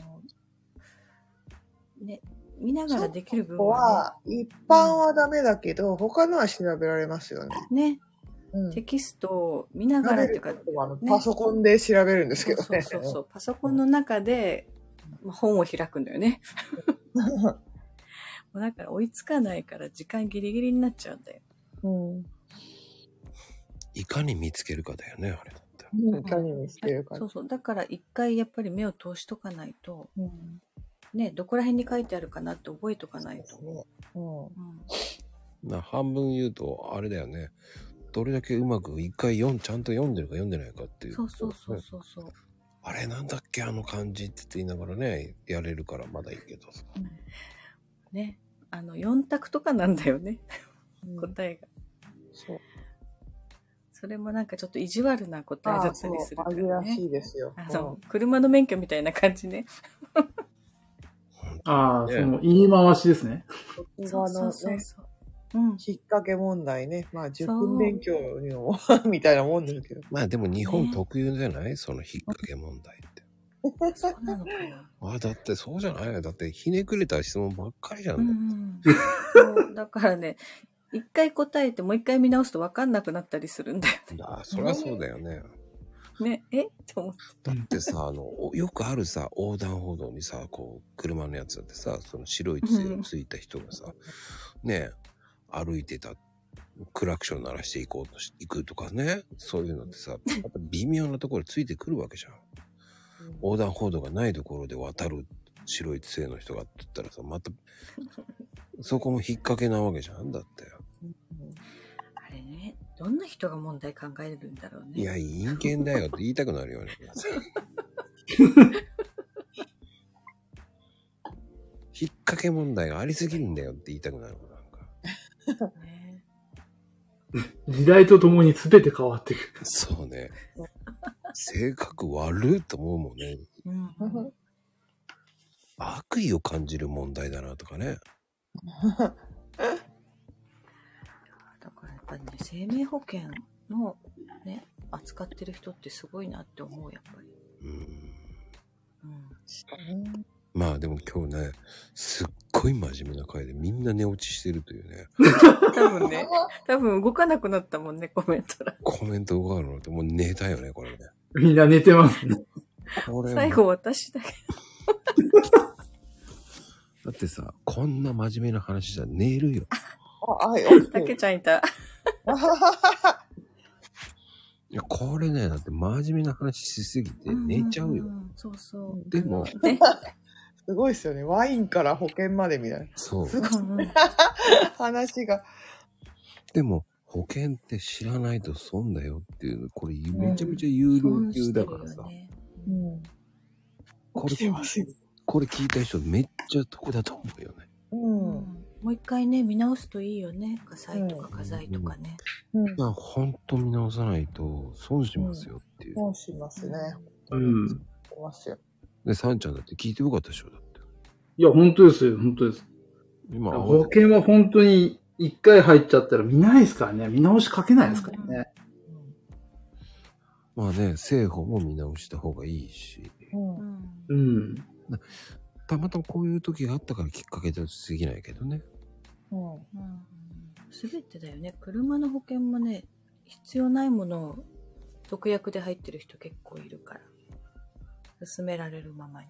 ね、見ながらできる部分は、 ね、一般はダメだけど、他のは調べられますよね。 ね。テキストを見ながらっていうか、 パソコンで調べるんですけどね。 そう。パソコンの中で本を開くんだよね。だから追いつかないから時間ギリギリになっちゃうんだよ。 いかに見つけるかだよね、あれだって。 いかに見つけるか。 そう。だから一回やっぱり目を通しとかないと、 ね、どこら辺に書いてあるかなって覚えとかないと。 半分言うと、あれだよね。どれだけうまく一回ちゃんと読んでるか読んでないかっていう。 そう。 あれなんだっけあの漢字って言いながらね、やれるからまだいいけど。 ね。4択とかなんだよね。答えが。そう。それもなんかちょっと意地悪な答えだったりするからね。 らしいですよ。 車の免許みたいな感じね。 その言い回しですね。 そう。 きっかけ問題ね。まあ、受験勉強のみたいなもんですけど。 まあでも日本特有じゃない、その引っ掛け問題って。 そうなのかな。 だってそうじゃないよ。だってひねくれた質問ばっかりじゃん。 そうだからね、一回答えてもう一回見直すと分かんなくなったりするんだよね。 そりゃそうだよね。 ね、って思って。 だってさ、よくあるさ、横断歩道にさ、こう、車のやつだってさ、その白い杖をついた人がさ、ね、歩いてた、クラクション鳴らして行くとかね、そういうのってさ、やっぱ微妙なところついてくるわけじゃん。横断歩道がないところで渡る白い杖の人がって言ったらさ、また、そこも引っ掛けなわけじゃんだって。 あれね、どんな人が問題考えるんだろうね。 いや、陰険だよって言いたくなるよね。引っ掛け問題がありすぎるんだよって言いたくなるもん、なんか。 時代とともに全て変わっていく。 そうね。性格悪いと思うもんね。悪意を感じる問題だなとかね。 だからやっぱりね、生命保険のね、扱ってる人ってすごいなって思う、やっぱり。 まあでも今日ね、すっごい真面目な回でみんな寝落ちしてるというね。 多分動かなくなったもんね、コメント欄。 コメント動かなくなってもう寝たよね、これね。 みんな寝てますね。 最後私だけ。 だってさ、こんな真面目な話じゃ寝るよ。 たけちゃんいた。 いや、これね、だって真面目な話しすぎて寝ちゃうよ。 そう。 でも、 すごいですよね。ワインから保険までみたいな。 そう。 すごい。話が。 でも、保険って知らないと損だよっていう、これめちゃめちゃ有料級だからさ。これ聞いた人めっちゃ得だと思うよね。 もう一回ね、見直すといいよね。火災とか火災とかね。 まあ、ほんと見直さないと損しますよっていう。 損しますね。 で、サンちゃんだって聞いてよかったでしょだって。 いや、本当ですよ、本当です。今、保険は本当に一回入っちゃったら見ないですからね。見直しかけないですからね。 まあね、政府も見直した方がいいし。たまたまこういう時があったからきっかけで過ぎないけどね。 すべてだよね。車の保険もね、必要ないものを特約で入ってる人結構いるから。勧められるままに。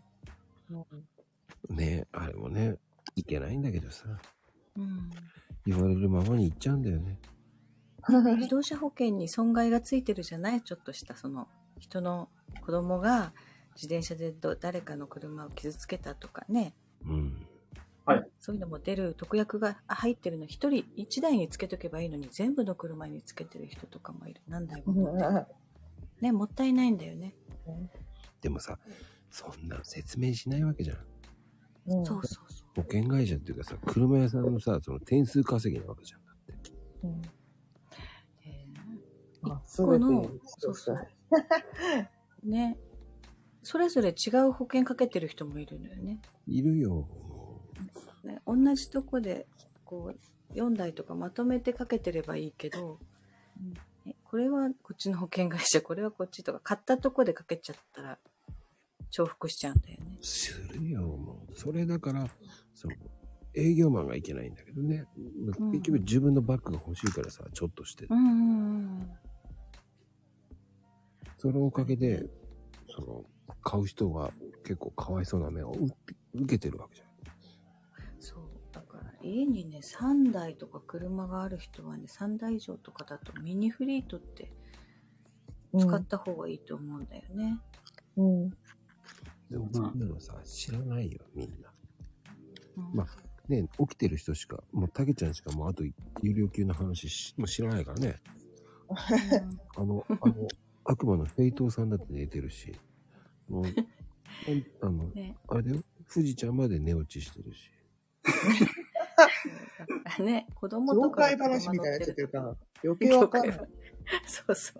ね、あれもね、いけないんだけどさ。言われるままに言っちゃうんだよね。 自動車保険に損害がついてるじゃない？ちょっとしたその人の子供が自転車で誰かの車を傷つけたとかね。そういうのも出る特約が入ってるの一台につけとけばいいのに全部の車につけてる人とかもいる。何台も持ってる。ね、もったいないんだよね。 でもさ、そんな説明しないわけじゃん。 そう。 保険会社っていうかさ、車屋さんのさ、その点数稼ぎなわけじゃん。だって。 一個の、ね。それぞれ違う保険かけてる人もいるのよね。 いるよ。 ね、同じとこで、こう、4台とかまとめてかけてればいいけど、これはこっちの保険会社、これはこっちとか、買ったとこでかけちゃったら、重複しちゃうんだよね。 するよ、もう。それだから、営業マンがいけないんだけどね。結局自分のバッグが欲しいからさ、ちょっとして。そのおかげで、買う人は結構かわいそうな目を受けてるわけじゃん。 そう。だから家にね、3台とか車がある人はね、3台以上とかだとミニフリートって使った方がいいと思うんだよね。 でもそんなのさ、知らないよ、みんな。まあ、ね、起きてる人しか、もうたけちゃんしかもうあと有料級の話もう知らないからね。悪魔のフェイトーさんだって寝てるし、もう、ね、あれだよ、富士ちゃんまで寝落ちしてるし。 ね、子供とか。 妖怪話みたいなやつってるから、余計わかんない。 そうそう。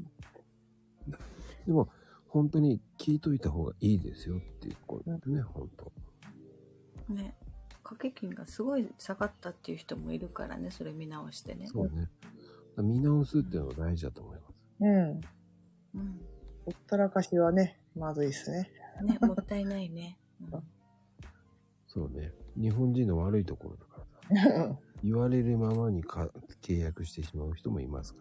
でも、本当に聞いといた方がいいですよっていうことね、本当。 ね。掛け金がすごい下がったっていう人もいるからね、それ見直してね。 そうね。見直すっていうのが大事だと思います。 うん。ほったらかしはね、まずいですね。 ね、もったいないね。 そうね。日本人の悪いところだからさ。言われるままに契約してしまう人もいますから。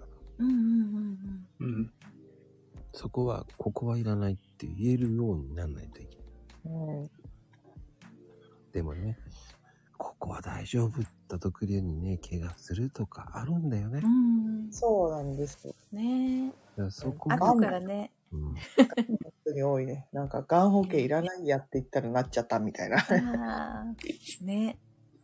そこは、ここはいらないって言えるようにならないといけない。でもね、ここは大丈夫だとくるようにね、怪我するとかあるんだよね。 そうなんですよ。 ねえ。そこ後からね。 本当に多いね。なんか、がん保険いらないやって言ったらなっちゃったみたいな。 ね。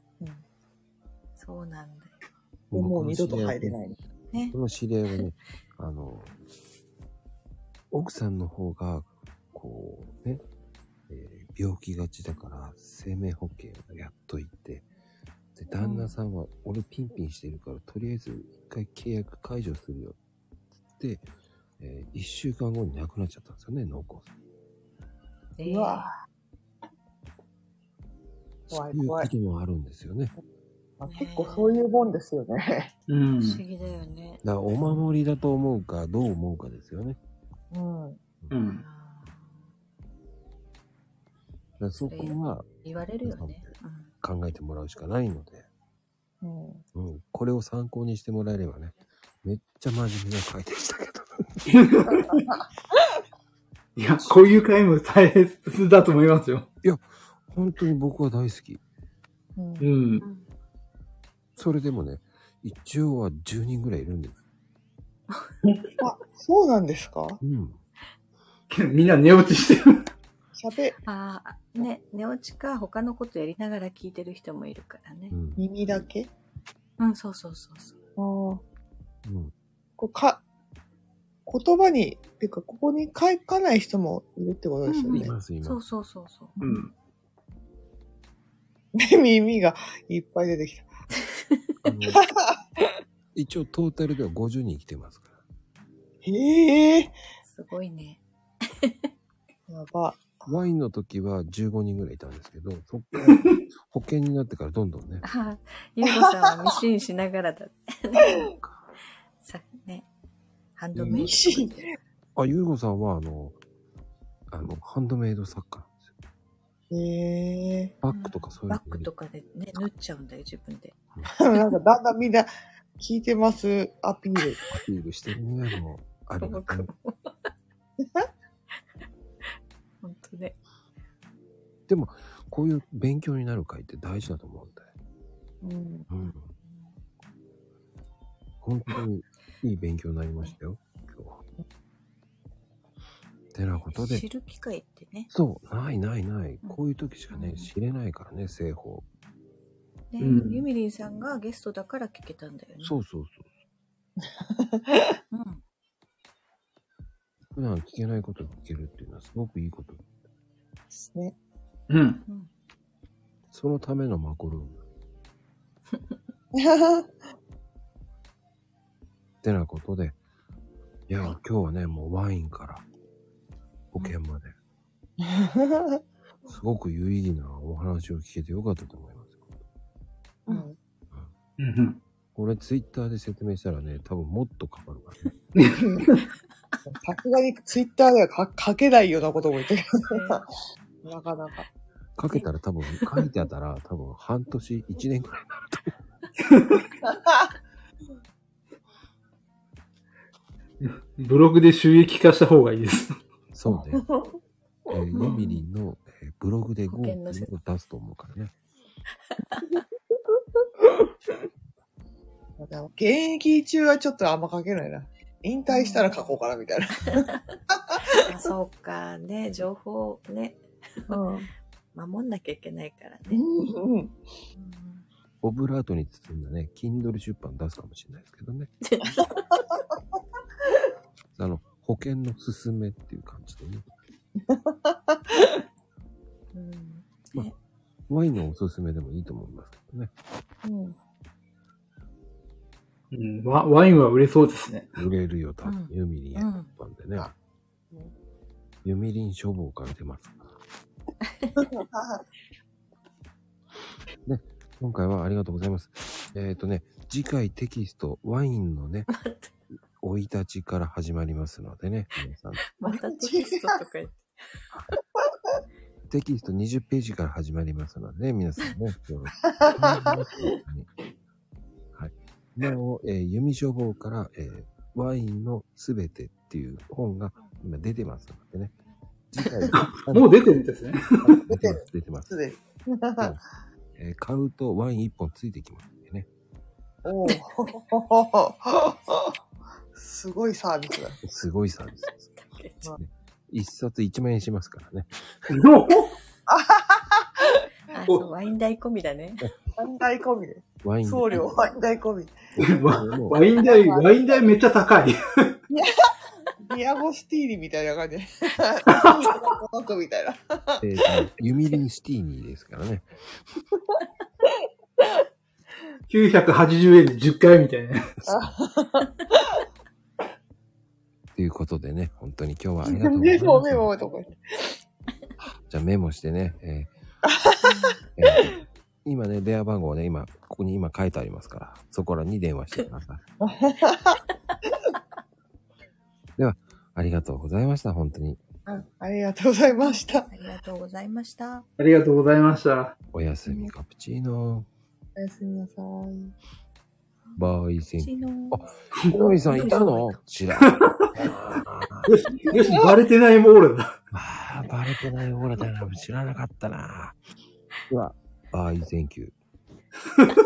そうなんだよ。 もう二度と入れないね。 この知り合いはね、奥さんの方が、こうね、病気がちだから生命保険をやっといて、で旦那さんは俺ピンピンしてるからとりあえず一回契約解除するよって1週間後に亡くなっちゃったんですよね、脳梗塞。 うわそういうこともあるんですよね。 結構そういうもんですよね。 不思議だよね。 だからお守りだと思うかどう思うかですよね。そこは言われるよね。 考えてもらうしかないので、これを参考にしてもらえればね、めっちゃ真面目な回でしたけど。 いや、こういう回も大切だと思いますよ。 いや、本当に僕は大好き。それでもね、一応は10人ぐらいいるんです。 あ、そうなんですか？ みんな寝落ちしてる。 ね、寝落ちか他のことやりながら聞いてる人もいるからね。 耳だけ？ そうそう。 言葉に、てかここに書かない人もいるってことですよね。 います。 そう。 耳がいっぱい出てきた。 一応トータルでは50人来てますから。 すごいね。 やば。 ワインの時は15人ぐらいいたんですけど、そっから保険になってからどんどんね。 ゆうごさんはミシンしながらだって。ね。ハンドメイド。ゆうごさんはハンドメイド作家なんですよ。バッグとかそういうバッグとかでね、縫っちゃうんだよ、自分で。 なんかだんだんみんな聞いてますアピール。 アピールしてるね、もう。ありがとう。 本当ね。 でも、こういう勉強になる会って大事だと思うんで。本当にいい勉強になりましたよ、今日は。てなことで。 知る機会ってね。 そう、ない。こういう時しかね、知れないからね、製法。 ね、ゆみりんさんがゲストだから聞けたんだよね。 そう。普段聞けないことを聞けるっていうのはすごくいいことですね。 そのためのマコルーム。ってなことで、いや、今日はね、もうワインから保険まで、すごく有意義なお話を聞けてよかったと思います。これツイッターで説明したらね、多分もっとかかるからね。 さすがにツイッターでは書けないようなことも言ってる。なかなか。 書けたら多分、書いてあったら多分半年、1年くらいになると思う。ブログで収益化した方がいいです。 そうね。ゆみりんのブログで5億を出すと思うからね。 現役中はちょっとあんま書けないな。 引退したら書こうかなみたいな。 そうかね、情報ね、守んなきゃいけないからね。 オブラートに包んだね、Kindle 出版出すかもしれないですけどね。保険のすすめっていう感じでね。まあ、ワインのおすすめでもいいと思いますけどね。 ワインは売れそうですね。 売れるよ、多分。ユミリン出版でね。ユミリン書房から出ますから。ね、今回はありがとうございます。次回テキスト、ワインのね、生い立ちから始まりますのでね、皆さん。 またテキストとか言って。 テキスト20ページから始まりますのでね、皆さんね。はい。なお、弓書房から、ワインのすべてっていう本が今出てますのでね。次回もう出てるんですね。 出てます。買うとワイン1本ついてきますんでね。 おー。すごいサービスだ。 すごいサービスです。一冊1万円しますからね。 そうワイン代込みだね。 ワイン代込みで。送料ワイン代込み。 ワイン代めっちゃ高い。 ディアゴスティーニみたいな感じで。みたいな。 ユミリンスティーニーですからね。 980円で10回みたいな。 ということでね、本当に今日はありがとうございます。 メモとか。 じゃあメモしてね、今ね、電話番号ね、ここに今書いてありますから、そこらに電話してください。では、ありがとうございました、本当に。 ありがとうございました。 ありがとうございました。 ありがとうございました。 おやすみカプチーノ。 おやすみなさい。 バイセン。あ、ひろみさんいたの？知らん。 よし、バレてないオーラだ。 バレてないオーラだな。知らなかったな。では、バイセンキュー。